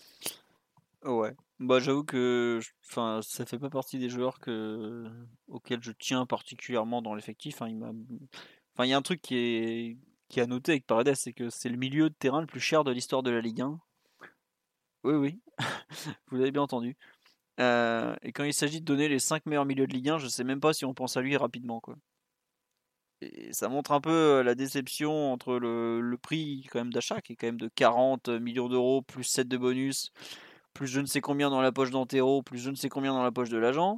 Ouais. Bah j'avoue que je- enfin ça fait pas partie des joueurs que auxquels je tiens particulièrement dans l'effectif. Hein. Il m'a, enfin il y a un truc qui est qui a noté avec Paredes, c'est que c'est le milieu de terrain le plus cher de l'histoire de la Ligue un. Oui, oui, vous l'avez bien entendu. Euh, et quand il s'agit de donner les cinq meilleurs milieux de Ligue un, je sais même pas si on pense à lui rapidement, quoi. Et ça montre un peu euh, la déception entre le, le prix quand même d'achat, qui est quand même de quarante millions d'euros, plus sept de bonus, plus je ne sais combien dans la poche d'Antero, plus je ne sais combien dans la poche de l'agent.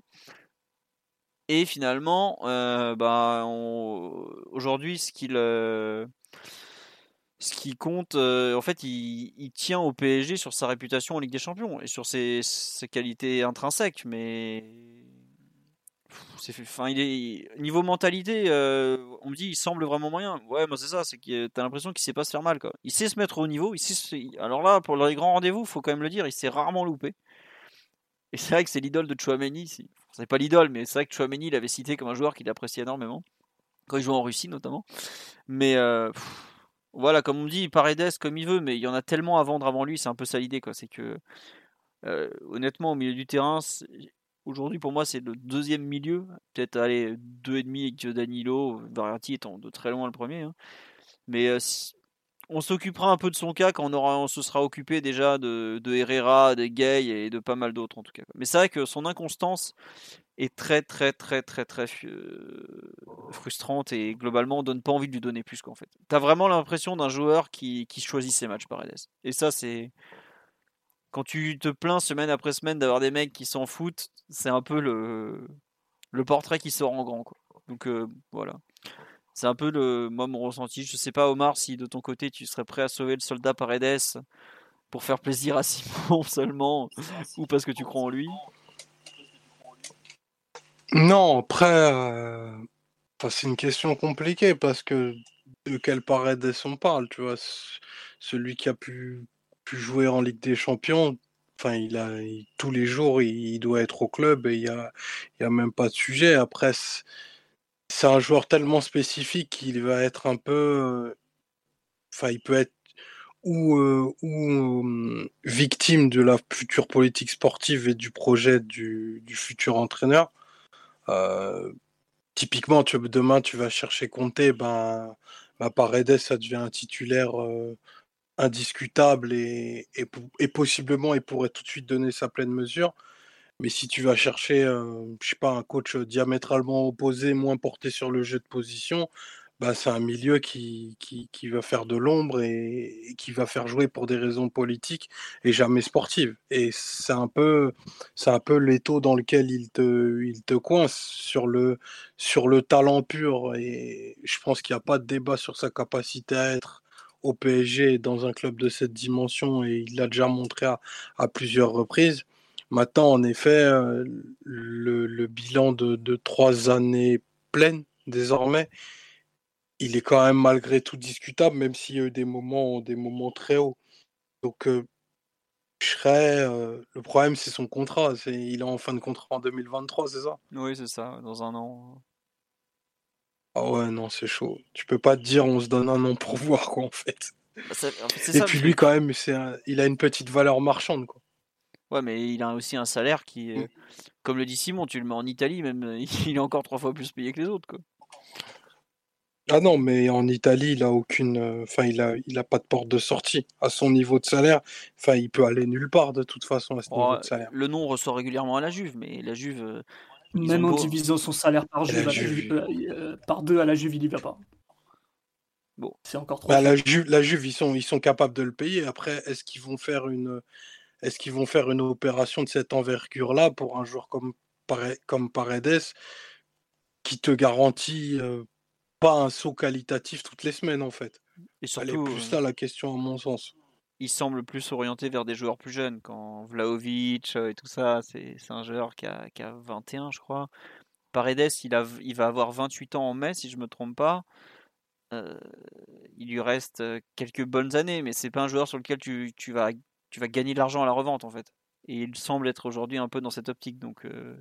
Et finalement, euh, bah, on- aujourd'hui, ce qu'il euh, Ce qui compte, euh, en fait, il, il tient au P S G sur sa réputation en Ligue des Champions et sur ses, ses qualités intrinsèques, mais c'est, fait- enfin, il est niveau mentalité, euh, on me dit il semble vraiment moyen. Ouais, moi c'est ça, c'est que t'as l'impression qu'il sait pas se faire mal, quoi. Il sait se mettre au niveau, il sait se- alors là, pour les grands rendez-vous, faut quand même le dire, il s'est rarement loupé. Et c'est vrai que c'est l'idole de Chouameni. si- C'est pas l'idole, mais c'est vrai que Chouameni l'avait cité comme un joueur qu'il appréciait énormément quand il jouait en Russie notamment. Mais euh, pff, voilà, comme on dit, Paredes comme il veut, mais il y en a tellement à vendre avant lui, c'est un peu ça l'idée, quoi. C'est que euh, honnêtement, au milieu du terrain, c'est- aujourd'hui pour moi c'est le deuxième milieu, peut-être aller deux et demi avec Danilo, Verratti étant de très loin le premier. hein. Mais euh, si- on s'occupera un peu de son cas quand on aura, on se sera occupé déjà de, de Herrera, de Gay et de pas mal d'autres en tout cas. Mais c'est vrai que son inconstance est très très très très très euh, frustrante et globalement on donne pas envie de lui donner plus qu'en fait. T'as vraiment l'impression d'un joueur qui, qui choisit ses matchs Paredes. Et ça c'est quand tu te plains semaine après semaine d'avoir des mecs qui s'en foutent, c'est un peu le, le portrait qui sort en grand quoi. Donc euh, voilà. C'est un peu le, moi, mon ressenti. Je sais pas, Omar, si de ton côté tu serais prêt à sauver le soldat Paredes pour faire plaisir à Simon seulement, ou parce que tu crois en lui. Non, après, euh, enfin, c'est une question compliquée parce que de quel Paredes on parle, tu vois, c- celui qui a pu, pu jouer en Ligue des Champions, enfin, il a il- tous les jours, il, il doit être au club et il y a, il y a même pas de sujet. Après, c'est c'est un joueur tellement spécifique qu'il va être un peu, euh, enfin, il peut être ou, euh, ou euh, victime de la future politique sportive et du projet du, du futur entraîneur. Euh, Typiquement, tu, demain, tu vas chercher Conte, ben, ben Paredes, ça devient un titulaire euh, indiscutable et, et, et possiblement, il pourrait tout de suite donner sa pleine mesure. Mais si tu vas chercher, euh, je sais pas, un coach diamétralement opposé, moins porté sur le jeu de position, bah, c'est un milieu qui, qui, qui va faire de l'ombre et, et qui va faire jouer pour des raisons politiques et jamais sportives. Et c'est un peu, c'est un peu l'étau dans lequel il te, il te coince sur le, sur le talent pur. Et je pense qu'il n'y a pas de débat sur sa capacité à être au P S G dans un club de cette dimension et il l'a déjà montré à, à plusieurs reprises. Maintenant, en effet, euh, le, le bilan de, de trois années pleines désormais, il est quand même malgré tout discutable, même s'il y a eu des moments, des moments très hauts. Donc, euh, je serais, euh, le problème, c'est son contrat. C'est, il est en fin de contrat en deux mille vingt-trois, c'est ça? Oui, c'est ça, dans un an. Ah ouais, non, c'est chaud. Tu peux pas te dire on se donne un an pour voir, quoi, en fait. Bah, ça- en fait, c'est Et ça le puis lui, truc. quand même, c'est un- il a une petite valeur marchande, quoi. Ouais, mais il a aussi un salaire qui, Mm. euh, comme le dit Simon, tu le mets en Italie, même euh, il est encore trois fois plus payé que les autres, quoi. Ah non, mais en Italie, il a aucune, euh, enfin, il a, il a pas de porte de sortie à son niveau de salaire. Enfin, il peut aller nulle part de toute façon à ce niveau Oh, de salaire. le nom ressort régulièrement à la Juve, mais la Juve, euh, ils ont Même en beau. divisant son salaire par, Et la Juve, à la Juve- Juve, euh, euh, par deux à la Juve, il y va pas. Bon, C'est encore trop bah, la faible. Juve, la Juve, ils sont, ils sont capables de le payer. Après, est-ce qu'ils vont faire une, est-ce qu'ils vont faire une opération de cette envergure-là pour un joueur comme, Pare- comme Paredes qui te garantit euh, pas un saut qualitatif toutes les semaines en fait? et Elle est surtout, plus euh, là la question à mon sens. il semble plus orienté vers des joueurs plus jeunes, quand Vlahovic euh, et tout ça, c'est c'est un joueur qui a, qui a vingt et un, je crois. Paredes, il, a, il va avoir vingt-huit ans en mai, si je me trompe pas. Euh, il lui reste euh, quelques bonnes années, mais c'est pas un joueur sur lequel tu, tu vas, tu vas gagner de l'argent à la revente, en fait. Et il semble être aujourd'hui un peu dans cette optique, donc euh,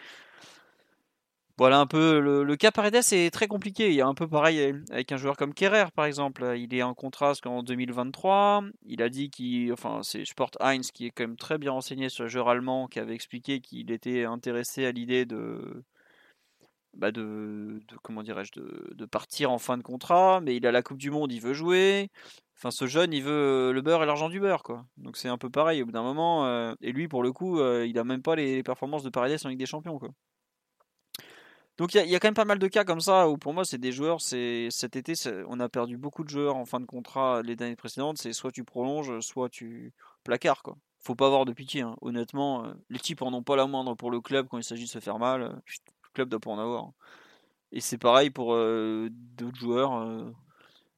voilà un peu le, le cas Paredes est très compliqué. Il y a un peu pareil avec un joueur comme Kerrer par exemple. Il est en contrat qu'en deux mille vingt-trois. Il a dit qu'il, enfin c'est Sport Heinz qui est quand même très bien renseigné sur le joueur allemand, qui avait expliqué qu'il était intéressé à l'idée de, bah de, de comment dirais-je, de, de partir en fin de contrat. Mais il a la Coupe du Monde, il veut jouer. Enfin ce jeune, il veut le beurre et l'argent du beurre quoi. Donc c'est un peu pareil au bout d'un moment. Euh, et lui pour le coup, euh, il a même pas les, les performances de Paredes en Ligue des Champions quoi. Donc il y, a- y a quand même pas mal de cas comme ça où pour moi c'est des joueurs, c'est cet été c'est- on a perdu beaucoup de joueurs en fin de contrat les années précédentes, c'est soit tu prolonges, soit tu placards quoi. Faut pas avoir de pitié, hein. Honnêtement, euh, les types en ont pas la moindre pour le club quand il s'agit de se faire mal, euh, le club doit pas en avoir. Et c'est pareil pour euh, d'autres joueurs. euh.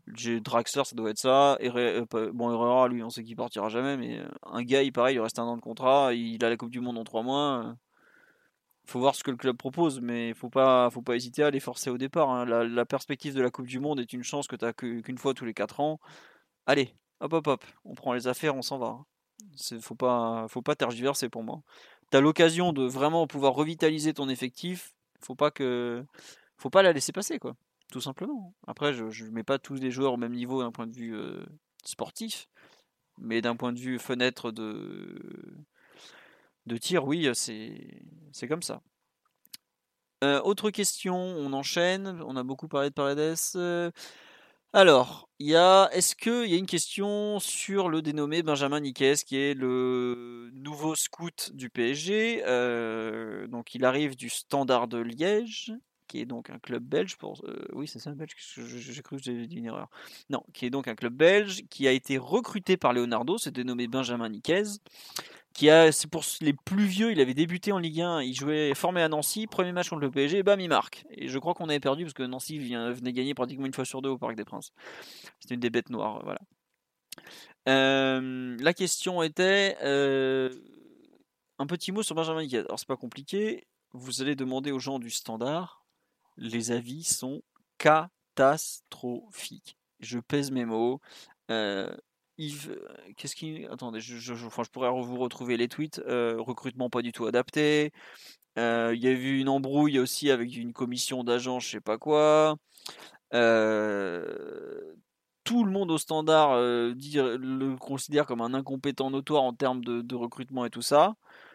J'ai Draxler, ça doit être ça. Herre- euh, pas- bon, Herrera, lui, on sait qu'il partira jamais, mais euh, un gars, il pareil, il lui reste un an de contrat, il a la Coupe du Monde en trois mois. euh, Faut voir ce que le club propose, mais faut pas, faut pas hésiter à les forcer au départ. hein. La, la perspective de la Coupe du Monde est une chance que tu n'as qu'une fois tous les quatre ans. Allez, hop, hop, hop, on prend les affaires, on s'en va. hein. C'est, faut pas, faut pas tergiverser pour moi. Tu as l'occasion de vraiment pouvoir revitaliser ton effectif. Faut pas que, faut pas la laisser passer, quoi. Tout simplement. Après, je, je mets pas tous les joueurs au même niveau d'un point de vue euh, sportif, mais d'un point de vue fenêtre de, de tir, oui, c'est, c'est comme ça. Euh, autre question, on enchaîne. On a beaucoup parlé de Paredes. Euh, alors, il y a, est-ce qu'il y a une question sur le dénommé Benjamin Niquez, qui est le nouveau scout du P S G. Euh, donc, il arrive du Standard de Liège, qui est donc un club belge. Pour, euh, oui, c'est ça, belge. J'ai cru que j'ai dit une erreur. Non, qui est donc un club belge, qui a été recruté par Leonardo. C'est dénommé Benjamin Niquez. Qui a, c'est pour les plus vieux, il avait débuté en Ligue un, il jouait formé à Nancy, premier match contre le P S G, et bam, il marque. Et je crois qu'on avait perdu parce que Nancy vient, venait gagner pratiquement une fois sur deux au Parc des Princes. C'était une des bêtes noires, voilà. Euh, la question était euh, un petit mot sur Benjamin Niquez. Alors c'est pas compliqué, vous allez demander aux gens du Standard, les avis sont catastrophiques. Je pèse mes mots. Euh, Yves, qu'est-ce qui. Attendez, je, je, je, enfin, je pourrais vous retrouver les tweets. Euh, recrutement pas du tout adapté. Euh, Il y a eu une embrouille aussi avec une commission d'agents, je sais pas quoi. Euh, tout le monde au Standard euh, dit, le considère comme un incompétent notoire en termes de, de recrutement et tout ça.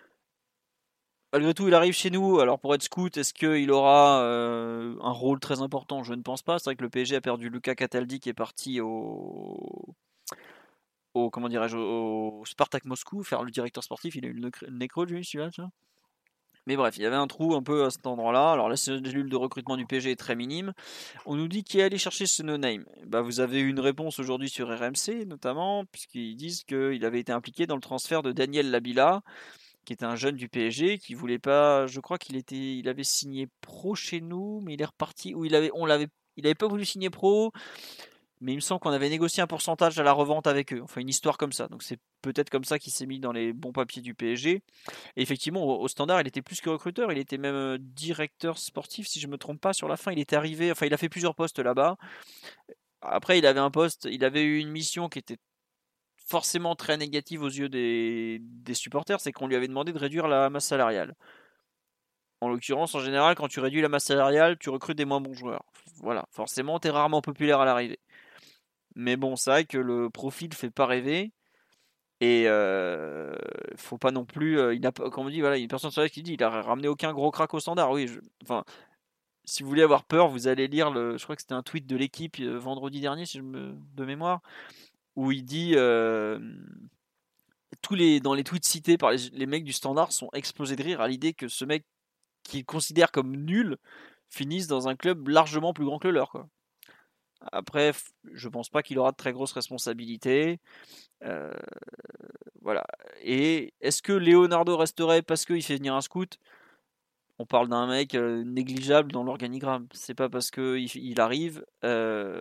Malgré tout, il arrive chez nous. Alors pour être scout, est-ce qu'il aura euh, un rôle très important? Je ne pense pas. C'est vrai que le P S G a perdu Luca Cataldi qui est parti au, au comment dirais-je, au Spartak Moscou faire le directeur sportif. Il a eu le nécro lui, celui-là. Tu vois. Mais bref, il y avait un trou un peu à cet endroit-là. Alors la cellule de recrutement du P S G est très minime. On nous dit qui est allé chercher ce no-name. Bah, vous avez eu une réponse aujourd'hui sur R M C notamment, puisqu'ils disent qu'il avait été impliqué dans le transfert de Daniel Labila, qui était un jeune du P S G, qui voulait pas. Je crois qu'il était, il avait signé pro chez nous, mais il est reparti. Ou il avait, on l'avait, il avait pas voulu signer pro. Mais il me semble qu'on avait négocié un pourcentage à la revente avec eux. Enfin, une histoire comme ça. Donc c'est peut-être comme ça qu'il s'est mis dans les bons papiers du P S G. Et effectivement, au, au Standard, il était plus que recruteur. Il était même euh, directeur sportif, si je me trompe pas. Sur la fin, il était arrivé. Enfin, il a fait plusieurs postes là-bas. Après, il avait un poste. Il avait eu une mission qui était forcément très négative aux yeux des, des supporters. C'est qu'on lui avait demandé de réduire la masse salariale. En l'occurrence, en général, quand tu réduis la masse salariale, tu recrutes des moins bons joueurs. Voilà. Forcément, tu es rarement populaire à l'arrivée. Mais bon, c'est vrai que le profil fait pas rêver. Et euh, faut pas non plus. Euh, il a, comme on dit, voilà, il y a une personne sur la qui dit il a ramené aucun gros crack au Standard. Oui, je, enfin, si vous voulez avoir peur, vous allez lire le. Je crois que c'était un tweet de l'équipe euh, vendredi dernier, si je me de mémoire, où il dit euh, tous les dans les tweets cités par les, les mecs du Standard sont explosés de rire à l'idée que ce mec qu'ils considèrent comme nul finisse dans un club largement plus grand que le leur, quoi. Après, je pense pas qu'il aura de très grosses responsabilités. Euh, voilà. Et est-ce que Leonardo resterait parce qu'il fait venir un scout? On parle d'un mec euh, négligeable dans l'organigramme. C'est pas parce qu'il il arrive euh,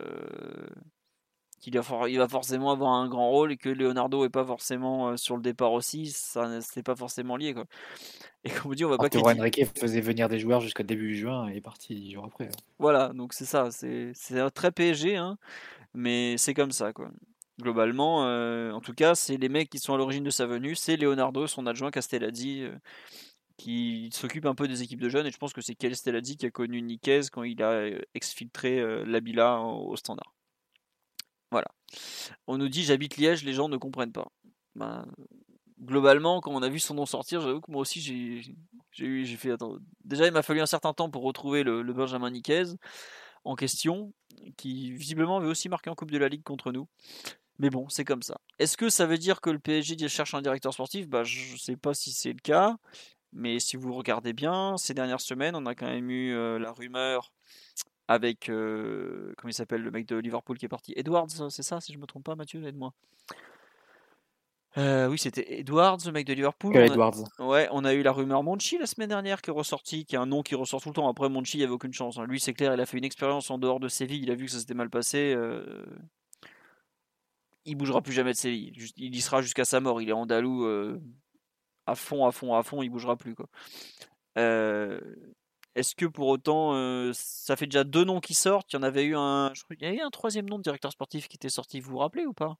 qu'il va, il va forcément avoir un grand rôle et que Leonardo est pas forcément euh, sur le départ aussi. Ça, c'est pas forcément lié, quoi. Et comme on dit, on va pas Arturo critiquer. Henrique faisait venir des joueurs jusqu'à début juin et est parti dix jours après. Voilà, donc c'est ça. C'est, c'est un très P S G, hein, mais c'est comme ça, quoi. Globalement, euh, en tout cas, c'est les mecs qui sont à l'origine de sa venue. C'est Leonardo, son adjoint Castellazzi, euh, qui s'occupe un peu des équipes de jeunes. Et je pense que c'est Castellazzi qui a connu Niquez quand il a euh, exfiltré euh, Labila au, au Standard. Voilà. On nous dit j'habite Liège, les gens ne comprennent pas. Ben, globalement, quand on a vu son nom sortir, j'avoue que moi aussi j'ai, j'ai, j'ai fait. Attends, déjà, il m'a fallu un certain temps pour retrouver le, le Benjamin Niquez en question, qui visiblement avait aussi marqué en Coupe de la Ligue contre nous. Mais bon, c'est comme ça. Est-ce que ça veut dire que le P S G cherche un directeur sportif? Bah, je ne sais pas si c'est le cas. Mais si vous regardez bien, ces dernières semaines, on a quand même eu euh, la rumeur avec, euh, comment il s'appelle, le mec de Liverpool qui est parti. Edwards, c'est ça, si je me trompe pas, Mathieu, aide-moi. Euh, oui, c'était Edwards, le mec de Liverpool. Que On a- Edwards. Ouais, on a eu la rumeur Monchi la semaine dernière qui est ressortie, qui est un nom qui ressort tout le temps. Après, Monchi, il n'y avait aucune chance, hein. Lui, c'est clair, il a fait une expérience en dehors de Séville, il a vu que ça s'était mal passé. euh, Il bougera plus jamais de Séville. Juste- Il y sera jusqu'à sa mort. Il est andalou euh, à fond, à fond, à fond, il bougera plus, quoi. Euh, Est-ce que pour autant, euh, ça fait déjà deux noms qui sortent? Il y en avait eu un, je crois qu'il y avait eu un troisième nom de directeur sportif qui était sorti, vous vous rappelez ou pas?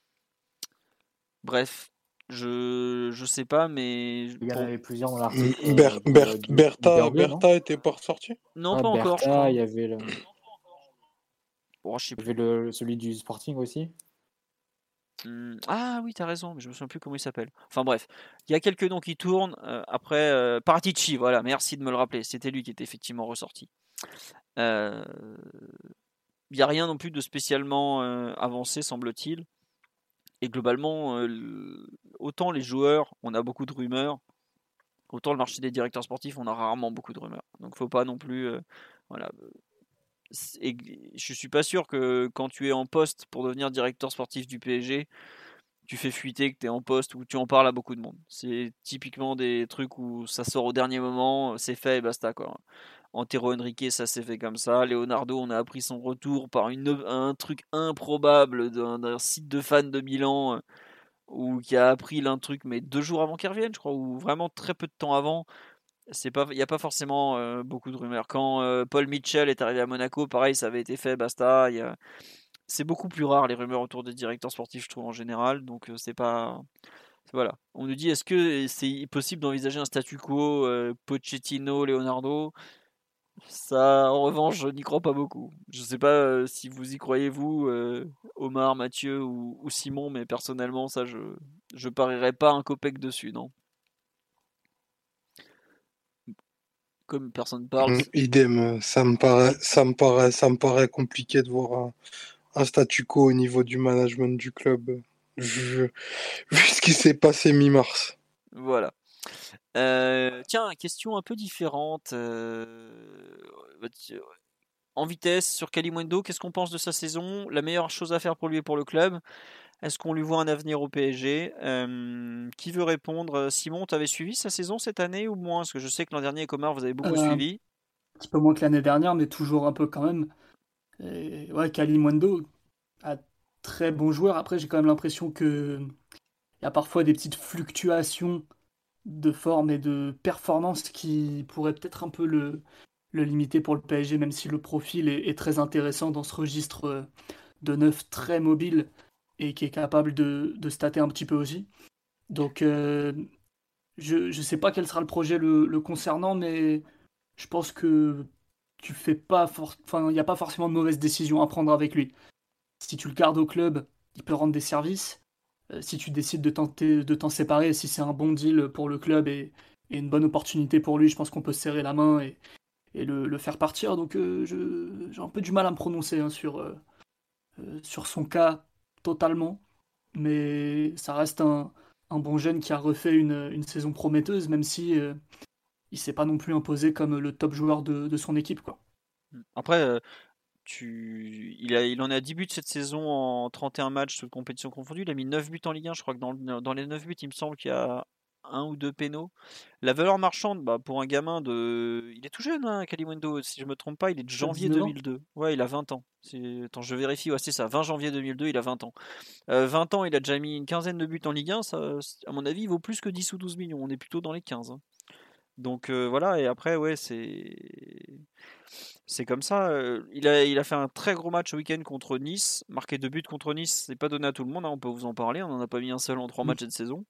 Bref, je je sais pas, mais Il y en pour- avait plusieurs dans l'article. Mm, euh, Ber- du- Ber- du- du Bertha, Beurre bleu, non Bertha était pas ressorti? non, Ah, pas encore, je crois. Bertha, il y avait, le... Bon, je sais il y plus. avait le... celui du Sporting aussi. Hmm, Ah oui, t'as raison, mais je me souviens plus comment il s'appelle. Enfin bref, il y a quelques noms qui tournent. euh, après, euh, Paratici, voilà, merci de me le rappeler. C'était lui qui était effectivement ressorti. Euh, Il n'y a rien non plus de spécialement euh, avancé, semble-t-il. Et globalement, euh, le- autant les joueurs, on a beaucoup de rumeurs, autant le marché des directeurs sportifs, on a rarement beaucoup de rumeurs. Donc faut pas non plus, euh, voilà. C'est- Et je suis pas sûr que quand tu es en poste pour devenir directeur sportif du P S G, tu fais fuiter que tu es en poste ou tu en parles à beaucoup de monde. C'est typiquement des trucs où ça sort au dernier moment, c'est fait et basta, quoi. Antero Henrique, ça s'est fait comme ça. Leonardo, on a appris son retour par une, un truc improbable d'un, d'un site de fans de Milan euh, ou qui a appris l'un truc, mais deux jours avant qu'il revienne, je crois, ou vraiment très peu de temps avant. C'est pas, il n'y a pas forcément euh, beaucoup de rumeurs. Quand euh, Paul Mitchell est arrivé à Monaco, pareil, ça avait été fait, basta. Il y a- C'est beaucoup plus rare les rumeurs autour des directeurs sportifs, je trouve en général. Donc euh, c'est pas, voilà. On nous dit est-ce que c'est possible d'envisager un statu quo euh, Pochettino, Leonardo? Ça, en revanche, je n'y crois pas beaucoup. Je sais pas euh, si vous y croyez vous, euh, Omar, Mathieu ou, ou Simon, mais personnellement, ça, je je parierais pas un copec dessus, non. Comme personne parle. Mm, idem, ça me paraît, ça me paraît, ça me paraît compliqué de voir un, un statu quo au niveau du management du club, vu, vu ce qui s'est passé mi-mars. Voilà. Euh, tiens, question un peu différente. euh, En vitesse, sur Kalimundo, qu'est-ce qu'on pense de sa saison? La meilleure chose à faire pour lui et pour le club? Est-ce qu'on lui voit un avenir au P S G? Euh, Qui veut répondre? Simon, tu avais suivi sa saison cette année ou moins? Parce que je sais que l'an dernier, Comar, vous avez beaucoup Euh, un suivi. petit peu moins que l'année dernière, mais toujours un peu quand même. Et ouais, Kalimundo, un très bon joueur. Après, j'ai quand même l'impression que il y a parfois des petites fluctuations de forme et de performance qui pourraient peut-être un peu le, le limiter pour le P S G, même si le profil est, est très intéressant dans ce registre euh, de neuf très mobile et qui est capable de, de stater un petit peu aussi. Donc, euh, je ne sais pas quel sera le projet le, le concernant, mais je pense que tu fais pas for- enfin, il n'y a pas forcément de mauvaise décision à prendre avec lui. Si tu le gardes au club, il peut rendre des services. Euh, si tu décides de tenter de t'en séparer, si c'est un bon deal pour le club et, et une bonne opportunité pour lui, je pense qu'on peut se serrer la main et, et le, le faire partir. Donc euh, je- j'ai un peu du mal à me prononcer hein, sur, euh, euh, sur son cas totalement, mais ça reste un, un bon jeune qui a refait une, une saison prometteuse, même si euh, il s'est pas non plus imposé comme le top joueur de, de son équipe, quoi. Après, euh, tu... il, a, il en a dix buts cette saison en trente et un matchs, toutes compétitions confondues. Il a mis neuf buts en Ligue un. Je crois que dans, le- dans les neuf buts, il me semble qu'il y a un ou deux pénaux. La valeur marchande, bah, pour un gamin de. Il est tout jeune, hein, Kalimundo. Si je me trompe pas, il est de janvier dix-neuf ans. deux mille deux. Ouais, il a vingt ans. C'est... Attends, je vérifie. Ouais, c'est ça. vingt janvier deux mille deux, il a vingt ans. Euh, vingt ans, il a déjà mis une quinzaine de buts en Ligue un. Ça, à mon avis, il vaut plus que dix ou douze millions. On est plutôt dans les quinze, hein. Donc euh, voilà, et après, ouais, c'est. C'est comme ça. euh, Il a, il a fait un très gros match au week-end contre Nice. Marqué deux buts contre Nice, c'est pas donné à tout le monde, hein, on peut vous en parler. On n'en a pas mis un seul en trois matchs cette saison.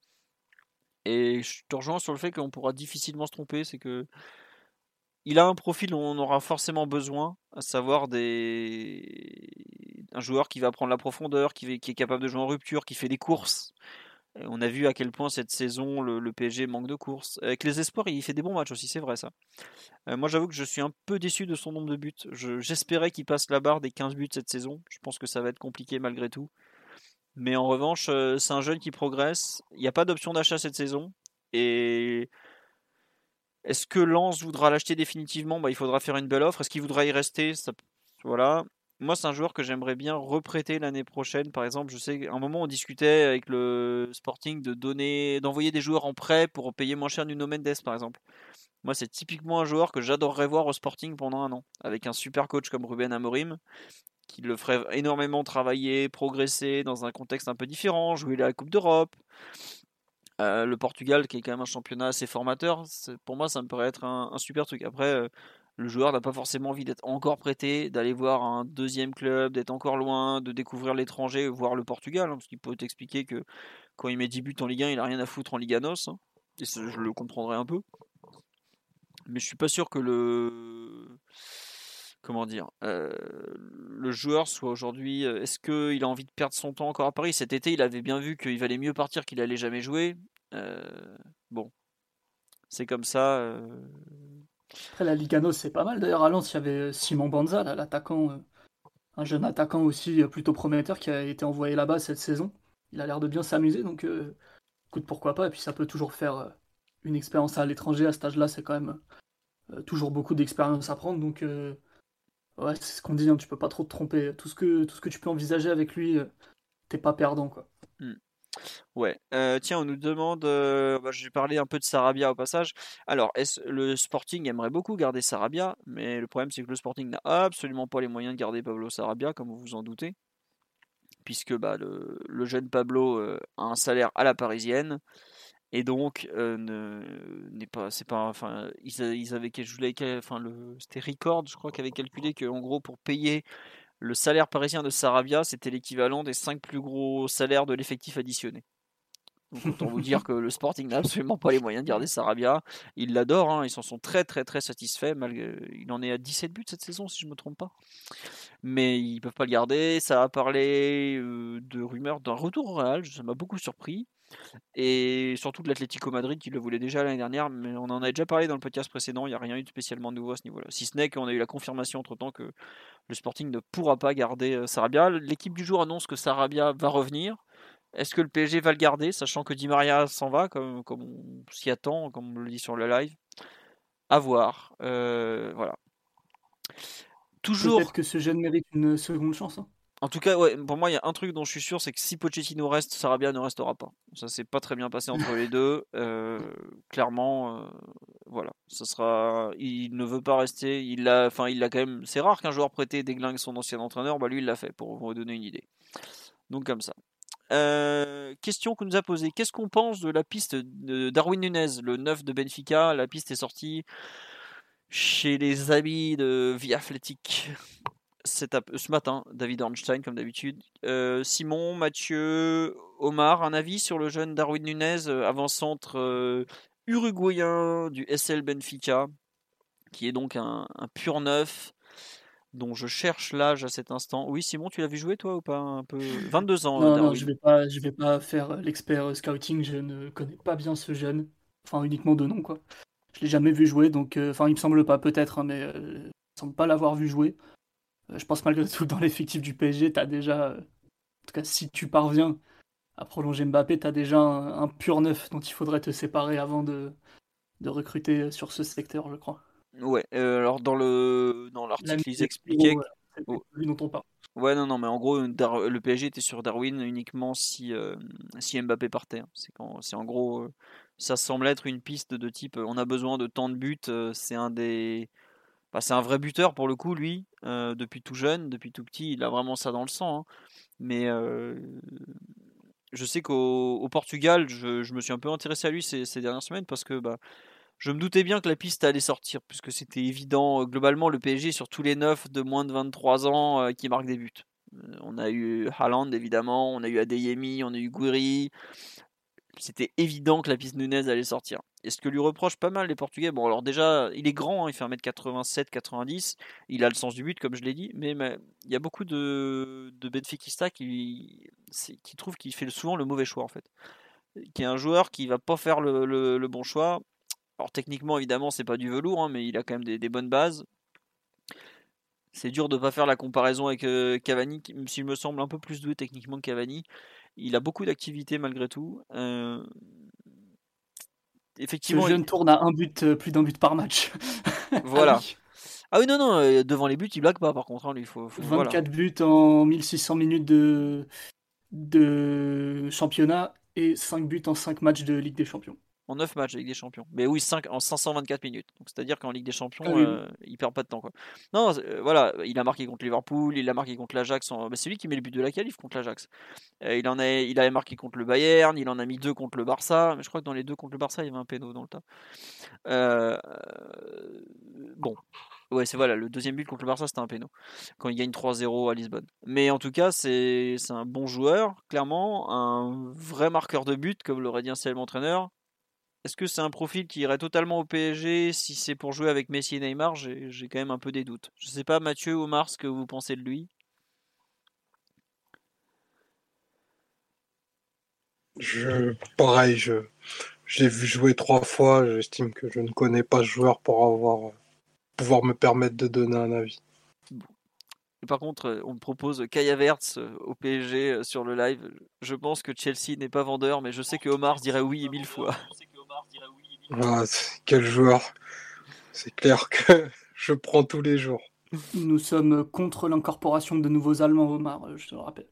Et je te rejoins sur le fait qu'on pourra difficilement se tromper. C'est que il a un profil dont on aura forcément besoin, à savoir des... un joueur qui va prendre la profondeur, qui, va- qui est capable de jouer en rupture, qui fait des courses. Et on a vu à quel point cette saison le, le P S G manque de courses. Avec les espoirs, il fait des bons matchs aussi, c'est vrai ça. Euh, moi, j'avoue que je suis un peu déçu de son nombre de buts. Je- j'espérais qu'il passe la barre des quinze buts cette saison. Je pense que ça va être compliqué malgré tout. Mais en revanche, euh, c'est un jeune qui progresse. Il n'y a pas d'option d'achat cette saison. Et est-ce que Lens voudra l'acheter définitivement? Bah, il faudra faire une belle offre. Est-ce qu'il voudra y rester? Ça- Voilà. moi, c'est un joueur que j'aimerais bien reprêter l'année prochaine. Par exemple, je sais qu'à un moment, on discutait avec le Sporting de donner, d'envoyer des joueurs en prêt pour payer moins cher Nuno Mendes, par exemple. Moi, c'est typiquement un joueur que j'adorerais voir au Sporting pendant un an, avec un super coach comme Ruben Amorim, qui le ferait énormément travailler, progresser dans un contexte un peu différent, jouer la Coupe d'Europe. Euh, le Portugal, qui est quand même un championnat assez formateur, c'est- pour moi, ça me paraît être un, un super truc. Après, euh, le joueur n'a pas forcément envie d'être encore prêté, d'aller voir un deuxième club, d'être encore loin, de découvrir l'étranger, voire le Portugal, hein, parce qu'il peut t'expliquer que quand il met dix buts en Ligue un, il a rien à foutre en Liga N O S, hein, et ça, je le comprendrais un peu. Mais je suis pas sûr que le comment dire euh, le joueur soit aujourd'hui. euh, Est-ce qu'il a envie de perdre son temps encore à Paris? Cet été, il avait bien vu qu'il valait mieux partir qu'il allait jamais jouer. Euh, bon, c'est comme ça. euh. Après, la Liga N O S, c'est pas mal. D'ailleurs, à Lens, il y avait Simon Banza, là, l'attaquant, euh, un jeune attaquant aussi euh, plutôt prometteur qui a été envoyé là-bas cette saison. Il a l'air de bien s'amuser, donc euh, écoute, pourquoi pas. Et puis, ça peut toujours faire euh, une expérience à l'étranger à cet âge-là. C'est quand même euh, toujours beaucoup d'expérience à prendre. Donc, euh, ouais, c'est ce qu'on dit, hein, tu peux pas trop te tromper. Tout ce que, tout ce que tu peux envisager avec lui, euh, t'es pas perdant, quoi. Hmm. Ouais. Euh, tiens, on nous demande. Euh, bah, j'ai parlé un peu de Sarabia au passage. Alors, est-ce, le Sporting aimerait beaucoup garder Sarabia, mais le problème c'est que le Sporting n'a absolument pas les moyens de garder Pablo Sarabia, comme vous vous en doutez, puisque bah, le, le jeune Pablo euh, a un salaire à la parisienne. Et donc, euh, ne, n'est pas, c'est pas, enfin, ils, a- ils avaient, je voulais, enfin, le, c'était Record, je crois, qui avait calculé que, en gros, pour payer le salaire parisien de Sarabia, c'était l'équivalent des cinq plus gros salaires de l'effectif additionné. Donc, autant vous dire que le Sporting n'a absolument pas les moyens de garder Sarabia. Ils l'adorent, hein, ils s'en sont très, très, très satisfaits. Malgré, il en est à dix-sept buts cette saison, si je me trompe pas. Mais ils peuvent pas le garder. Ça a parlé euh, de rumeurs d'un retour au Real, ça m'a beaucoup surpris. Et surtout de l'Atlético Madrid qui le voulait déjà l'année dernière, mais on en a déjà parlé dans le podcast précédent, il n'y a rien eu de spécialement nouveau à ce niveau-là. Si ce n'est qu'on a eu la confirmation entre-temps que le Sporting ne pourra pas garder euh, Sarabia. L'équipe du jour annonce que Sarabia va revenir. Est-ce que le P S G va le garder, sachant que Di Maria s'en va, comme, comme on s'y attend, comme on le dit sur le live? À voir. Euh, voilà. Toujours. Peut-être que ce jeune mérite une seconde chance, hein. En tout cas, ouais, pour moi, il y a un truc dont je suis sûr, c'est que si Pochettino reste, Sarabia ne restera pas. Ça s'est pas très bien passé entre les deux. Euh, clairement, euh, voilà, ça sera. Il ne veut pas rester. Il l'a, enfin, il l'a quand même. C'est rare qu'un joueur prêté déglingue son ancien entraîneur. Bah lui, il l'a fait pour vous donner une idée. Donc comme ça. Euh, question qu'on nous a posée. Qu'est-ce qu'on pense de la piste de Darwin Nunez, le neuf de Benfica? La piste est sortie chez les amis de The Athletic cet ap- ce matin, David Ornstein comme d'habitude. Euh, Simon, Mathieu, Omar, un avis sur le jeune Darwin Nunez, euh, avant-centre euh, uruguayen du S L Benfica, qui est donc un, un pur neuf, dont je cherche l'âge à cet instant. Oui, Simon, tu l'as vu jouer toi ou pas un peu? vingt-deux ans, euh, Non, non, je Darwin. vais pas, je vais pas faire l'expert euh, scouting, je ne connais pas bien ce jeune. Enfin, uniquement de nom, quoi. Je l'ai jamais vu jouer, donc... euh, Enfin, il me semble pas, peut-être, hein, mais euh, il me semble pas l'avoir vu jouer. Euh, je pense malgré tout que dans l'effectif du P S G, t'as déjà... euh, en tout cas, si tu parviens à prolonger Mbappé, t'as déjà un, un pur neuf dont il faudrait te séparer avant de, de recruter sur ce secteur, je crois. Ouais, euh, alors dans le dans L'ami l'article, ils de expliquaient que- voilà, c'est oh, lui dont on parle. ouais, non, non, mais en gros, Dar- le P S G était sur Darwin uniquement si, euh, si Mbappé partait, hein. C'est quand, c'est en gros, euh, ça semble être une piste de type, euh, on a besoin de tant de buts. euh, c'est un des, bah, c'est un vrai buteur pour le coup, lui, euh, depuis tout jeune, depuis tout petit, il a vraiment ça dans le sang, hein. Mais euh, je sais qu'au au Portugal, je, je me suis un peu intéressé à lui ces, ces dernières semaines parce que bah, je me doutais bien que la piste allait sortir, puisque c'était évident. euh, Globalement, le P S G sur tous les neuf de moins de vingt-trois ans euh, qui marquent des buts. Euh, On a eu Haaland évidemment, on a eu Adeyemi, on a eu Gouiri. C'était évident que la piste Nunez allait sortir. Et ce que lui reprochent pas mal les Portugais, bon alors déjà, il est grand, hein, il fait un mètre quatre-vingt-sept quatre-vingt-dix, il a le sens du but comme je l'ai dit, mais, mais il y a beaucoup de, de Benfiquistas qui, c'est- qui trouvent qu'il fait souvent le mauvais choix en fait. Qui est un joueur qui va pas faire le, le- le bon choix. Alors techniquement évidemment c'est pas du velours, hein, mais il a quand même des, des bonnes bases. C'est dur de ne pas faire la comparaison avec euh, Cavani, qui- même s'il me semble un peu plus doué techniquement que Cavani. Il a beaucoup d'activités malgré tout. Euh, Ce effectivement, il- jeune tourne à un but, euh, plus d'un but par match. Ah voilà. oui. Ah oui, non, non, euh, devant les buts, il blague pas par contre. Hein, lui, faut, faut- voilà. vingt-quatre buts en mille six cents minutes de, de championnat et cinq buts en cinq matchs de Ligue des Champions. En neuf matchs avec des champions. Mais oui, cinq en cinq cent vingt-quatre minutes. Donc c'est-à-dire qu'en Ligue des Champions, Ah oui, euh, il perd pas de temps. Quoi. Non, euh, voilà, il a marqué contre Liverpool, il a marqué contre l'Ajax. En... Bah, c'est lui qui met le but de la qualif contre l'Ajax. Euh, il en a, il avait marqué contre le Bayern, il en a mis deux contre le Barça. Mais je crois que dans les deux contre le Barça, il y avait un péno dans le tas. Euh, bon, ouais, c'est voilà, le deuxième but contre le Barça, c'était un péno quand il gagne trois zéro à Lisbonne. Mais en tout cas, c'est c'est un bon joueur, clairement, un vrai marqueur de but, comme l'aurait dit un célèbre entraîneur. Est-ce que c'est un profil qui irait totalement au P S G si c'est pour jouer avec Messi et Neymar? J'ai j'ai quand même un peu des doutes. Je sais pas, Mathieu, Omar, ce que vous pensez de lui. Je, pareil, je, j'ai vu jouer trois fois. J'estime que je ne connais pas ce joueur pour avoir, pouvoir me permettre de donner un avis. Et par contre, on me propose Kai Havertz au P S G sur le live. Je pense que Chelsea n'est pas vendeur, mais je sais que Omar dirait oui et mille fois. Ah, quel joueur! C'est clair que je prends tous les jours. nous sommes contre l'incorporation de nouveaux Allemands, Omar, je te le rappelle.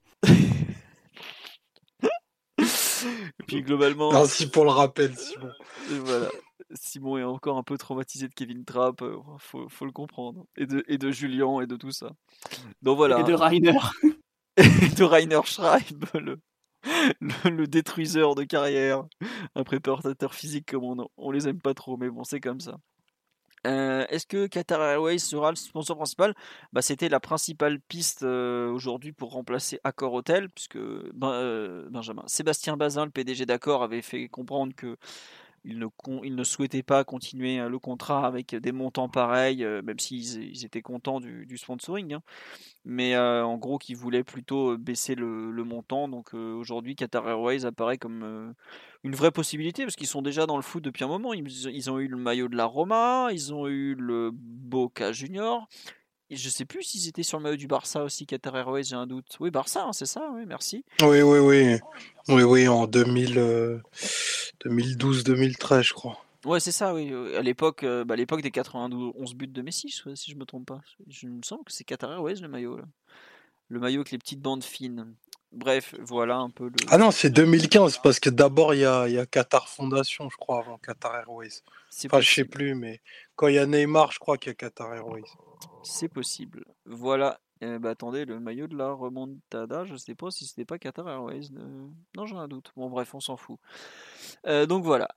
Et puis globalement. Merci pour le rappel, Simon. Euh, voilà. Simon est encore un peu traumatisé de Kevin Trapp, euh, faut, faut le comprendre. Et de, et de Julien et de tout ça. Donc voilà. Et de Rainer. Et de Rainer Schreib, le, le, le détruiseur de carrière. Un préparateur physique comme on, on les aime pas trop, mais bon, c'est comme ça. Euh, Est-ce que Qatar Airways sera le sponsor principal? Bah, c'était la principale piste euh, aujourd'hui pour remplacer Accor Hotel, puisque ben, euh, Benjamin Sébastien Bazin, le P D G d'Accor, avait fait comprendre que il ne, con, il ne souhaitait pas continuer le contrat avec des montants pareils, euh, même s'ils ils étaient contents du, du sponsoring. Hein. Mais euh, en gros, qu'ils voulaient plutôt baisser le, le montant. Donc euh, aujourd'hui, Qatar Airways apparaît comme euh, une vraie possibilité parce qu'ils sont déjà dans le foot depuis un moment. Ils, ils ont eu le maillot de la Roma, ils ont eu le Boca Junior. Et je sais plus s'ils étaient sur le maillot du Barça aussi, Qatar Airways, j'ai un doute. Oui, Barça, hein, c'est ça, oui, merci. Oui, oui, oui. Oui, oui, en deux mille, euh, deux mille douze deux mille treize, je crois. Ouais, c'est ça, oui. À l'époque, euh, bah, à l'époque des quatre-vingt-onze buts de Messi, si je me trompe pas. Je me semble que c'est Qatar Airways le maillot. Là. Le maillot avec les petites bandes fines. Bref, voilà un peu le. Ah non, c'est deux mille quinze parce que d'abord il y a, il y a Qatar Fondation, je crois, avant Qatar Airways. C'est enfin, je sais possible. plus, mais quand il y a Neymar, je crois qu'il y a Qatar Airways. C'est possible. Voilà. Eh ben, attendez, le maillot de la remontada, je sais pas si c'était pas Qatar Airways. euh, Non, j'ai un doute. Bon, bref, on s'en fout. Euh, donc voilà.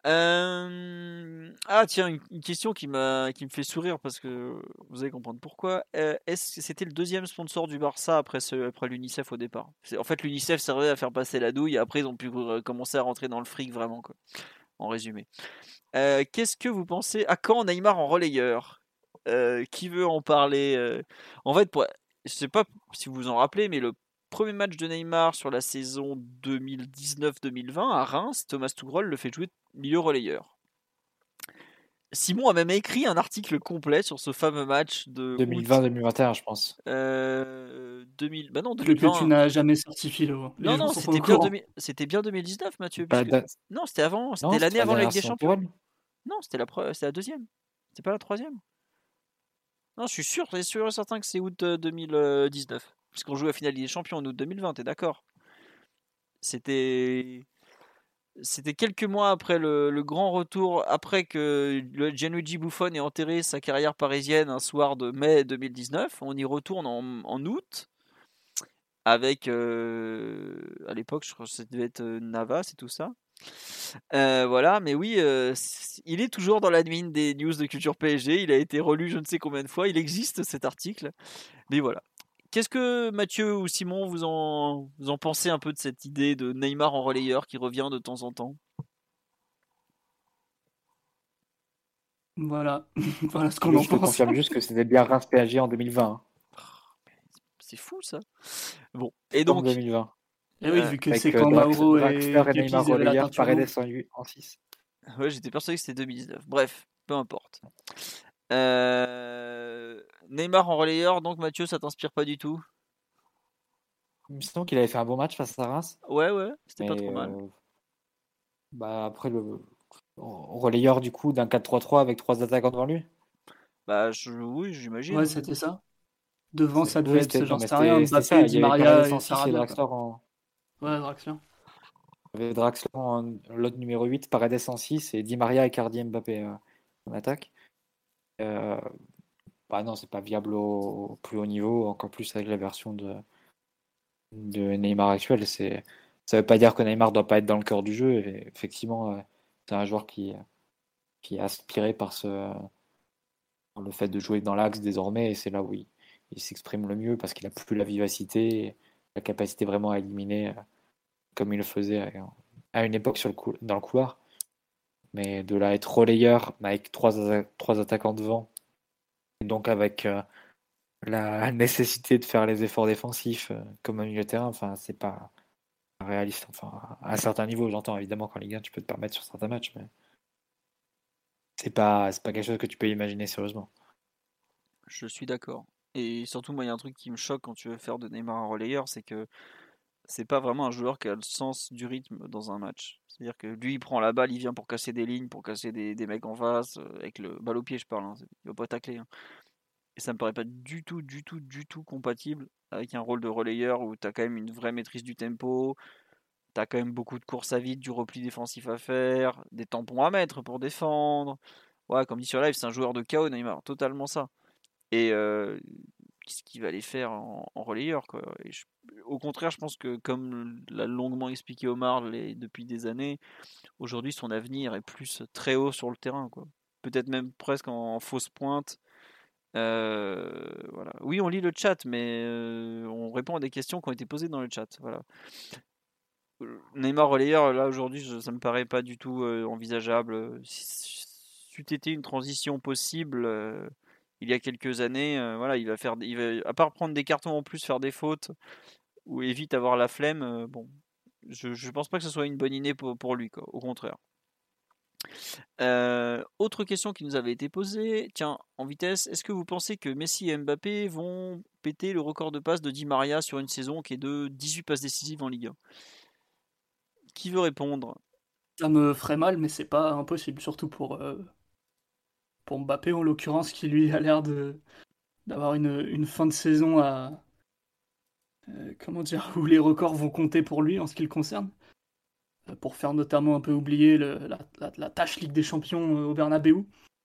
Euh, Ah tiens, une, une question qui m'a, qui me fait sourire parce que vous allez comprendre pourquoi. Euh, Est-ce que c'était le deuxième sponsor du Barça après, ce... après l'UNICEF au départ? C'est- En fait, l'UNICEF servait à faire passer la douille et après ils ont pu euh, commencer à rentrer dans le fric vraiment quoi. En résumé. Euh, Qu'est-ce que vous pensez? À quand Neymar en relayeur? Euh, qui veut en parler? euh En fait, pour... je sais pas si vous vous en rappelez, mais le premier match de Neymar sur la saison deux mille dix-neuf deux mille vingt à Reims, Thomas Tuchel le fait jouer milieu relayeur. Simon a même écrit un article complet sur ce fameux match de deux mille vingt deux mille vingt et un, je pense. Euh, deux mille... Bah non, Que, deux mille vingt. que tu n'as jamais sorti Philo. Les Non, gens non, sont c'était pas au bien, courant. deux mille... c'était bien deux mille dix-neuf, Mathieu. Pas puisque- da- Non, c'était avant. C'était Non, l'année la avant la dernière Ligue des saison Champions. Tourelle. Non, c'était la, pre... c'était la deuxième. C'était pas la troisième. Non, je suis sûr, je suis sûr et certain que c'est août euh, deux mille dix-neuf. Puisqu'on joue à la finale des Champions en août deux mille vingt, t'es d'accord? C'était... C'était quelques mois après le, le grand retour, après que le Gianluigi Buffon ait enterré sa carrière parisienne un soir de mai deux mille dix-neuf. On y retourne en, en août avec, euh, à l'époque, je crois que ça devait être euh, Navas et tout ça. Euh, voilà, mais oui, euh, c- il est toujours dans l'admin des news de Culture P S G. Il a été relu je ne sais combien de fois. Il existe cet article. Mais voilà. Qu'est-ce que Mathieu ou Simon vous en, vous en pensez un peu de cette idée de Neymar en relayeur qui revient de temps en temps? Voilà, voilà ce qu'on Je en te pense. confirme juste que c'était bien Reims P S G en deux mille vingt. hein. C'est fou ça. Bon, et Septembre donc, deux mille vingt. Et oui, euh, vu que Avec c'est euh, quand Drax- Mauro et Draxler et Pepis Neymar avaient la relayeur, teinture rouge. Paredes en huit- en six. ouais, j'étais persuadé que c'était deux mille dix-neuf. Bref, peu importe. Euh, Neymar en relayeur, donc Mathieu, ça t'inspire pas du tout? Il me semble qu'il avait fait un bon match face à Reims. Ouais, ouais, c'était pas Mais, trop mal. euh, bah, après, le relayeur du coup d'un quatre trois trois avec trois attaquants devant lui. Bah, je... oui, j'imagine. Ouais, hein. c'était ça. Devant, C'est- ça devait Oui, être, c'était j'en non, mais sais rien, c'était c'était ça. Mbappé, Il Di y avait Maria Paredes et en six et Sarabia, quoi. Draxler en. Ouais, Draxler. Il y avait Draxler en l'autre numéro huit, Paredes en six et Di Maria, Icardi, Mbappé euh, en attaque. Euh, Bah non, c'est pas viable au, au plus haut niveau, encore plus avec la version de, de Neymar actuelle. C'est, ça veut pas dire que Neymar doit pas être dans le cœur du jeu. Et effectivement, euh, c'est un joueur qui, qui est aspiré par ce, par le fait de jouer dans l'axe désormais, et c'est là où il, il s'exprime le mieux parce qu'il a plus la vivacité, et la capacité vraiment à éliminer euh, comme il le faisait à, à une époque sur le cou- dans le couloir. Mais de là être relayeur avec trois, a- trois attaquants devant, et donc avec euh, la nécessité de faire les efforts défensifs euh, comme un milieu de terrain, enfin, c'est pas réaliste. Enfin, à un certain niveau, j'entends évidemment qu'en Ligue un, tu peux te permettre sur certains matchs, mais c'est pas, c'est pas quelque chose que tu peux imaginer sérieusement. Je suis d'accord. Et surtout, moi, il y a un truc qui me choque quand tu veux faire de Neymar un relayeur, c'est que c'est pas vraiment un joueur qui a le sens du rythme dans un match. C'est-à-dire que lui, il prend la balle, il vient pour casser des lignes, pour casser des, des mecs en face, euh, avec le balle au pied, je parle. Hein, il va pas tacler. Hein. Et ça me paraît pas du tout, du tout, du tout compatible avec un rôle de relayeur où tu as quand même une vraie maîtrise du tempo, tu as quand même beaucoup de courses à vide, du repli défensif à faire, des tampons à mettre pour défendre. Ouais, comme dit sur live, c'est un joueur de chaos, Neymar, totalement ça. Et euh, qu'est-ce qu'il va aller faire en, en relayeur quoi. Et je- Au contraire, je pense que comme l'a longuement expliqué Omar les- depuis des années, aujourd'hui son avenir est plus très haut sur le terrain, quoi. Peut-être même presque en, en fausse pointe. Euh, voilà. Oui, on lit le chat, mais euh, on répond à des questions qui ont été posées dans le chat. Voilà. Euh, Neymar relayeur, là aujourd'hui, je- ça me paraît pas du tout euh, envisageable. Si c'eût été une transition possible euh, il y a quelques années, euh, voilà, il va faire, il va, à part prendre des cartons en plus, faire des fautes ou évite avoir la flemme. euh, bon, je, je pense pas que ce soit une bonne idée pour, pour lui, quoi. Au contraire. Euh, autre question qui nous avait été posée, tiens, en vitesse, est-ce que vous pensez que Messi et Mbappé vont péter le record de passes de Di Maria sur une saison qui est de dix-huit passes décisives en Ligue un? Qui veut répondre? Ça me ferait mal, mais c'est pas impossible, surtout pour, euh, pour Mbappé en l'occurrence, qui lui a l'air de d'avoir une, une fin de saison à euh, comment dire où les records vont compter pour lui en ce qui le concerne. Euh, Pour faire notamment un peu oublier le- la, la- la tâche Ligue des Champions euh, au Bernabeu.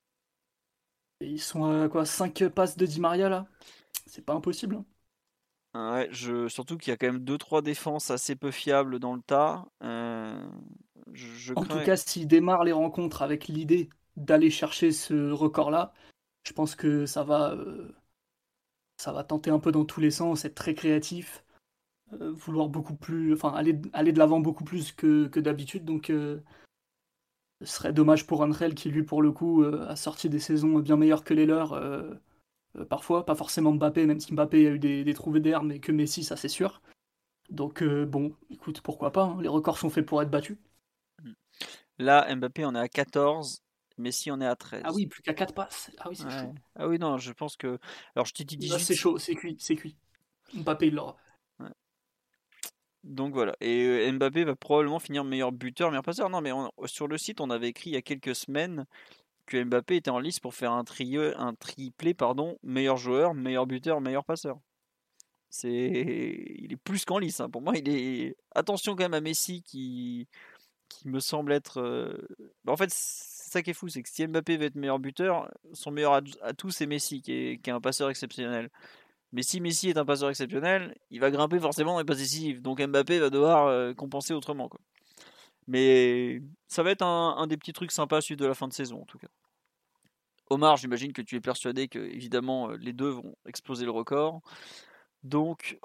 Et ils sont à quoi cinq passes de Di Maria là? C'est pas impossible. Hein. Ouais, je, surtout qu'il y a quand même deux trois défenses assez peu fiables dans le tas. Euh, je, je En tout crains. cas, s'il démarre les rencontres avec l'idée d'aller chercher ce record-là, je pense que ça va, euh, ça va tenter un peu dans tous les sens, être très créatif, euh, vouloir beaucoup plus, enfin aller, aller de l'avant beaucoup plus que, que d'habitude. Donc, euh, ce serait dommage pour Andrel qui, lui, pour le coup, euh, a sorti des saisons bien meilleures que les leurs, euh, euh, parfois. Pas forcément Mbappé, même si Mbappé a eu des, des trous d'air, mais que Messi, ça c'est sûr. Donc, euh, bon, écoute, pourquoi pas, hein, les records sont faits pour être battus. Là, Mbappé en est à quatorze, Messi en est à Ah treize. oui, plus qu'à quatre passes. Ah oui, c'est Ouais. chaud. Ah oui, non, je pense que. Alors, je t'ai dit Là, c'est dix-huit. chaud, c'est cuit, c'est cuit. Mbappé, il l'aura. Ouais. Donc voilà. Et euh, Mbappé va probablement finir meilleur buteur, meilleur passeur. Non, mais on- sur le site, on avait écrit il y a quelques semaines que Mbappé était en lice pour faire un, trio, un triplé, pardon, meilleur joueur, meilleur buteur, meilleur passeur. C'est, il est plus qu'en lice. Hein. Pour moi, il est. Attention quand même à Messi qui, qui me semble être. euh, bah, en fait, c'est ça qui est fou, c'est que si Mbappé veut être meilleur buteur, son meilleur atout c'est Messi qui est, qui est un passeur exceptionnel. Mais si Messi est un passeur exceptionnel, il va grimper forcément dans les passes décisives. Donc Mbappé va devoir euh, compenser autrement. Quoi. Mais ça va être un, un des petits trucs sympas suite de la fin de saison en tout cas. Omar, j'imagine que tu es persuadé que évidemment les deux vont exploser le record. Donc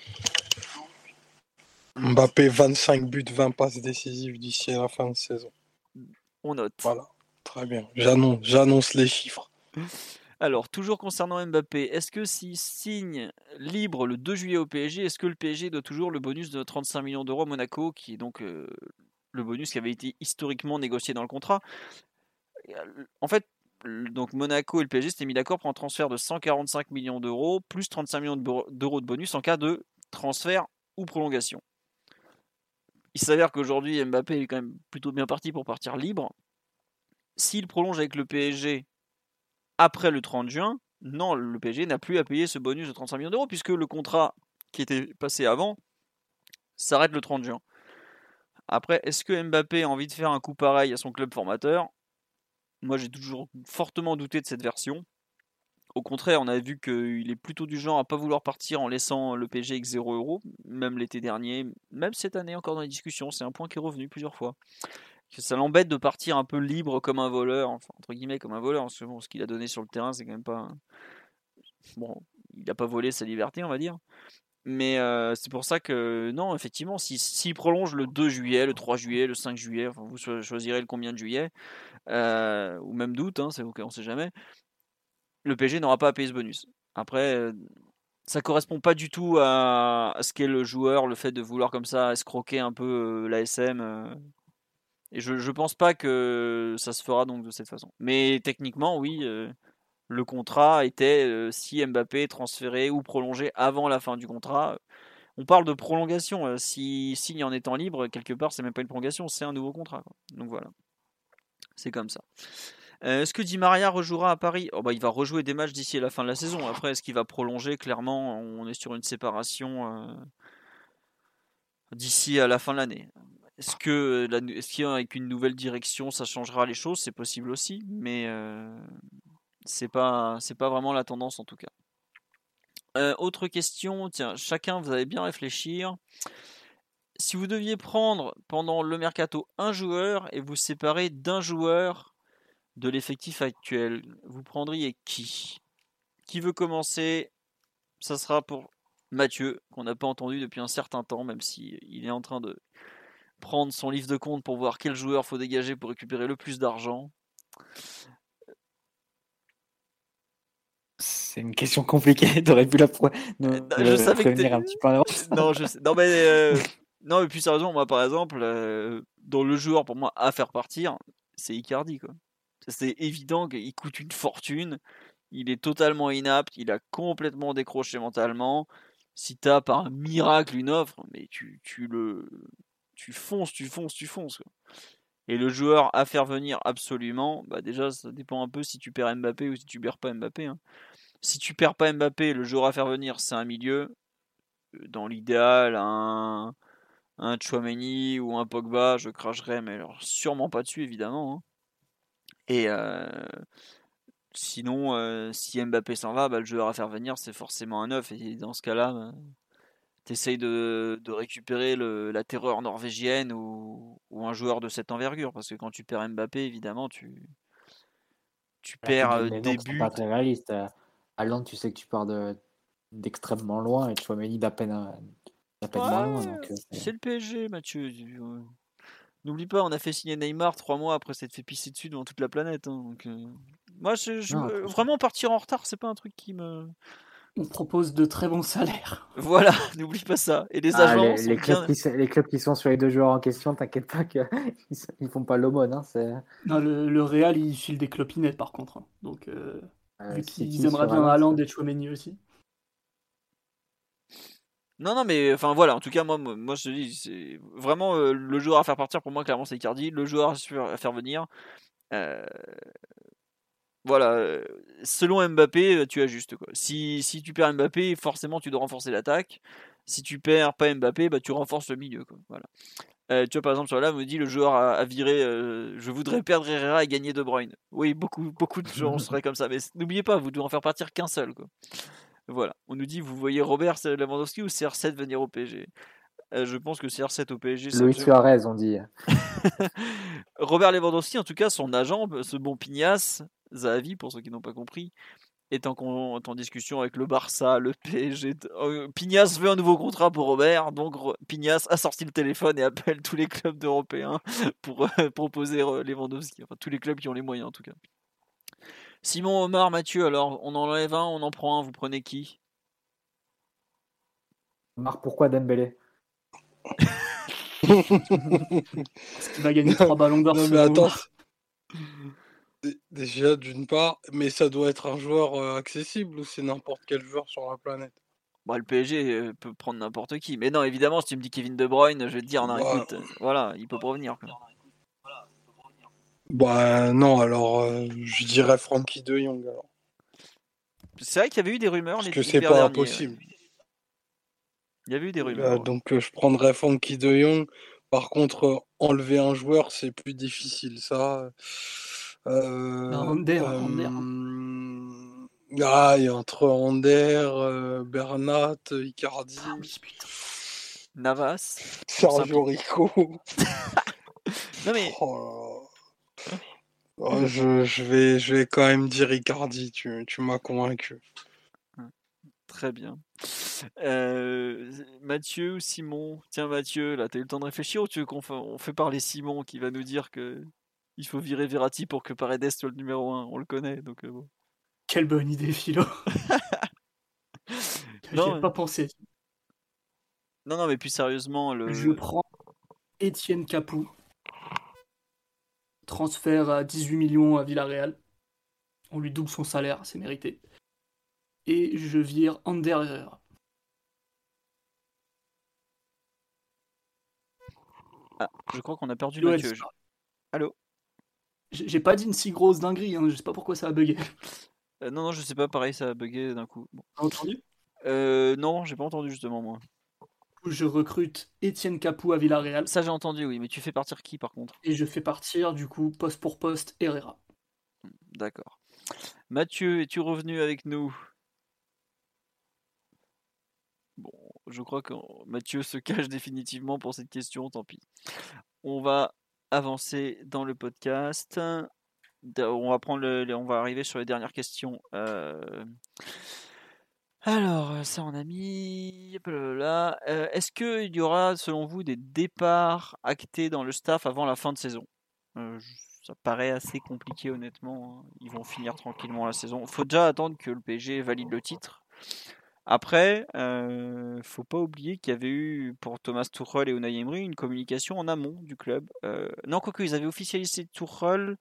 Mbappé, vingt-cinq buts, vingt passes décisives d'ici à la fin de saison. on note. Voilà, très bien. J'annonce, j'annonce les chiffres. Alors, toujours concernant Mbappé, est-ce que s'il signe libre le deux juillet au P S G, est-ce que le P S G doit toujours le bonus de trente-cinq millions d'euros à Monaco, qui est donc euh, le bonus qui avait été historiquement négocié dans le contrat? En fait, donc Monaco et le P S G s'étaient mis d'accord pour un transfert de cent quarante-cinq millions d'euros, plus trente-cinq millions d'euros de bonus en cas de transfert ou prolongation. Il s'avère qu'aujourd'hui, Mbappé est quand même plutôt bien parti pour partir libre. S'il prolonge avec le P S G, après le trente juin, non, le P S G n'a plus à payer ce bonus de trente-cinq millions d'euros puisque le contrat qui était passé avant s'arrête le trente juin. Après, est-ce que Mbappé a envie de faire un coup pareil à son club formateur ? Moi, j'ai toujours fortement douté de cette version. Au contraire, on a vu qu'il est plutôt du genre à pas vouloir partir en laissant le P S G avec zéro euro, même l'été dernier, même cette année encore dans les discussions, c'est un point qui est revenu plusieurs fois. Ça l'embête de partir un peu libre comme un voleur, enfin entre guillemets comme un voleur, parce que bon, ce qu'il a donné sur le terrain, c'est quand même pas... Bon, il n'a pas volé sa liberté, on va dire. Mais euh, c'est pour ça que, non, effectivement, s'il si, si prolonge le deux juillet, le trois juillet, le cinq juillet, enfin, vous choisirez le combien de juillet, euh, ou même d'août, hein, c'est, on ne sait jamais, le P S G n'aura pas à payer ce bonus. Après, euh, ça correspond pas du tout à, à ce qu'est le joueur, le fait de vouloir comme ça escroquer un peu euh, l'A S M. Euh, et je, je pense pas que ça se fera donc de cette façon. Mais techniquement, oui, euh, le contrat était, euh, si Mbappé est transféré ou prolongé avant la fin du contrat, on parle de prolongation. Euh, si signe en étant libre, quelque part, c'est même pas une prolongation, c'est un nouveau contrat, quoi. Donc voilà, c'est comme ça. Euh, est-ce que Di Maria rejouera à Paris ? Oh bah, il va rejouer des matchs d'ici à la fin de la saison. Après, est-ce qu'il va prolonger ? Clairement, on est sur une séparation euh, d'ici à la fin de l'année. Est-ce que la, est-ce qu'avec une nouvelle direction, ça changera les choses ? C'est possible aussi, mais euh, c'est pas, c'est pas vraiment la tendance en tout cas. Euh, autre question, tiens, chacun, vous allez bien réfléchir. Si vous deviez prendre pendant le mercato un joueur et vous séparer d'un joueur de l'effectif actuel, vous prendriez qui ? Qui veut commencer ? Ça sera pour Mathieu, qu'on n'a pas entendu depuis un certain temps, même s'il si est en train de prendre son livre de compte pour voir quel joueur faut dégager pour récupérer le plus d'argent. C'est une question compliquée, t'aurais pu la pro... non, euh, je savais prévenir que un petit peu en avance. non, je sais. Non, mais euh... non, et puis sérieusement, moi par exemple, euh, dans le joueur pour moi à faire partir, c'est Icardi, quoi. C'est évident qu'il coûte une fortune. Il est totalement inapte. Il a complètement décroché mentalement. Si t'as par un miracle une offre, mais tu, tu le, tu fonces, tu fonces, tu fonces, quoi. Et le joueur à faire venir absolument, bah déjà ça dépend un peu si tu perds Mbappé ou si tu perds pas Mbappé, hein. Si tu perds pas Mbappé, le joueur à faire venir c'est un milieu. Dans l'idéal, un, un Tchouaméni ou un Pogba, je cracherais, mais alors sûrement pas dessus évidemment, hein. Et euh, sinon, euh, si Mbappé s'en va, bah, le joueur à faire venir c'est forcément un neuf. Et dans ce cas-là, bah, t'essayes de, de récupérer le, la terreur norvégienne ou, ou un joueur de cette envergure. Parce que quand tu perds Mbappé, évidemment, tu, tu perds euh, Mais des non, c'est buts. pas très réaliste. À Londres, tu sais que tu pars de, d'extrêmement loin et Tchouaméni d'à peine, d'à peine Ouais, moins loin. Donc, c'est le P S G, Mathieu. N'oublie pas, on a fait signer Neymar trois mois après s'être fait pisser dessus devant toute la planète, hein. Donc, euh, moi, je, je, non, euh, vraiment partir en retard, c'est pas un truc qui me. On propose de très bons salaires. Voilà, n'oublie pas ça. Et les ah, agents les, sont les, bien. clubs qui, les clubs qui sont sur les deux joueurs en question, t'inquiète pas qu'ils ils font pas l'aumône. Hein, c'est... Non, le, le Real, il file des clopinettes par contre, hein. Donc, euh, Euh, vu City qu'ils aimeraient sur bien Haaland, Haaland ça. et Tchouaméni aussi. Non, non, mais enfin voilà, en tout cas, moi, moi, moi, je te dis, c'est vraiment euh, le joueur à faire partir pour moi, clairement, c'est Icardi. Le joueur à faire- à faire venir, euh, voilà, euh, selon Mbappé, euh, tu ajustes, quoi. Si, si tu perds Mbappé, forcément, tu dois renforcer l'attaque. Si tu perds pas Mbappé, bah, tu renforces le milieu, quoi. Voilà. Euh, tu vois, par exemple, sur là, me dit le joueur à, à virer, euh, je voudrais perdre Herrera et gagner De Bruyne. Oui, beaucoup, beaucoup de gens seraient comme ça, mais n'oubliez pas, vous devez en faire partir qu'un seul, quoi. Voilà. On nous dit, vous voyez Robert Lewandowski ou C R sept venir au P S G ? Euh, je pense que C R sept au P S G, c'est Luis absolument... Suarez, on dit. Robert Lewandowski, en tout cas, son agent, ce bon Pignas, Zahavi, pour ceux qui n'ont pas compris, est en, con- en discussion avec le Barça, le P S G. Euh, Pignas veut un nouveau contrat pour Robert, donc Ro- Pignas a sorti le téléphone et appelle tous les clubs européens pour euh, proposer euh, Lewandowski. Enfin, tous les clubs qui ont les moyens, en tout cas. Simon, Omar, Mathieu, alors, on en enlève un, on en prend un, vous prenez qui ? Marc, pourquoi Dembélé ? Parce qu'il va gagner trois ballons d'or. Non, ce mais attends. Omar. D- Déjà, d'une part, mais ça doit être un joueur euh, accessible ou c'est n'importe quel joueur sur la planète? Bon, le P S G euh, peut prendre n'importe qui. Mais non, évidemment, si tu me dis Kevin De Bruyne, je vais te dire, non, Ouais. écoute, euh, voilà, il peut pas revenir, quoi. Bah non, alors euh, je dirais Frankie de Jong alors. C'est vrai qu'il y avait eu des rumeurs Parce l'hiver que c'est pas dernier. impossible. Ouais. Il y avait eu des Euh, rumeurs. Ouais. donc euh, je prendrais Frankie de Jong. Par contre, euh, enlever un joueur, c'est plus difficile, ça. Euh, Bah, Ander, Ander. euh, Ah, il y a entre Ander, euh, Bernat, Icardi, Ah oui, putain. Navas. Sergio Rico. Non mais. Oh là là. Oh, je, je vais, je vais quand même dire Icardi, tu, tu m'as convaincu. Très bien. Euh, Mathieu ou Simon? Tiens Mathieu, là t'as eu le temps de réfléchir ou tu veux qu'on fa- on fait parler Simon qui va nous dire que il faut virer Verratti pour que Paredes soit le numéro un. On le connaît donc euh, bon. Quelle bonne idée, Philo. J'y Non, ai mais... pas pensé. non, non, mais plus sérieusement, le. Je prends Étienne Capoue. Transfert à dix-huit millions à Villarreal. On lui double son salaire, c'est mérité. Et je vire Ander Herrera. Ah, je crois qu'on a perdu Philo, Mathieu. Je- Allô? J'ai j'ai pas dit une si grosse dinguerie, hein, je sais pas pourquoi ça a bugué. Euh, non, non, je sais pas, pareil, ça a bugué d'un coup. Bon. T'as entendu? Euh, non, j'ai pas entendu justement moi. Je recrute Étienne Capoue à Villarreal. Ça j'ai entendu, oui, mais tu fais partir qui par contre? Et je fais partir, du coup, poste pour poste, Herrera. D'accord. Mathieu, es-tu revenu avec nous? Bon, je crois que Mathieu se cache définitivement pour cette question, tant pis. On va avancer dans le podcast. On va prendre le, on va arriver sur les dernières questions. Euh... Alors, ça on a mis. Là, euh, est-ce qu'il y aura, selon vous, des départs actés dans le staff avant la fin de saison? euh, Ça paraît assez compliqué, honnêtement. Ils vont finir tranquillement la saison. Il faut déjà attendre que le P S G valide le titre. Après, euh, faut pas oublier qu'il y avait eu pour Thomas Tuchel et Unai Emery une communication en amont du club. Euh, non, quoique ils avaient officialisé Tuchel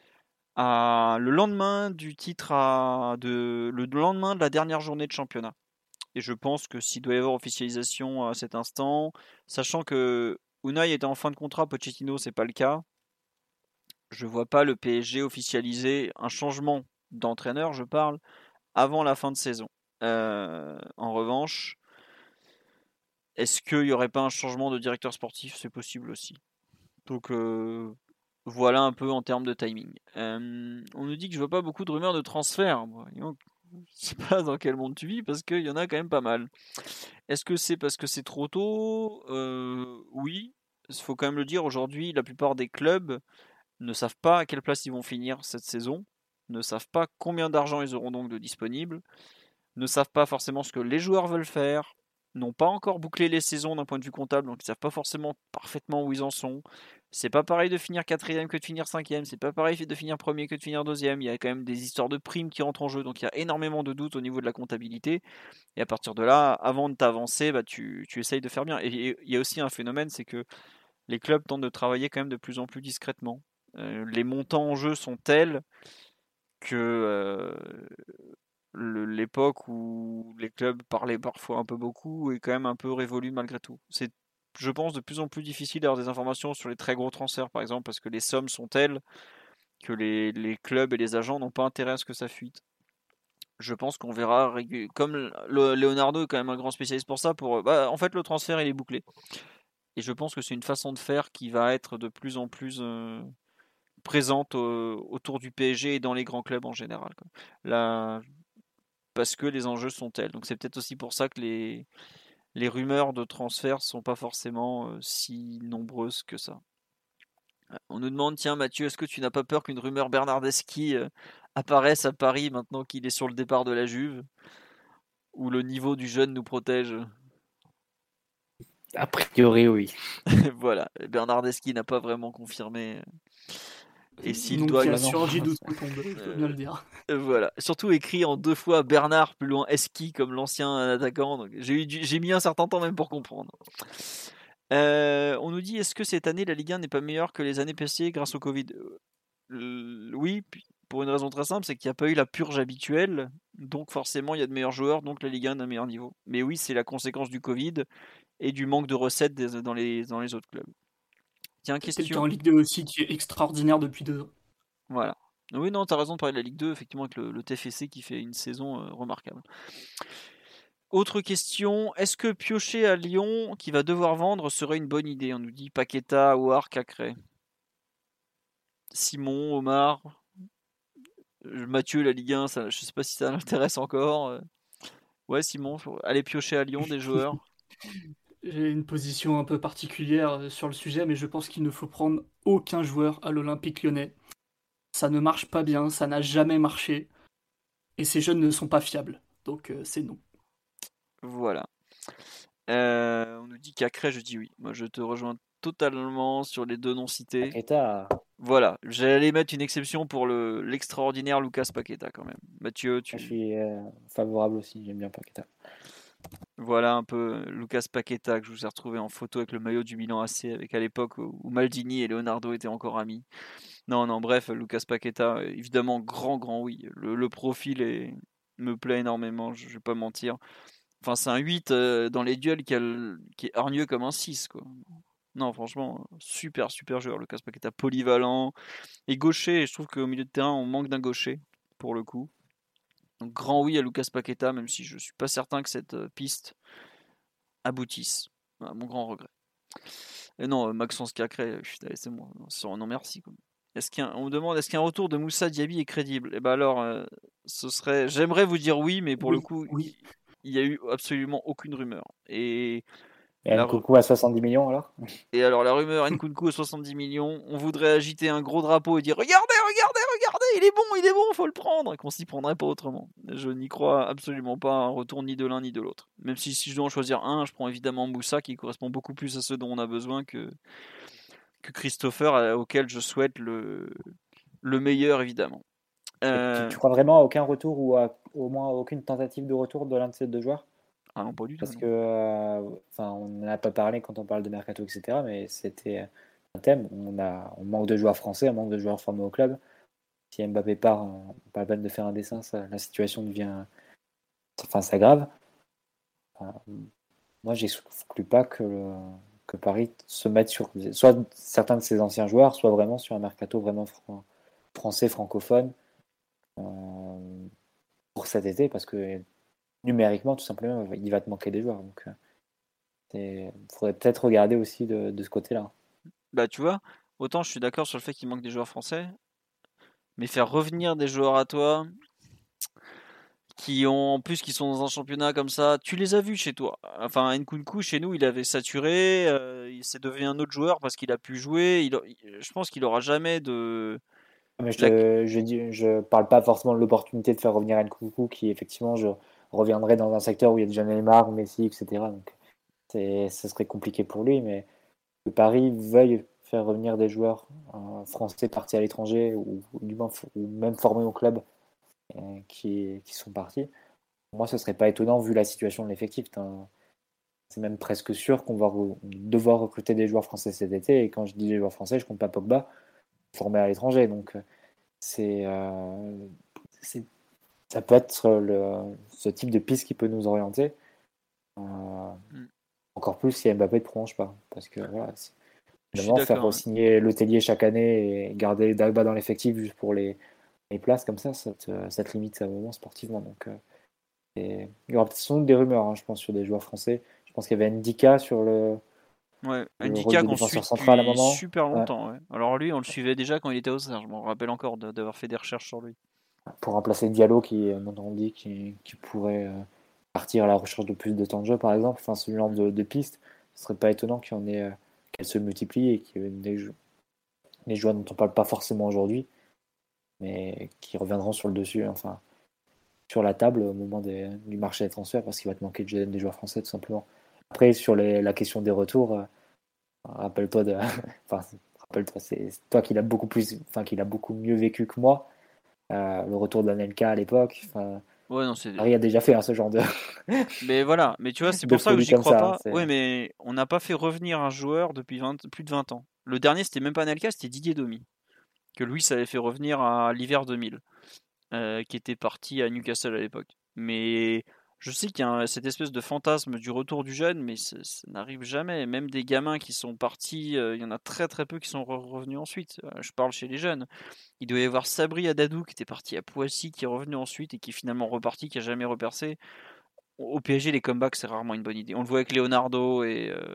à, le lendemain du titre, à, de, le lendemain de la dernière journée de championnat. Et je pense que s'il doit y avoir officialisation à cet instant, sachant que Unai était en fin de contrat, Pochettino c'est pas le cas. Je vois pas le P S G officialiser un changement d'entraîneur, je parle, avant la fin de saison. Euh, en revanche, est-ce qu'il n'y aurait pas un changement de directeur sportif? C'est possible aussi. Donc euh, voilà un peu en termes de timing. Euh, on nous dit que je vois pas beaucoup de rumeurs de transfert. Bon, je sais pas dans quel monde tu vis parce qu'il y en a quand même pas mal. Est-ce que c'est parce que c'est trop tôt? euh, Oui. Il faut quand même le dire, aujourd'hui, la plupart des clubs ne savent pas à quelle place ils vont finir cette saison, ne savent pas combien d'argent ils auront donc de disponible, ne savent pas forcément ce que les joueurs veulent faire, n'ont pas encore bouclé les saisons d'un point de vue comptable, donc ils savent pas forcément parfaitement où ils en sont. C'est pas pareil de finir quatrième que de finir cinquième, c'est pas pareil de finir premier que de finir deuxième. Il y a quand même des histoires de primes qui rentrent en jeu, donc il y a énormément de doutes au niveau de la comptabilité. Et à partir de là, avant de t'avancer, bah, tu, tu essayes de faire bien. Et il y a aussi un phénomène, c'est que les clubs tentent de travailler quand même de plus en plus discrètement. Euh, les montants en jeu sont tels que euh, le- l'époque où les clubs parlaient parfois un peu beaucoup est quand même un peu révolue malgré tout. C'est, je pense, de plus en plus difficile d'avoir des informations sur les très gros transferts, par exemple, parce que les sommes sont telles que les, les clubs et les agents n'ont pas intérêt à ce que ça fuite. Je pense qu'on verra, régu- comme le- Leonardo est quand même un grand spécialiste pour ça, pour, bah, en fait, le transfert il est bouclé. Et je pense que c'est une façon de faire qui va être de plus en plus euh, présente euh, autour du P S G et dans les grands clubs en général, quoi. Là, parce que les enjeux sont tels. Donc c'est peut-être aussi pour ça que les, les rumeurs de transfert sont pas forcément euh, si nombreuses que ça. On nous demande, tiens Mathieu, est-ce que tu n'as pas peur qu'une rumeur Bernardeschi euh, apparaisse à Paris maintenant qu'il est sur le départ de la Juve, où le niveau du jeune nous protège? A priori, oui. Voilà, Bernardeschi n'a pas vraiment confirmé. Et s'il Donc doit... il y a Bah non. surgi d'outre-tombe, je dois bien le dire. Euh, Voilà, surtout écrit en deux fois Bernard plus loin Eski comme l'ancien attaquant. Donc j'ai eu du- j'ai mis un certain temps même pour comprendre. Euh, on nous dit, est-ce que cette année la Ligue un n'est pas meilleure que les années passées grâce au Covid? Euh, Oui, puis pour une raison très simple, c'est qu'il n'y a pas eu la purge habituelle, donc forcément il y a de meilleurs joueurs, donc la Ligue un a un meilleur niveau. Mais oui, c'est la conséquence du Covid et du manque de recettes des- dans les, dans les autres clubs. Tiens, Quelqu'un question. en Ligue deux aussi qui est extraordinaire depuis deux ans. Voilà. Oui, non, t'as raison de parler de la Ligue deux, effectivement, avec le, le T F C qui fait une saison euh, remarquable. Autre question, est-ce que piocher à Lyon, qui va devoir vendre, serait une bonne idée? On nous dit Paqueta, Aouar, Cacré. Simon, Omar, euh, Mathieu, la Ligue un, ça, je sais pas si ça l'intéresse encore. euh. Ouais, Simon, faut aller piocher à Lyon des joueurs. J'ai une position un peu particulière euh, sur le sujet, mais je pense qu'il ne faut prendre aucun joueur à l'Olympique Lyonnais. Ça ne marche pas bien, ça n'a jamais marché, et ces jeunes ne sont pas fiables. Donc euh, c'est non. Voilà. Euh, on nous dit Cacré, je dis oui. Moi, je te rejoins totalement sur les deux noms cités. Paqueta, Voilà, j'allais mettre une exception pour le, l'extraordinaire Lucas Paqueta quand même. Mathieu, je tu... suis euh, favorable aussi, j'aime bien Paqueta. Voilà un peu Lucas Paqueta que je vous ai retrouvé en photo avec le maillot du Milan A C, avec à l'époque où Maldini et Leonardo étaient encore amis. Non, non, bref, Lucas Paqueta, évidemment, grand, grand oui. Le, le profil est, me plaît énormément, je, je vais pas mentir. Enfin, c'est un huit euh, dans les duels qui, a le- qui est hargneux comme un six, quoi. Non, franchement, super, super joueur, Lucas Paqueta, polyvalent et gaucher. Et je trouve qu'au milieu de terrain, on manque d'un gaucher, pour le coup. Donc, grand oui à Lucas Paqueta, même si je suis pas certain que cette euh, piste aboutisse. Voilà, mon grand regret. Et non, euh, Maxence Cacré, putain, c'est bon, non, non merci. Quoi. Est-ce qu'un, on me demande est-ce qu'un retour de Moussa Diaby est crédible? Eh ben alors, euh, ce serait. J'aimerais vous dire oui, mais pour le Oui, coup, oui. il n'y a eu absolument aucune rumeur. Et Et la, ru- Nkunku à soixante-dix millions alors? et alors la rumeur Nkunku à soixante-dix millions, on voudrait agiter un gros drapeau et dire regardez, regardez, regardez, il est bon, il est bon, faut le prendre, et qu'on s'y prendrait pas autrement. Je n'y crois absolument pas à un retour ni de l'un ni de l'autre. Même si si je dois en choisir un, je prends évidemment Moussa qui correspond beaucoup plus à ce dont on a besoin que que Christopher, euh, auquel je souhaite le, le meilleur, évidemment. Et tu, Euh... tu crois vraiment à aucun retour ou à au moins aucune tentative de retour de l'un de ces deux joueurs? Ah non, pas du tout. Parce Non. que, euh, enfin, on n'en a pas parlé quand on parle de Mercato, et cetera. Mais c'était un thème. On, a, on manque de joueurs français, on manque de joueurs formés au club. Si Mbappé part, on- pas la peine de faire un dessin, ça, la situation devient, enfin, s'aggrave. Enfin, moi, j'exclus pas que, le- que Paris se mette sur soit certains de ses anciens joueurs, soit vraiment sur un mercato vraiment fran- français, francophone, euh, pour cet été, parce que numériquement, tout simplement, il va te manquer des joueurs. Donc, il faudrait peut-être regarder aussi de, de ce côté-là. Bah, tu vois, autant je suis d'accord sur le fait qu'il manque des joueurs français, mais faire revenir des joueurs à toi qui ont en plus qui sont dans un championnat comme ça, tu les as vus chez toi. Enfin, Nkunku chez nous, il avait saturé, euh, il s'est devenu un autre joueur parce qu'il a pu jouer. Il, a- je pense qu'il aura jamais de Mais je la... te, je dis, je parle pas forcément de l'opportunité de faire revenir Nkunku, qui effectivement, je reviendrai dans un secteur où il y a déjà Neymar, Messi, et cetera. Donc, c'est, ce serait compliqué pour lui, mais que Paris veuille faire revenir des joueurs euh, français partis à l'étranger ou, ou du moins, ou même formés au club euh, qui, qui sont partis, moi, ce serait pas étonnant vu la situation de l'effectif. T'as- C'est même presque sûr qu'on va re- devoir recruter des joueurs français cet été. Et quand je dis les joueurs français, je compte pas Pogba, formé à l'étranger. Donc, euh, c'est, euh, c'est- ça peut être le, ce type de piste qui peut nous orienter. Euh, Hmm. encore plus si Mbappé ne prolonge pas. Parce que voilà, c'est- Je suis évidemment, faire d'accord. Ouais. signer l'hôtelier chaque année et garder Dagba dans l'effectif juste pour les, les places comme ça, ça te, ça te limite à un moment sportivement. Donc, euh, et il y aura peut-être sans doute des rumeurs, hein, je pense, sur des joueurs français. Je pense qu'il y avait Ndika sur le, Ouais, le rôle Ndika de qu'on suit défenseur central à un depuis moment. super Ouais. longtemps. Ouais. Alors lui, on le suivait déjà quand il était au Serre. Je m'en rappelle encore de- d'avoir fait des recherches sur lui. Pour remplacer Diallo qui, euh, dont on dit qui, qui pourrait euh, partir à la recherche de plus de temps de jeu, par exemple. Enfin, ce genre de, de piste, ce serait pas étonnant qu'il y en ait, euh, qu'elles se multiplient et qu'il y ait des, jou- des joueurs dont on parle pas forcément aujourd'hui, mais qui reviendront sur le dessus, enfin, sur la table au moment des- du marché des transferts parce qu'il va te manquer de- des joueurs français, tout simplement. Après, sur les- la question des retours, euh, rappelle-toi de. Enfin, rappelle-toi, c'est c'est toi qui l'as beaucoup plus, enfin, qui l'a beaucoup mieux vécu que moi. Euh, le retour d'Anelka à l'époque. Enfin, Ouais, non, c'est. Paris a déjà fait hein, ce genre de, Mais voilà, mais tu vois, c'est de pour ça que folie j'y comme crois ça. Hein, pas. c'est- Ouais, mais on n'a pas fait revenir un joueur depuis vingt plus de vingt ans. Le dernier, c'était même pas Anelka, c'était Didier Domi. Que lui, ça avait fait revenir à l'hiver deux mille. Euh, qui était parti à Newcastle à l'époque. Mais je sais qu'il y a un- cette espèce de fantasme du retour du jeune, mais ça, ça n'arrive jamais. Même des gamins qui sont partis, euh, il y en a très très peu qui sont re- revenus ensuite. Euh, je parle chez les jeunes. Il doit y avoir Sabri Adadou qui était parti à Poissy, qui est revenu ensuite et qui est finalement reparti, qui a jamais repercé. Au P S G, les comebacks, c'est rarement une bonne idée. On le voit avec Leonardo et. euh,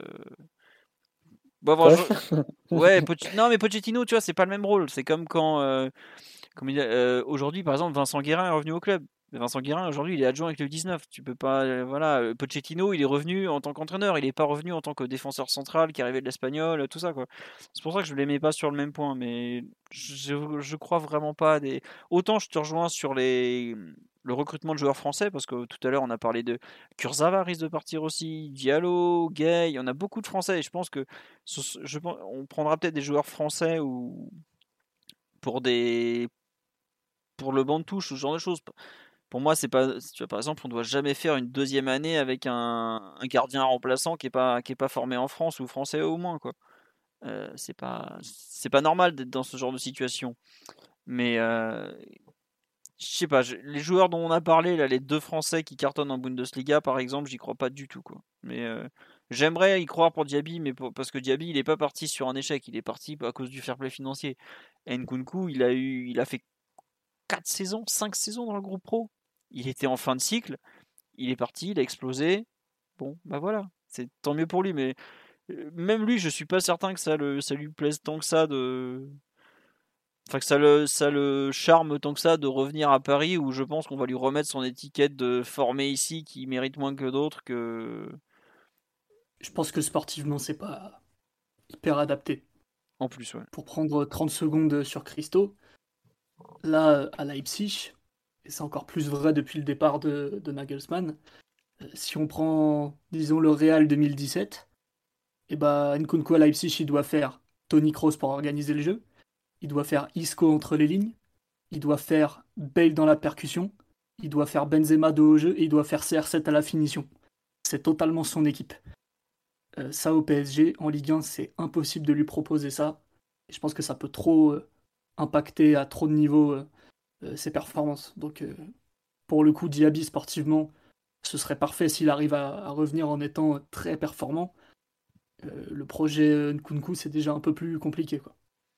Bon, Ouais. franchement, ouais, Poch- non, mais Pochettino, tu vois, c'est pas le même rôle. C'est comme quand. euh, comme il a- euh, aujourd'hui, par exemple, Vincent Guérin est revenu au club. Vincent Guérin, aujourd'hui, il est adjoint avec le dix-neuf. Tu peux pas. euh, Voilà, euh, Pochettino, il est revenu en tant qu'entraîneur. Il est pas revenu en tant que défenseur central qui arrivait de l'Espagnol, tout ça, quoi. C'est pour ça que je l'aimais pas sur le même point. Mais je, je crois vraiment pas à des. Autant je te rejoins sur les. Le recrutement de joueurs français, parce que tout à l'heure on a parlé de Kurzawa risque de partir aussi, Diallo, Gay, il y en a beaucoup de Français et je pense que ce- je pense, on prendra peut-être des joueurs français ou pour des pour le banc de touche ou ce genre de choses. Pour moi, c'est pas tu vois, par exemple, on doit jamais faire une deuxième année avec un, un gardien remplaçant qui est pas qui est pas formé en France ou français au moins quoi. Euh, c'est pas c'est pas normal d'être dans ce genre de situation. Mais euh, je sais pas, je- les joueurs dont on a parlé là, les deux Français qui cartonnent en Bundesliga par exemple, j'y crois pas du tout quoi. Mais euh, j'aimerais y croire pour Diaby, mais pour- parce que Diaby il est pas parti sur un échec, il est parti à cause du fair play financier. Nkunku, il a eu, il a fait quatre saisons, cinq saisons dans le groupe pro. Il était en fin de cycle, il est parti, il a explosé. Bon, bah voilà, c'est tant mieux pour lui, mais euh, même lui, je suis pas certain que ça, le, ça lui plaise tant que ça de. Enfin, que ça le, ça le charme tant que ça de revenir à Paris où je pense qu'on va lui remettre son étiquette de formé ici qui mérite moins que d'autres que. Je pense que sportivement, c'est pas hyper adapté. En plus, ouais. Pour prendre trente secondes sur Christo, là, à Leipzig, et c'est encore plus vrai depuis le départ de, de Nagelsmann, euh, si on prend, disons, le Real deux mille dix-sept, et bah, Nkunku à Leipzig, il doit faire Toni Kroos pour organiser le jeu, il doit faire Isco entre les lignes, il doit faire Bale dans la percussion, il doit faire Benzema de haut jeu, et il doit faire C R sept à la finition. C'est totalement son équipe. Euh, ça, au P S G, en Ligue un, c'est impossible de lui proposer ça. Et je pense que ça peut trop euh, impacter à trop de niveaux euh, euh, ses performances. Donc, euh, pour le coup, Diaby, sportivement, ce serait parfait s'il arrive à, à revenir en étant très performant. Euh, le projet euh, Nkunku, c'est déjà un peu plus compliqué, quoi.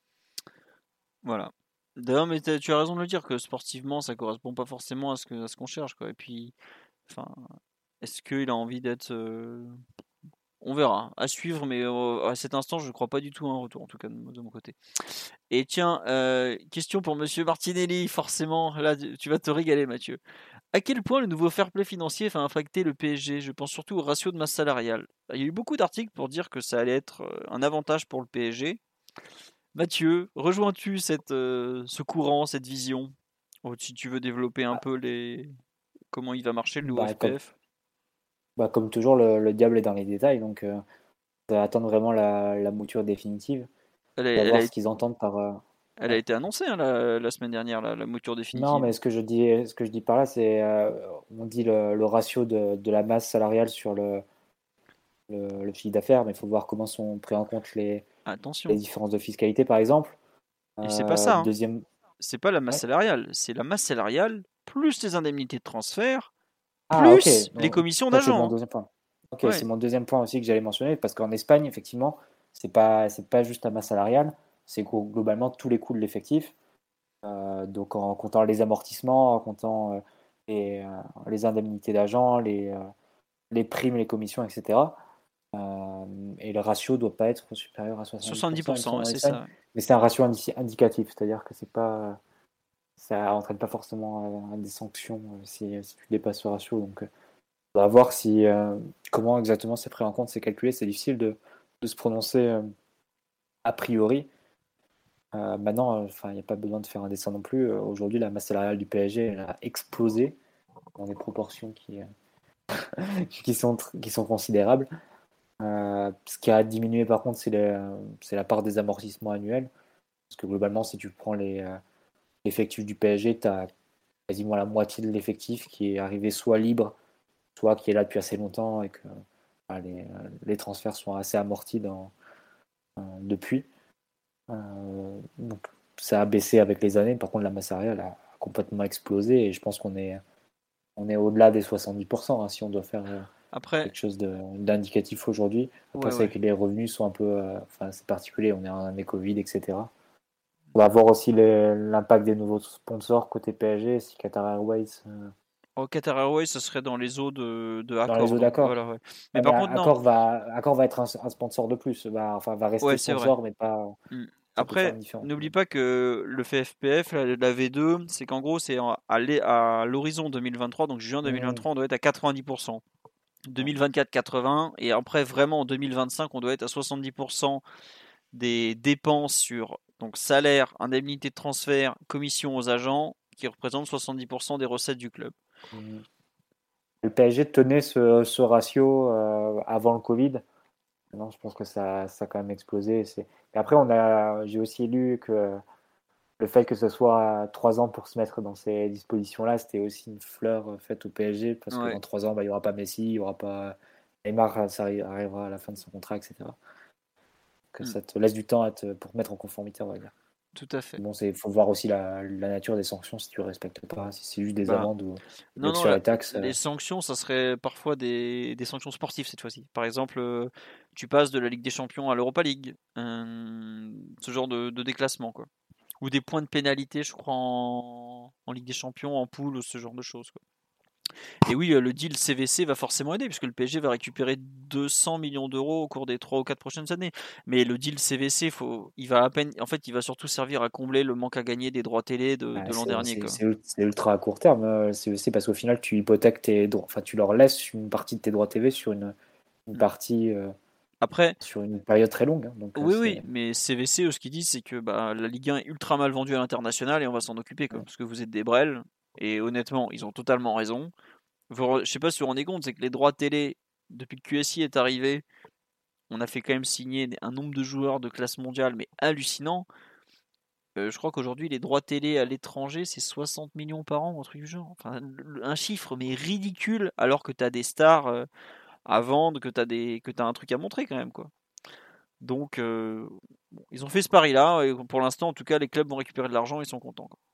Voilà. D'ailleurs, mais t'as- tu as raison de le dire que sportivement, ça correspond pas forcément à ce que, à ce qu'on cherche, quoi. Et puis, enfin, est-ce qu'il a envie d'être. euh, On verra. À suivre, mais euh, à cet instant, je ne crois pas du tout à un retour, en tout cas de, de mon côté. Et tiens, euh, question pour Monsieur Martinelli, forcément. Là, tu tu vas te régaler, Mathieu. À quel point le nouveau fair play financier va impacter le P S G? Je pense surtout au ratio de masse salariale. Il y a eu beaucoup d'articles pour dire que ça allait être euh, un avantage pour le P S G. Mathieu, rejoins-tu cette, euh, ce courant, cette vision? Ou si tu veux développer un Bah, peu les... comment il va marcher le nouveau bah, comme, F P F? bah, comme toujours, le, le diable est dans les détails, donc euh, on va attendre vraiment la, la mouture définitive. Elle a, On va elle a, voir ce qu'ils entendent par. euh, elle a ouais. été annoncée hein, la, la semaine dernière, la, la mouture Non, définitive. mais ce que je dis, ce que je dis par là, c'est euh, on dit le, le ratio de, de la masse salariale sur le, le, le chiffre d'affaires, mais il faut voir comment sont pris en compte les, les Attention. différences de fiscalité, par exemple. Et c'est pas Euh, ça, hein. deuxième. C'est pas la masse Ouais. salariale, c'est la masse salariale plus les indemnités de transfert, Ah, ok. plus les Donc, commissions ça, c'est mon d'agents. deuxième point. Ok, Hein. c'est Ouais. mon deuxième point aussi que j'allais mentionner, parce qu'en Espagne, effectivement, c'est pas, c'est pas juste la masse salariale, c'est glo- globalement tous les coûts de l'effectif. Euh, donc, en comptant les amortissements, en comptant euh, les, euh, les indemnités d'agents, les, euh, les primes, les commissions, et cetera. Euh, et le ratio ne doit pas être supérieur à soixante-dix pour cent, il me soixante-dix pour cent, semble, ouais, en c'est Espagne. ça. Ouais. Mais c'est un ratio indi- indicatif, c'est-à-dire que c'est pas, ça entraîne pas forcément euh, des sanctions euh, si, si tu dépasses ce ratio. Donc, euh, on va voir si, euh, comment exactement c'est pris en compte, c'est calculé. C'est difficile de, de se prononcer euh, a priori. Euh, maintenant, enfin, il n'y a pas besoin de faire un dessin non plus. Euh, Aujourd'hui, la masse salariale du P S G elle a explosé dans des proportions qui, euh, qui, sont, tr- qui sont considérables. Euh, ce qui a diminué par contre, c'est le- c'est la part des amortissements annuels. Parce que globalement, si tu prends les, euh, l'effectif du P S G, tu as quasiment la moitié de l'effectif qui est arrivé soit libre, soit qui est là depuis assez longtemps et que enfin, les, euh, les transferts sont assez amortis dans, euh, depuis. Euh, donc ça a baissé avec les années. Par contre, la masse salariale a complètement explosé et je pense qu'on est on est au-delà des soixante-dix pour cent hein, si on doit faire euh, Après, quelque chose de, d'indicatif aujourd'hui. Après, ouais, c'est ouais. que les revenus sont un peu. euh, Enfin, c'est particulier, on est en année Covid, et cetera. On va voir aussi les- l'impact des nouveaux sponsors côté P S G, si Qatar Airways. euh, Au Qatar Airways, ce serait dans les eaux de, de dans les Accor. eaux Donc d'accord. voilà, ouais. Mais Ouais, mais par contre, non. Accor va, Accor va être un, un sponsor de plus. Va, enfin, va rester Ouais, c'est vrai. sponsor, mais pas. Mm. Ça peut faire Après, une différence. n'oublie pas que le F F P F, la, la V deux, c'est qu'en gros, c'est en- à l'é- à l'horizon deux mille vingt-trois, donc juin Mmh. deux mille vingt-trois, on doit être à quatre-vingt-dix pour cent. deux mille vingt-quatre, quatre-vingts, et après, vraiment, en deux mille vingt-cinq, on doit être à soixante-dix pour cent des dépenses sur donc salaire, indemnité de transfert, commission aux agents, qui représentent soixante-dix pour cent des recettes du club. Mmh. Le P S G tenait ce, ce ratio euh, avant le Covid. Non, je pense que ça, ça a quand même explosé. C'est... Et après, on a, j'ai aussi lu que le fait que ce soit trois ans pour se mettre dans ces dispositions-là, c'était aussi une fleur euh, faite au P S G parce que Ouais. dans trois ans, bah, il n'y aura pas Messi, il n'y aura pas Neymar, ça arri- arrivera à la fin de son contrat, et cetera. Que Mm. ça te laisse du temps à te, pour te mettre en conformité, on va dire. Tout à fait. Bon, il faut voir aussi la, la nature des sanctions si tu ne respectes pas, si c'est juste des Bah, amendes ou non, blocs non, sur la- les taxes. euh, les sanctions, ça serait parfois des, des sanctions sportives cette fois-ci. Par exemple, euh, tu passes de la Ligue des Champions à l'Europa League, euh, ce genre de, de déclassement, quoi. Ou des points de pénalité, je crois, en, en Ligue des Champions, en poule, ou ce genre de choses, quoi. Et oui, euh, le deal C V C va forcément aider, puisque le P S G va récupérer deux cents millions d'euros au cours des trois ou quatre prochaines années. Mais le deal C V C, faut, il va à peine, en fait, il va surtout servir à combler le manque à gagner des droits télé de, Ah, de l'an c'est, dernier, c'est- quoi. c'est ul- c'est ultra à court terme, euh, c'est c'est parce qu'au final, tu hypothèques tes droits, enfin, tu leur laisses une partie de tes droits T V sur une, une Mm. partie, euh, Après, sur une période très longue. hein. Donc, euh, oui, c'est, oui, mais C V C, eux, ce qu'ils disent, c'est que bah, la Ligue un est ultra mal vendue à l'international et on va s'en occuper, quoi, parce que vous êtes des brels. Et honnêtement, ils ont totalement raison. Vous re- je sais pas si vous vous rendez compte, c'est que les droits télé, depuis que Q S I est arrivé, on a fait quand même signer un nombre de joueurs de classe mondiale, mais hallucinant. Euh, je crois qu'aujourd'hui, les droits télé à l'étranger, c'est soixante millions par an, un truc du genre. Enfin, le- un chiffre, mais ridicule, alors que tu as des stars euh, à vendre, que tu as des, que t'as un truc à montrer quand même, quoi. Donc, euh, bon, ils ont fait ce pari-là, et pour l'instant, en tout cas, les clubs vont récupérer de l'argent, ils sont contents, quoi.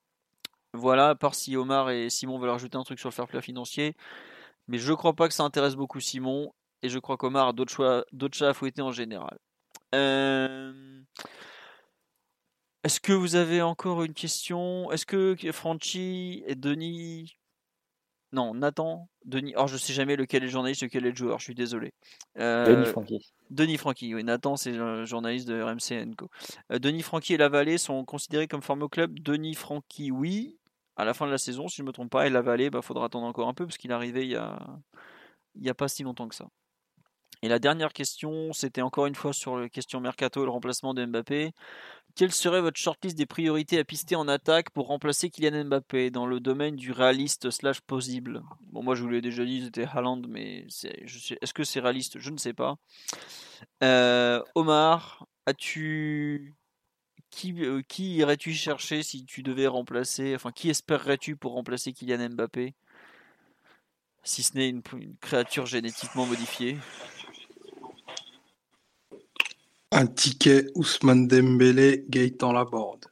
Voilà, à part si Omar et Simon veulent rajouter un truc sur le fair play financier, mais je crois pas que ça intéresse beaucoup Simon, et je crois qu'Omar a d'autres choix, d'autres chats à fouetter en général. Euh, Est-ce que vous avez encore une question? Est-ce que Franchi et Denis... Non, Nathan, Denis... Oh, je sais jamais lequel est le journaliste, lequel est le joueur, je suis désolé. Denis Euh, Franqui. Denis Franchi, oui, Nathan c'est le journaliste de R M C Co. Euh, Denis Franchi et Lavallée sont considérés comme formés au club. Denis Franchi, oui, à la fin de la saison, si je ne me trompe pas, et Lavallée, bah, faudra attendre encore un peu, parce qu'il est arrivé il y a... il y a pas si longtemps que ça. Et la dernière question, c'était encore une fois sur la question Mercato, le remplacement de Mbappé. Quelle serait votre shortlist des priorités à pister en attaque pour remplacer Kylian Mbappé dans le domaine du réaliste slash possible? Bon, moi je vous l'ai déjà dit, c'était Haaland, mais c'est, je sais, est-ce que c'est réaliste? Je ne sais pas. Euh, Omar, as-tu qui, euh, qui irais-tu chercher si tu devais remplacer, enfin qui espérerais-tu pour remplacer Kylian Mbappé, si ce n'est une, une créature génétiquement modifiée? Un ticket Ousmane Dembélé, Gaëtan Laborde.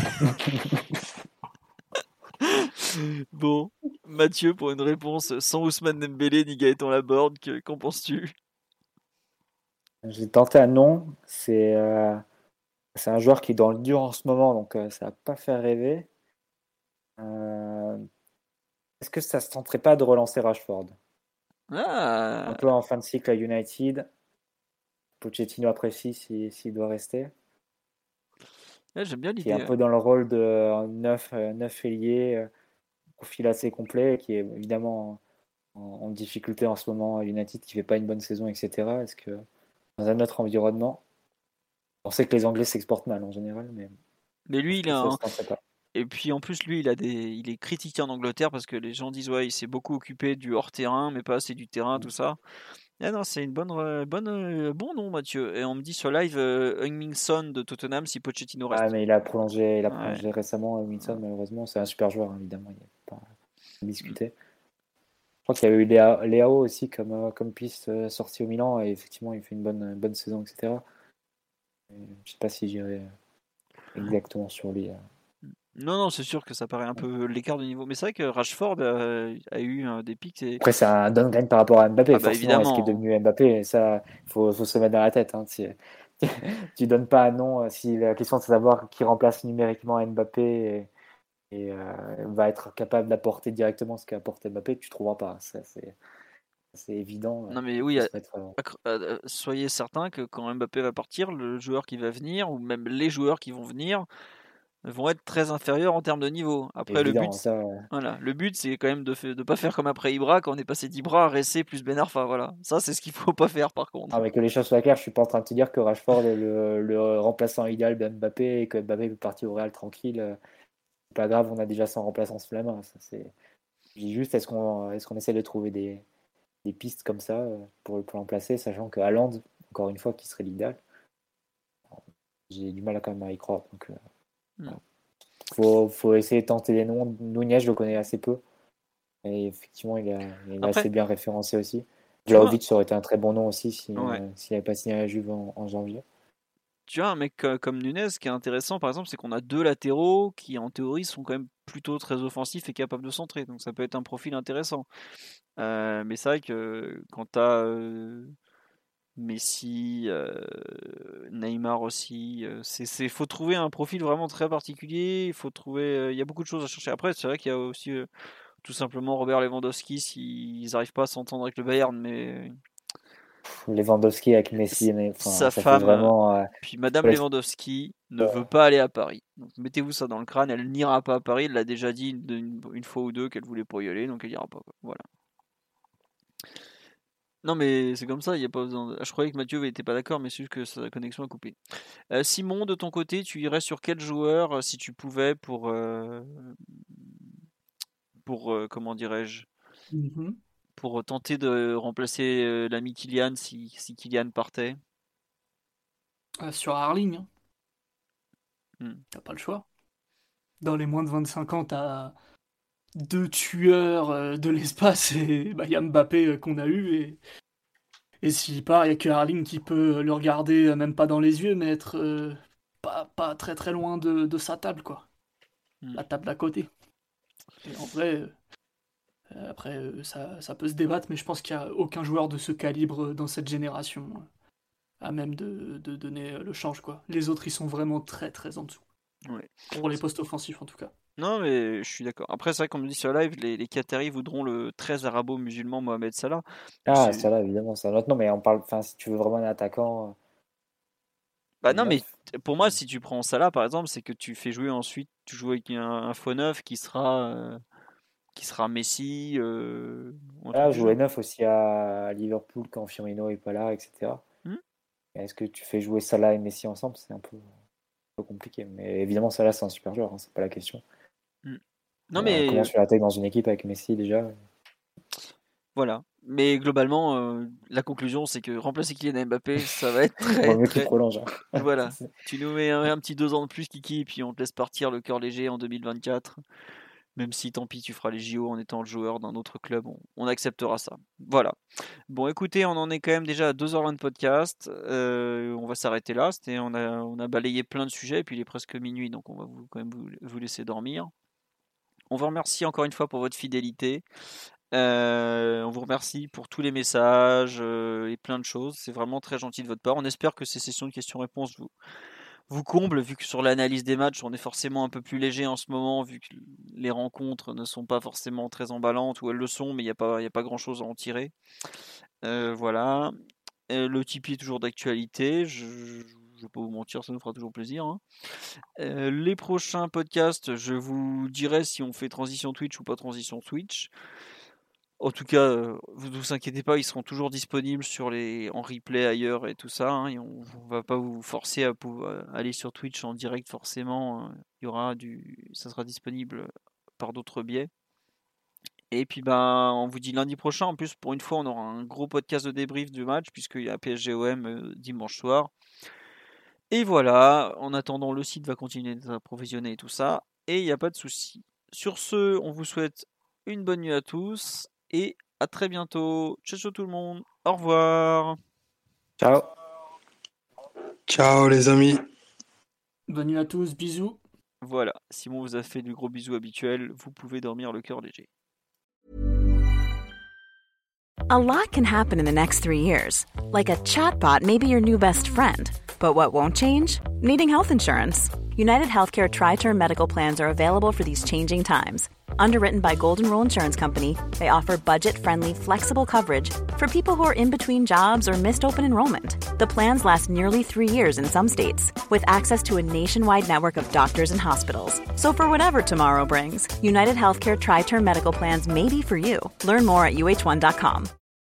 Bon, Mathieu, pour une réponse sans Ousmane Dembélé ni Gaëtan Laborde, que, qu'en penses-tu? J'ai tenté un nom. C'est, euh, c'est un joueur qui est dans le dur en ce moment, donc euh, ça va pas faire rêver. Euh, est-ce que ça ne se tenterait pas de relancer Rashford? Un Ah, peu en fin de cycle à United. Pochettino apprécie s'il s'il doit rester. ouais, j'aime bien Qui est un l'idée. peu dans le rôle de neuf, euh, neuf ailier, euh, profil assez complet, qui est évidemment en, en difficulté en ce moment à United, qui fait pas une bonne saison, et cetera. Est-ce que dans un autre environnement, on sait que les Anglais s'exportent mal en général, mais Mais lui, est-ce il que a ça un... se tenterait pas? Et puis en plus, lui, il a des... il est critiqué en Angleterre parce que les gens disent ouais, il s'est beaucoup occupé du hors-terrain, mais pas assez du terrain, tout ça. Ah non, c'est une bonne, euh, bonne, euh, bon nom, Mathieu. Et on me dit sur live, euh, Heung-min Son de Tottenham si Pochettino Ah, reste. mais il a prolongé, il a Ouais. prolongé récemment Wilson, malheureusement. C'est un super joueur, hein, évidemment, il n'y a pas à discuter. Je crois qu'il y avait eu Léa- Léao aussi comme, euh, comme piste euh, sortie au Milan, et effectivement, il fait une bonne, bonne saison, et cetera. Et je ne sais pas si j'irai exactement sur lui. euh. Non, non, c'est sûr que ça paraît un peu l'écart de niveau. Mais c'est vrai que Rashford a, a eu un des pics. Et... Après, c'est un downgrade par rapport à Mbappé. Ah bah Forcément, est-ce qu'il est évidemment. devenu Mbappé? Ça, il faut, faut se mettre dans la tête. Hein. Tu, tu donnes pas un nom. euh, Si la question c'est de savoir qui remplace numériquement Mbappé et, et, euh, va être capable d'apporter directement ce qu'a apporté Mbappé, tu trouveras pas. Ça, c'est, c'est évident. Non mais Il oui, faut à- se mettre, euh, accro- euh, soyez certain que quand Mbappé va partir, le joueur qui va venir, ou même les joueurs qui vont venir, vont être très inférieurs en termes de niveau. Après, le but, évident. Ça, euh, voilà, le but c'est quand même de ne pas faire comme après Ibra, quand on est passé d'Ibra à Ressé plus Ben Arfa. Voilà, ça c'est ce qu'il faut pas faire par contre. ah, mais que les choses soient claires, je suis pas en train de te dire que Rashford est le, le remplaçant idéal de Mbappé et que Mbappé peut partir au Real tranquille. euh, C'est pas grave, on a déjà son remplaçant sous la main. Ça, c'est... Je dis juste, est-ce qu'on, est-ce qu'on essaie de trouver des, des pistes comme ça euh, pour, pour l'emplacer, sachant que Haaland, encore une fois, qui serait l'idéal. J'ai du mal à quand même à y croire. Donc, euh, Hmm. voilà. faut, faut essayer de tenter des noms. Nunez, je le connais assez peu. Et effectivement, il, a, il est Après, assez bien référencé aussi. tu vois, Vlahovic, ça aurait été un très bon nom aussi si, ouais. euh, s'il n'avait pas signé à la Juve en, en janvier. Tu vois, un mec co- comme Nunez, ce qui est intéressant par exemple, c'est qu'on a deux latéraux qui en théorie sont quand même plutôt très offensifs et capables de centrer. Donc ça peut être un profil intéressant. Euh, mais c'est vrai que quand tu as Messi, euh, Neymar aussi, euh, c'est, c'est, faut trouver un profil vraiment très particulier. Il faut trouver, euh, il y a beaucoup de choses à chercher. Après, c'est vrai qu'il y a aussi euh, tout simplement Robert Lewandowski s'ils n'arrivent pas à s'entendre avec le Bayern, mais Lewandowski avec Messi, s- mais, enfin, sa ça fait femme, vraiment. Euh, puis Madame faut laisser- Lewandowski ne veut pas aller à Paris. Donc mettez-vous ça dans le crâne, elle n'ira pas à Paris. Elle l'a déjà dit une, une- une fois ou deux qu'elle voulait pas y aller, donc elle ira pas, quoi. Voilà. Non mais c'est comme ça, il y a pas besoin. de- Je croyais que Mathieu n'était pas d'accord, mais c'est juste que sa connexion a coupé. Euh, Simon, de ton côté, tu irais sur quel joueur euh, si tu pouvais pour euh, pour euh, comment dirais-je Mhm. pour tenter de remplacer euh, l'ami Kylian si si Kylian partait. Ah, sur Arling, hein, Hmm. t'as pas le choix. Dans les moins de vingt-cinq ans, t'as deux tueurs euh, de l'espace et bah, y a Mbappé euh, qu'on a eu. Et, et s'il part, il y a que Arling qui peut le regarder, euh, même pas dans les yeux, mais être euh, pas, pas très très loin de, de sa table, quoi. Hmm. La table d'à côté. Et en vrai, euh, après, euh, ça, ça peut se débattre, mais je pense qu'il n'y a aucun joueur de ce calibre euh, dans cette génération euh, à même de, de donner euh, le change, quoi. Les autres, ils sont vraiment très très en dessous. Ouais. Pour les postes offensifs, en tout cas. Non mais je suis d'accord. Après c'est vrai qu'on me dit sur live, les, les Qataris voudront le très arabo-musulman Mohamed Salah. Donc Ah, c'est ça là, évidemment, c'est un autre nom, mais on parle, enfin, si tu veux vraiment un attaquant bah euh, non mais neuf, t- pour moi si tu prends Salah par exemple, c'est que tu fais jouer ensuite, tu joues avec un, un faux neuf qui sera euh, qui sera Messi euh, ou un truc là, du jouer genre. neuf aussi à Liverpool quand Firmino est pas là, et cetera. Hmm. Est-ce que tu fais jouer Salah et Messi ensemble? C'est un peu, un peu compliqué. Mais évidemment, Salah, c'est un super joueur, hein, c'est pas la question. Hmm. Non Mais euh, mais comment euh, tu l'intègres dans une équipe avec Messi déjà? voilà. Mais globalement, euh, la conclusion c'est que remplacer Kylian Mbappé, ça va être Vaut très mieux qu'il très prolonge. Hein. voilà. Tu nous mets un, un petit deux ans de plus Kiki, puis on te laisse partir le cœur léger en deux mille vingt-quatre. Même si tant pis, tu feras les J O en étant le joueur d'un autre club, on, on acceptera ça. Voilà. Bon, écoutez, on en est quand même déjà à deux heures vingt de podcast. Euh, on va s'arrêter là. C'était, on, a, on a balayé plein de sujets, et puis il est presque minuit, donc on va vous, quand même vous, vous laisser dormir. On vous remercie encore une fois pour votre fidélité. Euh, on vous remercie pour tous les messages euh, et plein de choses. C'est vraiment très gentil de votre part. On espère que ces sessions de questions-réponses vous, vous comble, vu que sur l'analyse des matchs, on est forcément un peu plus léger en ce moment, vu que les rencontres ne sont pas forcément très emballantes, ou elles le sont, mais il n'y a pas, il y a pas grand-chose à en tirer. Euh, voilà. Euh, le Tipeee est toujours d'actualité, je ne vais pas vous mentir, ça nous fera toujours plaisir. Hein. Euh, les prochains podcasts, je vous dirai si on fait transition Twitch ou pas transition Twitch. En tout cas, euh, vous ne vous inquiétez pas, ils seront toujours disponibles sur les, en replay ailleurs et tout ça. Hein, et on ne va pas vous forcer à, pou- à aller sur Twitch en direct forcément. Hein. Il y aura du, ça sera disponible par d'autres biais. Et puis ben, on vous dit lundi prochain. En plus, pour une fois, on aura un gros podcast de débrief du match puisqu'il y a P S G O M euh, dimanche soir. Et voilà. En attendant, le site va continuer d'être approvisionné et tout ça. Et il n'y a pas de souci. Sur ce, on vous souhaite une bonne nuit à tous et à très bientôt. Ciao, ciao tout le monde. Au revoir. Ciao. Ciao les amis. Bonne nuit à tous, bisous. Voilà, Simon vous a fait du gros bisou habituel, vous pouvez dormir le cœur léger. A lot can happen in the next three years. Like a chatbot may be your new best friend. But what won't change? Needing health insurance. United Healthcare Tri-Term Medical Plans are available for these changing times. Underwritten by Golden Rule Insurance Company, they offer budget-friendly, flexible coverage for people who are in between jobs or missed open enrollment. The plans last nearly three years in some states, with access to a nationwide network of doctors and hospitals. So for whatever tomorrow brings, United Healthcare Tri-Term Medical Plans may be for you. Learn more at U H one dot com.